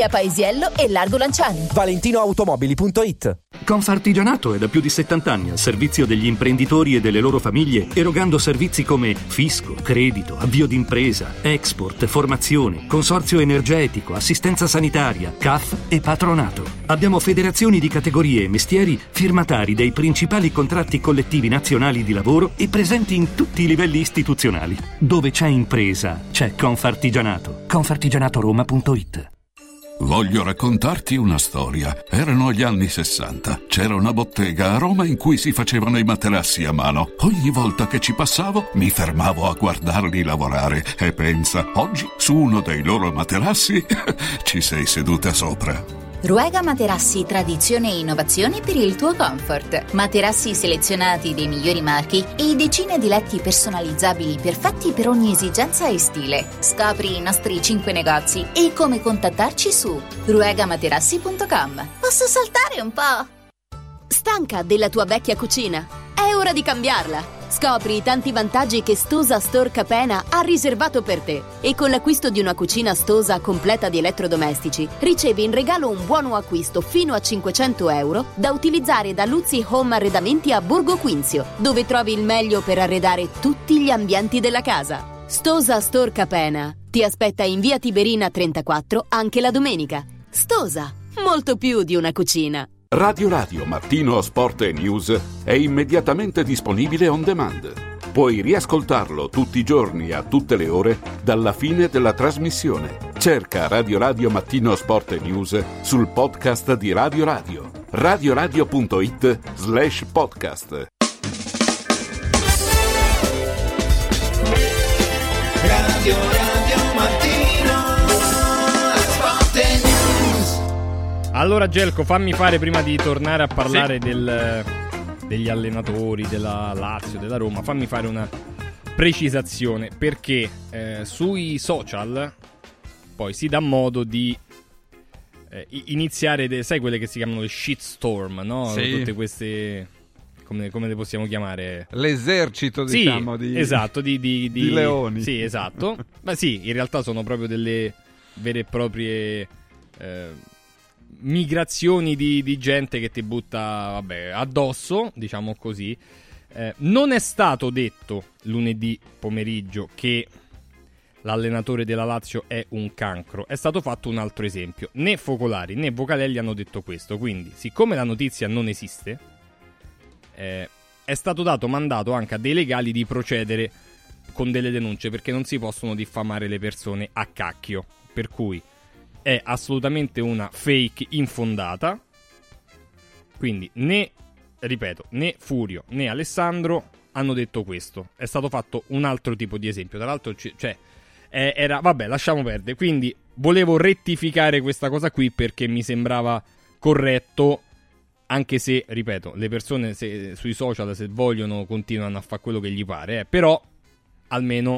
Ausiello e Largo Lanciani. valentinoautomobili punto it. Confartigianato è da più di settanta anni al servizio degli imprenditori e delle loro famiglie, erogando servizi come fisco, credito, avvio d'impresa, export, formazione, consorzio energetico, assistenza sanitaria, C A F e patronato. Abbiamo federazioni di categorie e mestieri firmatari dei principali contratti collettivi nazionali di lavoro e presenti in tutti i livelli istituzionali. Dove c'è impresa, c'è Confartigianato. confartigianatoroma punto it. Voglio raccontarti una storia. Erano gli anni sessanta. C'era una bottega a Roma in cui si facevano i materassi a mano. Ogni volta che ci passavo mi fermavo a guardarli lavorare e pensa, oggi su uno dei loro materassi ci sei seduta sopra. Ruega Materassi, tradizione e innovazione per il tuo comfort. Materassi selezionati dei migliori marchi e decine di letti personalizzabili perfetti per ogni esigenza e stile. Scopri i nostri cinque negozi e come contattarci su ruega materassi punto com. Posso saltare un po'? Stanca della tua vecchia cucina? È ora di cambiarla! Scopri i tanti vantaggi che Stosa Store Capena ha riservato per te. E con l'acquisto di una cucina Stosa completa di elettrodomestici, ricevi in regalo un buono acquisto fino a cinquecento euro da utilizzare da Luzzi Home Arredamenti a Borgo Quinzio, dove trovi il meglio per arredare tutti gli ambienti della casa. Stosa Store Capena ti aspetta in via Tiberina trentaquattro anche la domenica. Stosa, molto più di una cucina. Radio Radio Mattino Sport e News è immediatamente disponibile on demand. Puoi riascoltarlo tutti i giorni a tutte le ore dalla fine della trasmissione. Cerca Radio Radio Mattino Sport e News sul podcast di Radio Radio. radioradio punto it slash podcast. Radio Radio Mattino Sport e News. Allora Gelco, fammi fare, prima di tornare a parlare sì. del, degli allenatori della Lazio, della Roma, fammi fare una precisazione, perché eh, sui social poi si dà modo di eh, iniziare, de, sai quelle che si chiamano le shitstorm, no? Sì. Tutte queste, come, come le possiamo chiamare? L'esercito, sì, diciamo, di, esatto, di, di, di, di leoni. Sì, esatto. Ma sì, in realtà sono proprio delle vere e proprie eh, migrazioni di, di gente che ti butta, vabbè, addosso, diciamo così. Eh, non è stato detto lunedì pomeriggio che l'allenatore della Lazio è un cancro. È stato fatto un altro esempio. Né Focolari né Vocalelli hanno detto questo. Quindi, siccome la notizia non esiste, eh, è stato dato mandato anche a dei legali di procedere con delle denunce, perché non si possono diffamare le persone a cacchio. Per cui è assolutamente una fake infondata. Quindi né, ripeto, né Furio né Alessandro hanno detto questo. È stato fatto un altro tipo di esempio. Tra l'altro, c- cioè, eh, era, vabbè, lasciamo perdere. Quindi volevo rettificare questa cosa qui, perché mi sembrava corretto, anche se, ripeto, le persone se, sui social, se vogliono, continuano a fare quello che gli pare, eh, però almeno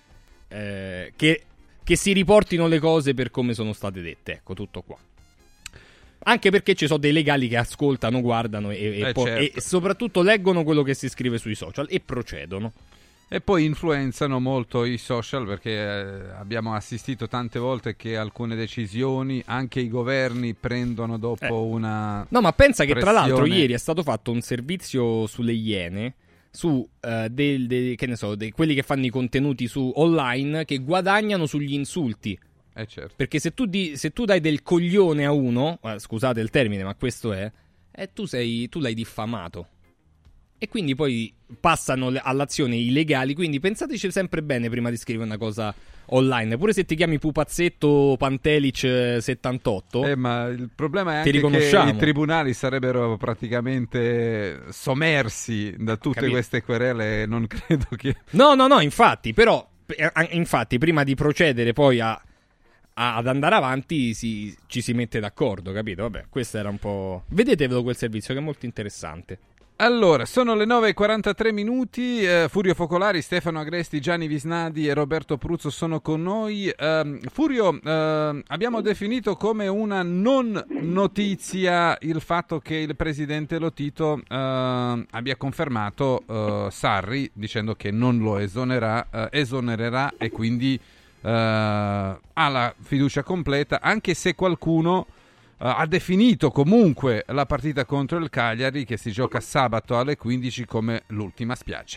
eh, che... che si riportino le cose per come sono state dette. Ecco, tutto qua. Anche perché ci sono dei legali che ascoltano, guardano e, e, eh poi, certo. e soprattutto leggono quello che si scrive sui social e procedono. E poi influenzano molto i social, perché eh, abbiamo assistito tante volte che alcune decisioni anche i governi prendono dopo eh. una No, ma pensa che pressione. Tra l'altro ieri è stato fatto un servizio sulle Iene, su uh, del, del, che ne so, dei, quelli che fanno i contenuti su online, che guadagnano sugli insulti. Eh certo. Perché se tu, di, se tu dai del coglione a uno, eh, scusate il termine, ma questo è, eh, tu, sei, tu l'hai diffamato. E quindi poi passano le, all'azione i legali. Quindi pensateci sempre bene prima di scrivere una cosa online. Pure se ti chiami Pupazzetto Pantelic settantotto, eh, ma il problema è anche che i tribunali sarebbero praticamente sommersi da tutte Capito? Queste querele. Non credo che... No, no, no, infatti, però infatti prima di procedere poi a, a, ad andare avanti si, ci si mette d'accordo, capito? Vabbè, questo era un po'... Vedetevelo quel servizio che è molto interessante. Allora, sono le nove e quarantatré minuti, eh, Furio Focolari, Stefano Agresti, Gianni Visnadi e Roberto Pruzzo sono con noi. Eh, Furio, eh, abbiamo definito come una non notizia il fatto che il presidente Lotito eh, abbia confermato eh, Sarri, dicendo che non lo esonera, eh, esonererà e quindi ha la fiducia completa, anche se qualcuno uh, ha definito comunque la partita contro il Cagliari, che si gioca sabato alle quindici, come l'ultima spiaggia.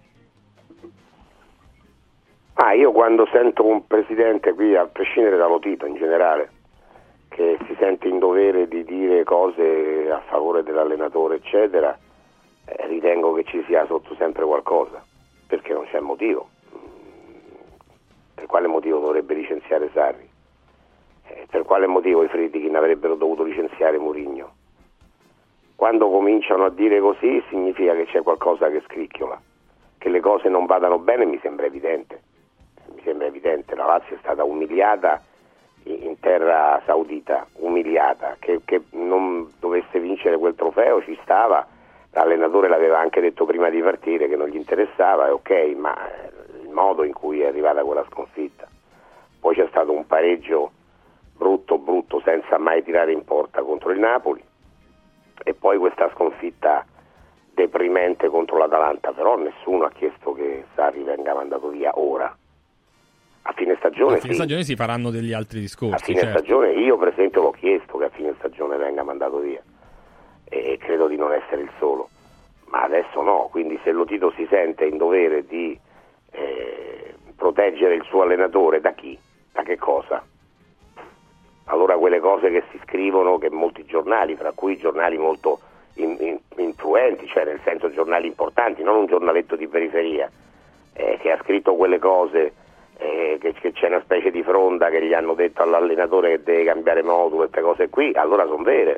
Ah, io quando sento un presidente qui, a prescindere da Lotito in generale, che si sente in dovere di dire cose a favore dell'allenatore eccetera, eh, ritengo che ci sia sotto sempre qualcosa, perché non c'è motivo. Per quale motivo dovrebbe licenziare Sarri? Eh, per quale motivo i Friedkin avrebbero dovuto licenziare Mourinho? Quando cominciano a dire così significa che c'è qualcosa che scricchiola, che le cose non vadano bene, mi sembra evidente. Mi sembra evidente, la Lazio è stata umiliata in terra saudita, umiliata, che, che non dovesse vincere quel trofeo ci stava, l'allenatore l'aveva anche detto prima di partire che non gli interessava, è ok, ma il modo in cui è arrivata quella sconfitta. Poi c'è stato un pareggio brutto brutto senza mai tirare in porta contro il Napoli, e poi questa sconfitta deprimente contro l'Atalanta, però nessuno ha chiesto che Sarri venga mandato via ora. A fine stagione, a fine sì. stagione si faranno degli altri discorsi. A fine certo. stagione io per esempio l'ho chiesto che a fine stagione venga mandato via, e credo di non essere il solo, ma adesso no, quindi se Lotito si sente in dovere di eh, proteggere il suo allenatore, da chi? Da che cosa? Allora quelle cose che si scrivono, che molti giornali, fra cui giornali molto in, in, influenti, cioè nel senso giornali importanti, non un giornaletto di periferia, eh, che ha scritto quelle cose, eh, che, che c'è una specie di fronda che gli hanno detto all'allenatore che deve cambiare modulo, queste cose qui, allora sono vere.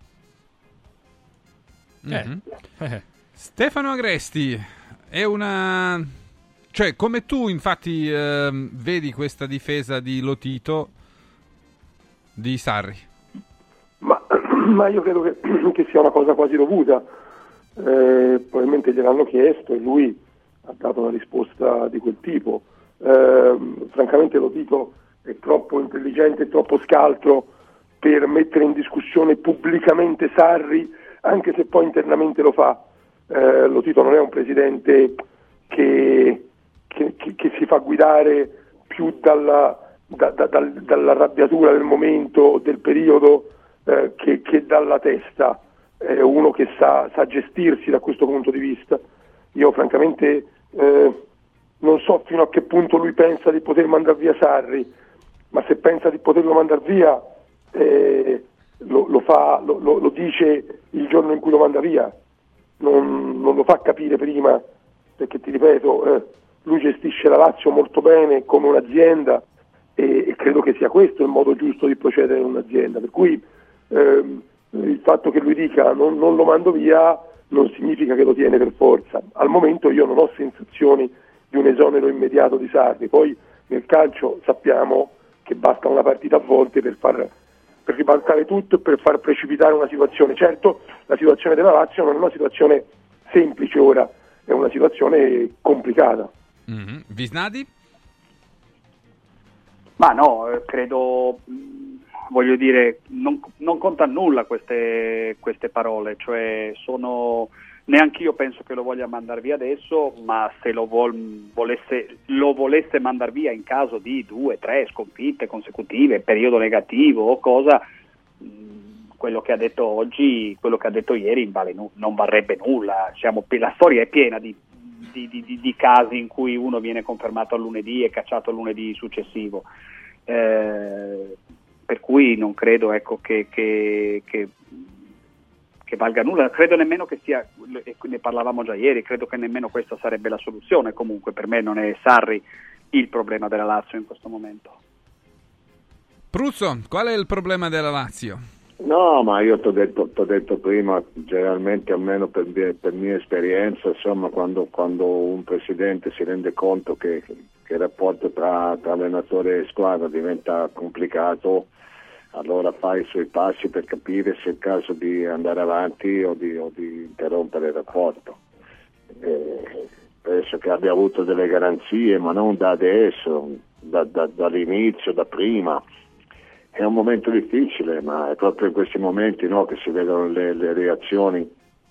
Mm-hmm. Eh. Stefano Agresti, è una... cioè come tu infatti eh, vedi questa difesa di Lotito di Sarri? Ma, ma io credo che, che sia una cosa quasi dovuta, eh, probabilmente gliel'hanno chiesto e lui ha dato una risposta di quel tipo. Eh, francamente Lotito è troppo intelligente e troppo scaltro per mettere in discussione pubblicamente Sarri, anche se poi internamente lo fa. Eh, Lotito non è un presidente che, che, che, che si fa guidare più dalla, da, da, dal, dall'arrabbiatura del momento, del periodo, eh, che, che dalla testa. È uno che sa, sa gestirsi da questo punto di vista. Io francamente eh, non so fino a che punto lui pensa di poter mandare via Sarri, ma se pensa di poterlo mandare via eh, lo, lo, fa, lo, lo, lo dice il giorno in cui lo manda via, non, non lo fa capire prima, perché ti ripeto, eh, lui gestisce la Lazio molto bene come un'azienda e, e credo che sia questo il modo giusto di procedere in un'azienda, per cui ehm, il fatto che lui dica non, non lo mando via non significa che lo tiene per forza. Al momento io non ho sensazioni di un esonero immediato di Sarri, poi nel calcio sappiamo che basta una partita a volte per far per ribaltare tutto e per far precipitare una situazione. Certo, la situazione della Lazio non è una situazione semplice ora, è una situazione complicata. Mm-hmm. Visnadi? Ma no, credo, voglio dire, non, non conta nulla queste, queste parole, cioè sono... Neanch'io penso che lo voglia mandare via adesso, ma se lo, vol- volesse, lo volesse mandare via in caso di due, tre sconfitte consecutive, periodo negativo o cosa, mh, quello che ha detto oggi, quello che ha detto ieri vale nu- non varrebbe nulla. Siamo, la storia è piena di, di, di, di casi in cui uno viene confermato al lunedì e cacciato al lunedì successivo. Eh, per cui non credo ecco, che... che, che che valga nulla, credo nemmeno che sia, ne parlavamo già ieri, credo che nemmeno questa sarebbe la soluzione, comunque per me non è Sarri il problema della Lazio in questo momento. Pruzzo, qual è il problema della Lazio? No, ma io ti ho detto, t'ho detto prima, generalmente almeno per, per mia esperienza, insomma, quando, quando un presidente si rende conto che, che il rapporto tra, tra allenatore e squadra diventa complicato, allora fa i suoi passi per capire se è il caso di andare avanti o di, o di interrompere il rapporto. Eh, penso che abbia avuto delle garanzie, ma non da adesso, da, da, dall'inizio, da prima. È un momento difficile, ma è proprio in questi momenti, no, che si vedono le, le reazioni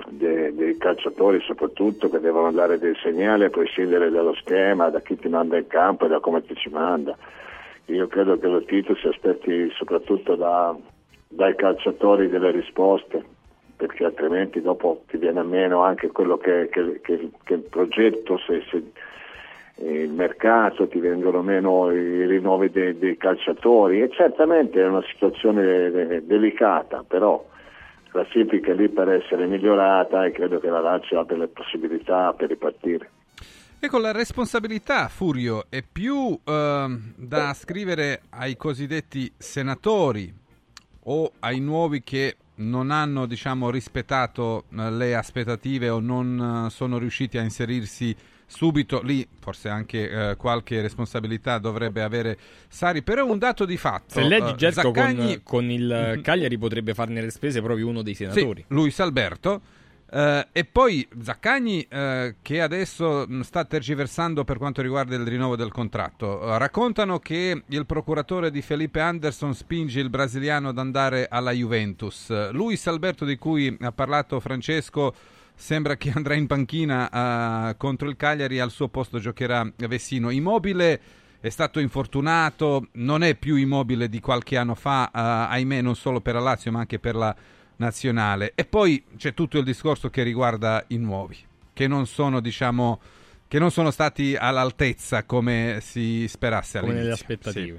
dei, dei calciatori soprattutto, che devono dare dei segnali a prescindere dallo schema, da chi ti manda in campo e da come ti ci manda. Io credo che Lotito si aspetti soprattutto da, dai calciatori delle risposte, perché altrimenti dopo ti viene a meno anche quello che, che, che, che il progetto, se, se il mercato, ti vengono meno i rinnovi dei, dei calciatori, e certamente è una situazione delicata, però la classifica è lì per essere migliorata e credo che la Lazio abbia le possibilità per ripartire. Ecco, la responsabilità, Furio, è più eh, da ascrivere ai cosiddetti senatori o ai nuovi che non hanno, diciamo, rispettato eh, le aspettative o non eh, sono riusciti a inserirsi subito. Lì forse anche eh, qualche responsabilità dovrebbe avere Sarri, però è un dato di fatto. Se leggi uh, Gerco, Zaccagni... con, con il Cagliari potrebbe farne le spese proprio uno dei senatori. Sì, Luis Alberto. Uh, e poi Zaccagni, uh, che adesso sta tergiversando per quanto riguarda il rinnovo del contratto. Uh, raccontano che il procuratore di Felipe Anderson spinge il brasiliano ad andare alla Juventus. Uh, Luis Alberto, di cui ha parlato Francesco, sembra che andrà in panchina uh, contro il Cagliari, al suo posto giocherà Vessino. Immobile è stato infortunato, non è più Immobile di qualche anno fa, uh, ahimè, non solo per la Lazio ma anche per la nazionale. E poi c'è tutto il discorso che riguarda i nuovi, che non sono, diciamo, che non sono stati all'altezza come si sperasse come all'inizio. nelle aspettative.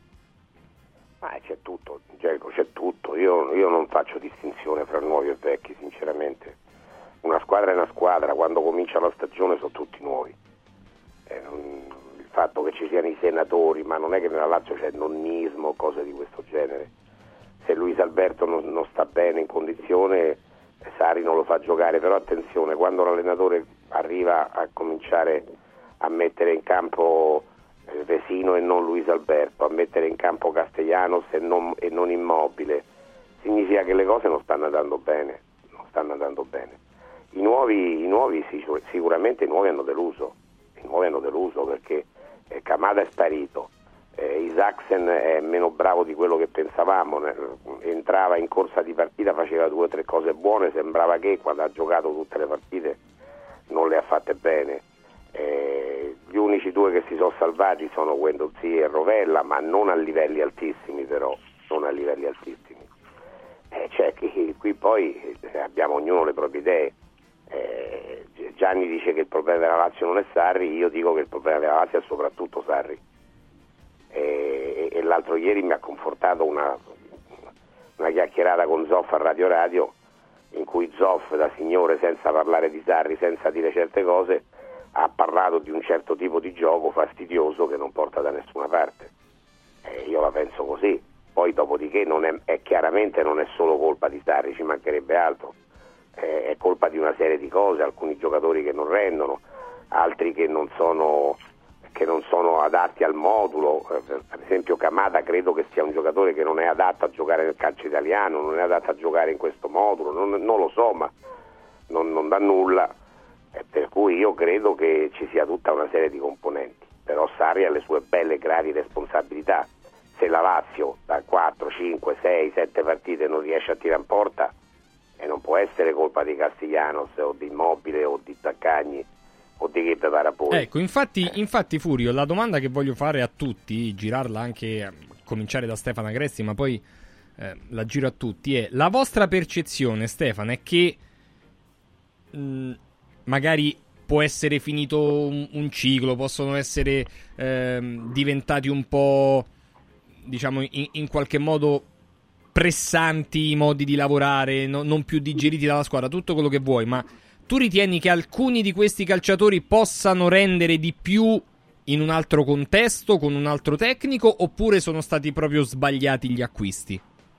Sì. Ma c'è tutto, Gergo, c'è tutto. Io, io non faccio distinzione fra nuovi e vecchi, sinceramente. Una squadra è una squadra, quando comincia la stagione sono tutti nuovi. Eh, non, il fatto che ci siano i senatori, ma non è che nella Lazio c'è nonnismo, cose di questo genere. Se Luis Alberto non, non sta bene in condizione, Sarri non lo fa giocare, però attenzione, quando l'allenatore arriva a cominciare a mettere in campo eh, Vecino e non Luis Alberto, a mettere in campo Castellanos e non, e non Immobile, significa che le cose non stanno andando bene, non stanno andando bene. I nuovi, i nuovi sicuramente i nuovi hanno deluso, i nuovi hanno deluso perché eh, Kamada è sparito. Eh, Isaacsen è meno bravo di quello che pensavamo, entrava in corsa di partita, faceva due o tre cose buone, sembrava che quando ha giocato tutte le partite non le ha fatte bene. Eh, gli unici due che si sono salvati sono Guendouzi e Rovella, ma non a livelli altissimi, però non a livelli altissimi. Eh, cioè, qui, qui poi abbiamo ognuno le proprie idee. Eh, Gianni dice che il problema della Lazio non è Sarri, io dico che il problema della Lazio è soprattutto Sarri. E, e l'altro ieri mi ha confortato una, una chiacchierata con Zoff a Radio Radio, in cui Zoff, da signore, senza parlare di Sarri, senza dire certe cose, ha parlato di un certo tipo di gioco fastidioso che non porta da nessuna parte. E io la penso così. Poi dopodiché non è, è chiaramente non è solo colpa di Sarri, ci mancherebbe altro, è, è colpa di una serie di cose, alcuni giocatori che non rendono, altri che non sono che non sono adatti al modulo. Per esempio Kamada credo che sia un giocatore che non è adatto a giocare nel calcio italiano, non è adatto a giocare in questo modulo, non, non lo so, ma non, non dà nulla, eh, per cui io credo che ci sia tutta una serie di componenti, però Sarri ha le sue belle gravi responsabilità. Se la Lazio da quattro, cinque, sei, sette partite non riesce a tirare in porta, e non può essere colpa di Castellanos o di Immobile o di Zaccagni o di chi prepara poi. Ecco, infatti, infatti Furio, la domanda che voglio fare a tutti, girarla anche a cominciare da Stefano Agresti, ma poi eh, la giro a tutti, è: la vostra percezione, Stefano, è che mh, magari può essere finito un, un ciclo, possono essere eh, diventati un po', diciamo, in, in qualche modo pressanti i modi di lavorare, no, non più digeriti dalla squadra, tutto quello che vuoi, ma tu ritieni che alcuni di questi calciatori possano rendere di più in un altro contesto, con un altro tecnico, oppure sono stati proprio sbagliati gli acquisti?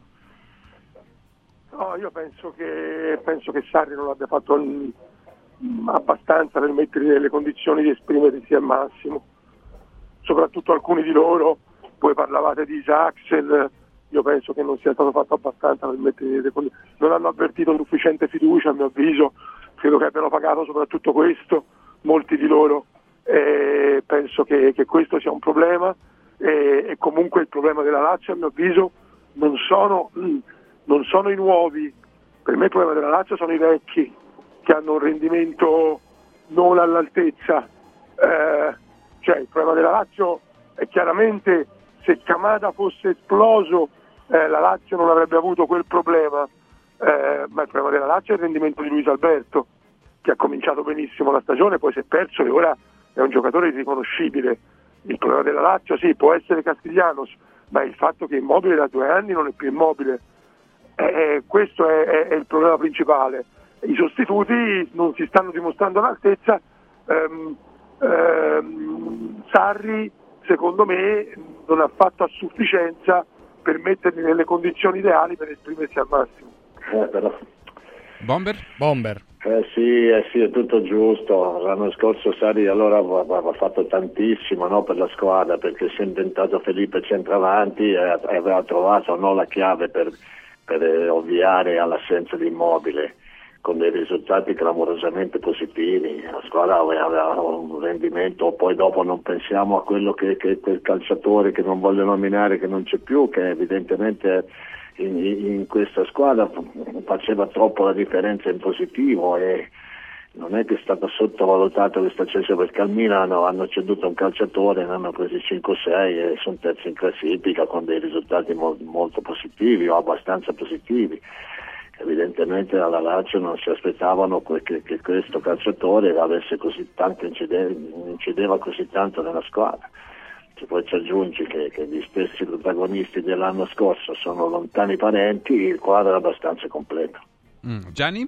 No, io penso che penso che Sarri non l'abbia fatto abbastanza per metterli nelle condizioni di esprimersi al massimo, soprattutto alcuni di loro. Voi parlavate di Isaacsen, io penso che non sia stato fatto abbastanza per metterli nelle condizioni, non hanno avvertito sufficiente fiducia, a mio avviso. Credo che abbiano pagato soprattutto questo, molti di loro. Eh, penso che, che questo sia un problema, eh, e comunque il problema della Lazio, a mio avviso, non sono, non sono i nuovi. Per me il problema della Lazio sono i vecchi, che hanno un rendimento non all'altezza. Eh, cioè il problema della Lazio è chiaramente, se Kamada fosse esploso eh, la Lazio non avrebbe avuto quel problema, eh, ma il problema della Lazio è il rendimento di Luis Alberto, che ha cominciato benissimo la stagione, poi si è perso e ora è un giocatore irriconoscibile. Il problema della Lazio sì, può essere Castiglianos, ma è il fatto che Immobile da due anni non è più Immobile, eh, questo è, è, è il problema principale. I sostituti non si stanno dimostrando all'altezza. ehm, ehm, Sarri secondo me non ha fatto a sufficienza per metterli nelle condizioni ideali per esprimersi al massimo. Eh, però. Bomber? Bomber. Eh sì, eh sì, è tutto giusto. L'anno scorso Sarri allora aveva fatto tantissimo, no, per la squadra, perché si è inventato Felipe centravanti e aveva trovato, no, la chiave per, per ovviare all'assenza di Immobile, con dei risultati clamorosamente positivi. La squadra aveva un rendimento, poi dopo non pensiamo a quello che, che quel calciatore che non voglio nominare, che non c'è più, che evidentemente in, in questa squadra faceva troppo la differenza in positivo, e non è che è stato sottovalutato questo accesso, perché al Milano hanno ceduto un calciatore, ne hanno presi cinque sei e sono terzi in classifica con dei risultati mo- molto positivi o abbastanza positivi. Evidentemente alla Lazio non si aspettavano che, che questo calciatore avesse così tanto incide, incideva così tanto nella squadra. Se poi ci aggiungi che, che gli stessi protagonisti dell'anno scorso sono lontani parenti, il quadro è abbastanza completo. Mm. Gianni?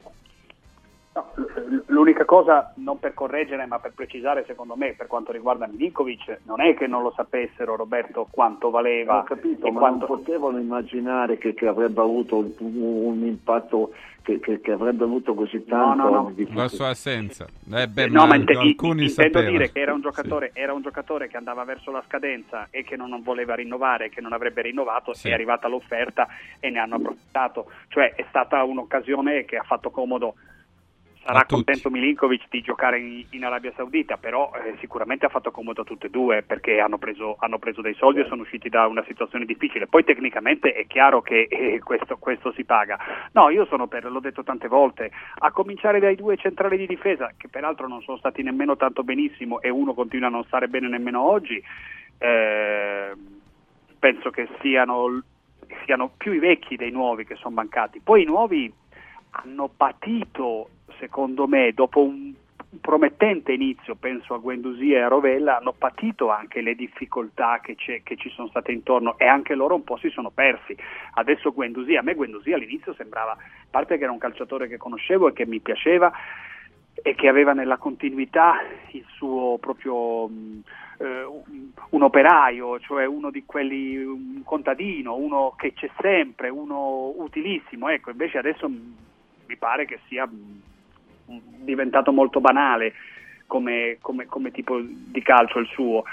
No, l'unica cosa, non per correggere ma per precisare, secondo me, per quanto riguarda Milinkovic, non è che non lo sapessero, Roberto, quanto valeva. Ho capito, e ma quanto... non potevano immaginare che, che avrebbe avuto un, un impatto, che, che, che avrebbe avuto così tanto no, no, no. di la sua assenza. Eh beh, no, ma ma inte- alcuni intendo sapevano. dire che era un giocatore, sì. era un giocatore che andava verso la scadenza e che non voleva rinnovare, che non avrebbe rinnovato, sì. È arrivata l'offerta e ne hanno approfittato. Cioè è stata un'occasione che ha fatto comodo. Sarà contento Milinkovic di giocare in, in Arabia Saudita, però eh, sicuramente ha fatto comodo a tutte e due, perché hanno preso, hanno preso dei soldi e sono usciti da una situazione difficile. Poi tecnicamente è chiaro che eh, questo, questo si paga. No, io sono per, l'ho detto tante volte, a cominciare dai due centrali di difesa, che peraltro non sono stati nemmeno tanto benissimo e uno continua a non stare bene nemmeno oggi. Eh, penso che siano, siano più i vecchi dei nuovi che sono mancati. Poi i nuovi hanno patito, secondo me, dopo un promettente inizio, penso a Guendouzi e a Rovella, hanno patito anche le difficoltà che, c'è, che ci sono state intorno, e anche loro un po' si sono persi. Adesso Guendouzi, a me Guendouzi all'inizio sembrava, a parte che era un calciatore che conoscevo e che mi piaceva e che aveva nella continuità il suo proprio eh, un operaio, cioè uno di quelli, un contadino, uno che c'è sempre, uno utilissimo. Ecco, invece adesso mi pare che sia diventato molto banale come, come, come tipo di calcio il suo,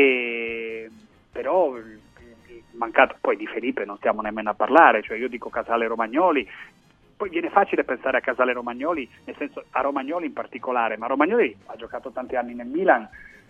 e però mancato poi di Felipe non stiamo nemmeno a parlare, cioè io dico Casale Romagnoli, poi viene facile pensare a Casale Romagnoli, nel senso a Romagnoli in particolare, ma Romagnoli ha giocato tanti anni nel Milan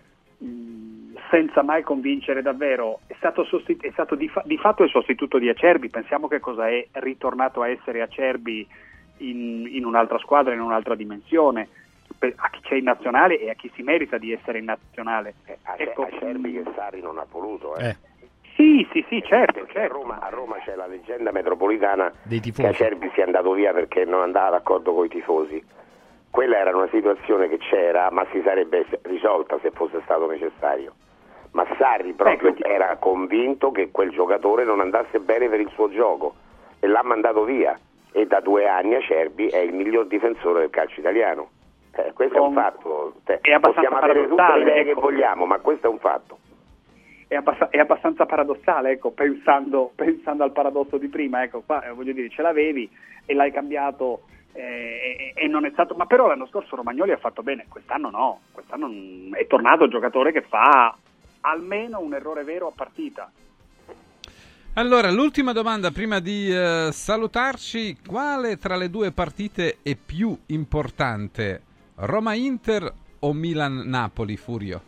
mh, senza mai convincere davvero, è stato, sostitu- è stato di, fa- di fatto il sostituto di Acerbi. Pensiamo che cosa è ritornato a essere Acerbi In, in un'altra squadra, in un'altra dimensione, per, a chi c'è in nazionale e a chi si merita di essere in nazionale. Eh, a, ecco, a Cerbi che Sarri non ha voluto, eh. eh. Sì, sì, sì, certo, certo. A Roma, a Roma c'è la leggenda metropolitana dei tifosi, che Acerbi sia andato via perché non andava d'accordo con i tifosi. Quella era una situazione che c'era, ma si sarebbe risolta se fosse stato necessario. Ma Sarri proprio ecco. era convinto che quel giocatore non andasse bene per il suo gioco e l'ha mandato via. E da due anni Acerbi è il miglior difensore del calcio italiano. Eh, questo è un fatto. È Possiamo avere tutte le idee ecco. che vogliamo, ma questo è un fatto. È, abbass- è abbastanza paradossale, ecco, pensando, pensando al paradosso di prima, ecco, qua eh, voglio dire, ce l'avevi e l'hai cambiato eh, e, e non è stato. Ma però l'anno scorso Romagnoli ha fatto bene, quest'anno no, quest'anno è tornato il giocatore che fa almeno un errore vero a partita. Allora, l'ultima domanda prima di uh, salutarci: quale tra le due partite è più importante? Roma-Inter o Milan-Napoli, Furio?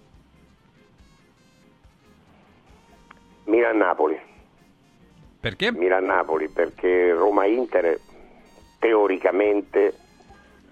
Milan-Napoli. Perché? Milan-Napoli, perché Roma-Inter teoricamente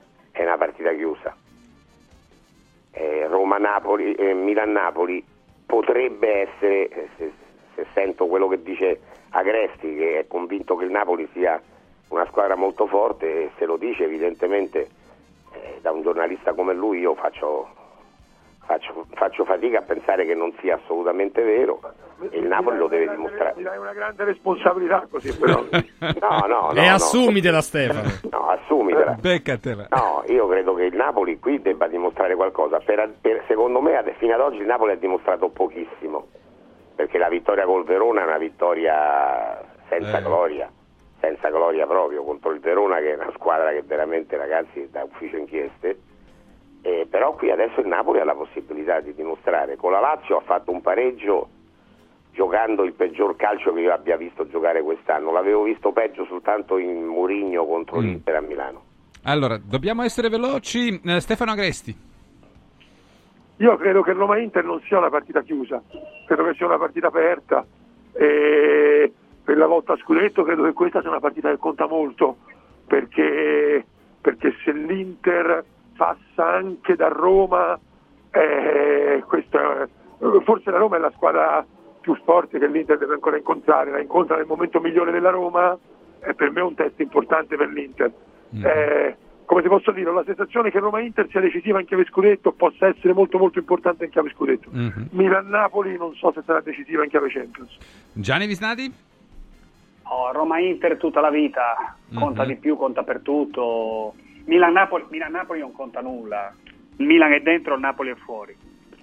è una partita chiusa. Eh, Roma-Napoli, eh, Milan-Napoli potrebbe essere, se, se sento quello che dice Agresti, che è convinto che il Napoli sia una squadra molto forte, e se lo dice evidentemente eh, da un giornalista come lui io faccio, faccio, faccio fatica a pensare che non sia assolutamente vero, e il Napoli lo deve dimostrare. Mi dai una grande responsabilità così però. No, no, no. E no, assumitela, no. Stefano. No, assumitela. Beccatela. No, io credo che il Napoli qui debba dimostrare qualcosa. Per, per, secondo me, fino ad oggi il Napoli ha dimostrato pochissimo, perché la vittoria col Verona è una vittoria senza eh. gloria, senza gloria proprio, contro il Verona, che è una squadra che veramente, ragazzi, da ufficio inchieste. Eh, però qui adesso il Napoli ha la possibilità di dimostrare. Con la Lazio ha fatto un pareggio giocando il peggior calcio che io abbia visto giocare quest'anno. L'avevo visto peggio soltanto in Mourinho contro mm. l'Inter a Milano. Allora, dobbiamo essere veloci. Eh, Stefano Agresti. Io credo che Roma-Inter non sia una partita chiusa, credo che sia una partita aperta, e per la lotta a scudetto credo che questa sia una partita che conta molto, perché, perché se l'Inter passa anche da Roma, eh, questa, forse la Roma è la squadra più forte che l'Inter deve ancora incontrare, la incontra nel momento migliore della Roma, e per me è un test importante per l'Inter. Mm. Eh, come ti posso dire, ho la sensazione che Roma-Inter sia decisiva in chiave scudetto, possa essere molto molto importante in chiave scudetto. Mm-hmm. Milan-Napoli non so se sarà decisiva in chiave Champions. Gianni Visnati? Oh, Roma-Inter tutta la vita, conta mm-hmm. di più, conta per tutto. Milan-Napoli, Milan-Napoli non conta nulla, il Milan è dentro, il Napoli è fuori.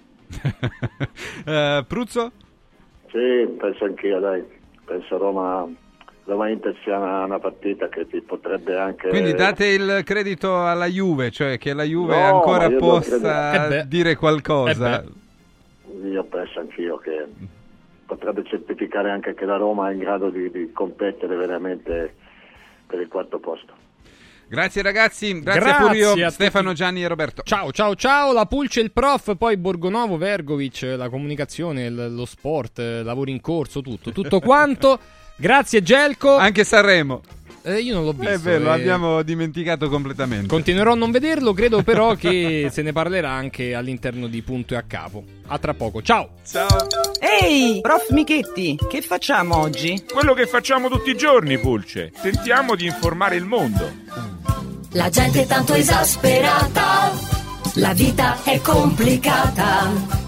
uh, Pruzzo? Sì, penso anch'io, dai. Penso Roma, Roma-Inter sia una, una partita che ti potrebbe anche... Quindi date il credito alla Juve, cioè che la Juve no, ancora possa credo... eh dire qualcosa. Eh io penso anch'io che potrebbe certificare anche che la Roma è in grado di, di competere veramente per il quarto posto. Grazie ragazzi, grazie, grazie pure io, a Stefano, tutti. Gianni e Roberto. Ciao, ciao, ciao, la Pulce, il prof, poi Borgonovo, Vergovic, la comunicazione, il, lo sport, lavori in corso, tutto, tutto quanto. Grazie Gelco. Anche Sanremo. Eh, io non l'ho visto. È vero, eh. l'abbiamo dimenticato completamente. Continuerò a non vederlo, credo però che se ne parlerà anche all'interno di Punto e a Capo. A tra poco, ciao. Ciao. Ehi, prof Michetti, che facciamo oggi? Quello che facciamo tutti i giorni, Pulce. Tentiamo di informare il mondo. La gente è tanto esasperata, la vita è complicata.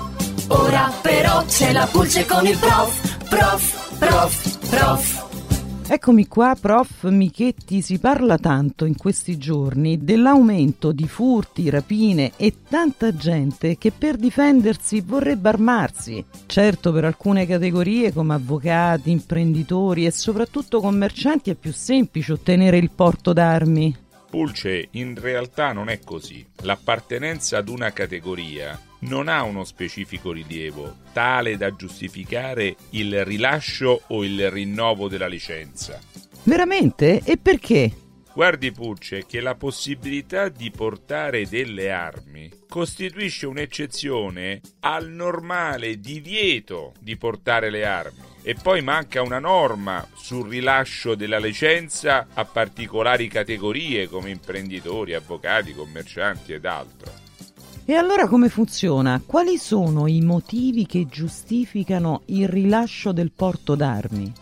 Ora però c'è la Pulce con il prof, prof, prof, prof. Eccomi qua, prof Michetti. Si parla tanto in questi giorni dell'aumento di furti, rapine e tanta gente che per difendersi vorrebbe armarsi. Certo, per alcune categorie come avvocati, imprenditori e soprattutto commercianti è più semplice ottenere il porto d'armi. Pulce, in realtà non è così. L'appartenenza ad una categoria non ha uno specifico rilievo tale da giustificare il rilascio o il rinnovo della licenza. Veramente? E perché? Guardi Pulce, che la possibilità di portare delle armi costituisce un'eccezione al normale divieto di portare le armi. E poi manca una norma sul rilascio della licenza a particolari categorie come imprenditori, avvocati, commercianti ed altro. E allora come funziona? Quali sono i motivi che giustificano il rilascio del porto d'armi?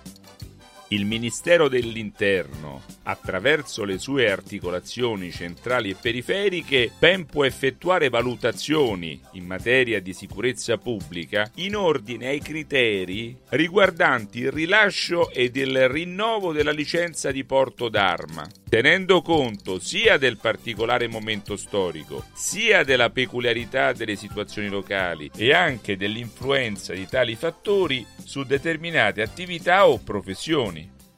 Il Ministero dell'Interno, attraverso le sue articolazioni centrali e periferiche, ben può effettuare valutazioni in materia di sicurezza pubblica in ordine ai criteri riguardanti il rilascio ed il rinnovo della licenza di porto d'arma, tenendo conto sia del particolare momento storico, sia della peculiarità delle situazioni locali e anche dell'influenza di tali fattori su determinate attività o professioni.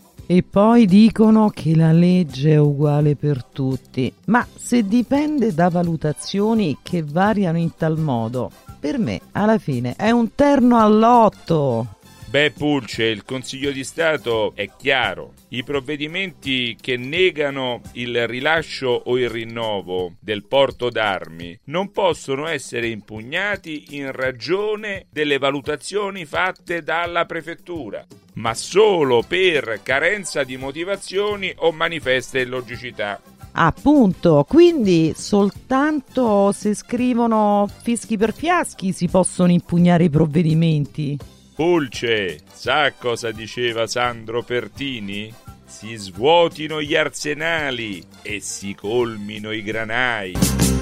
E poi dicono che la legge è uguale per tutti, ma se dipende da valutazioni che variano in tal modo, per me alla fine è un terno al lotto. Beh Pulce, il Consiglio di Stato è chiaro. I provvedimenti che negano il rilascio o il rinnovo del porto d'armi non possono essere impugnati in ragione delle valutazioni fatte dalla prefettura, ma solo per carenza di motivazioni o manifesta illogicità. Appunto, quindi soltanto se scrivono fischi per fiaschi si possono impugnare i provvedimenti. Pulce, sa cosa diceva Sandro Pertini? Si svuotino gli arsenali e si colmino i granai.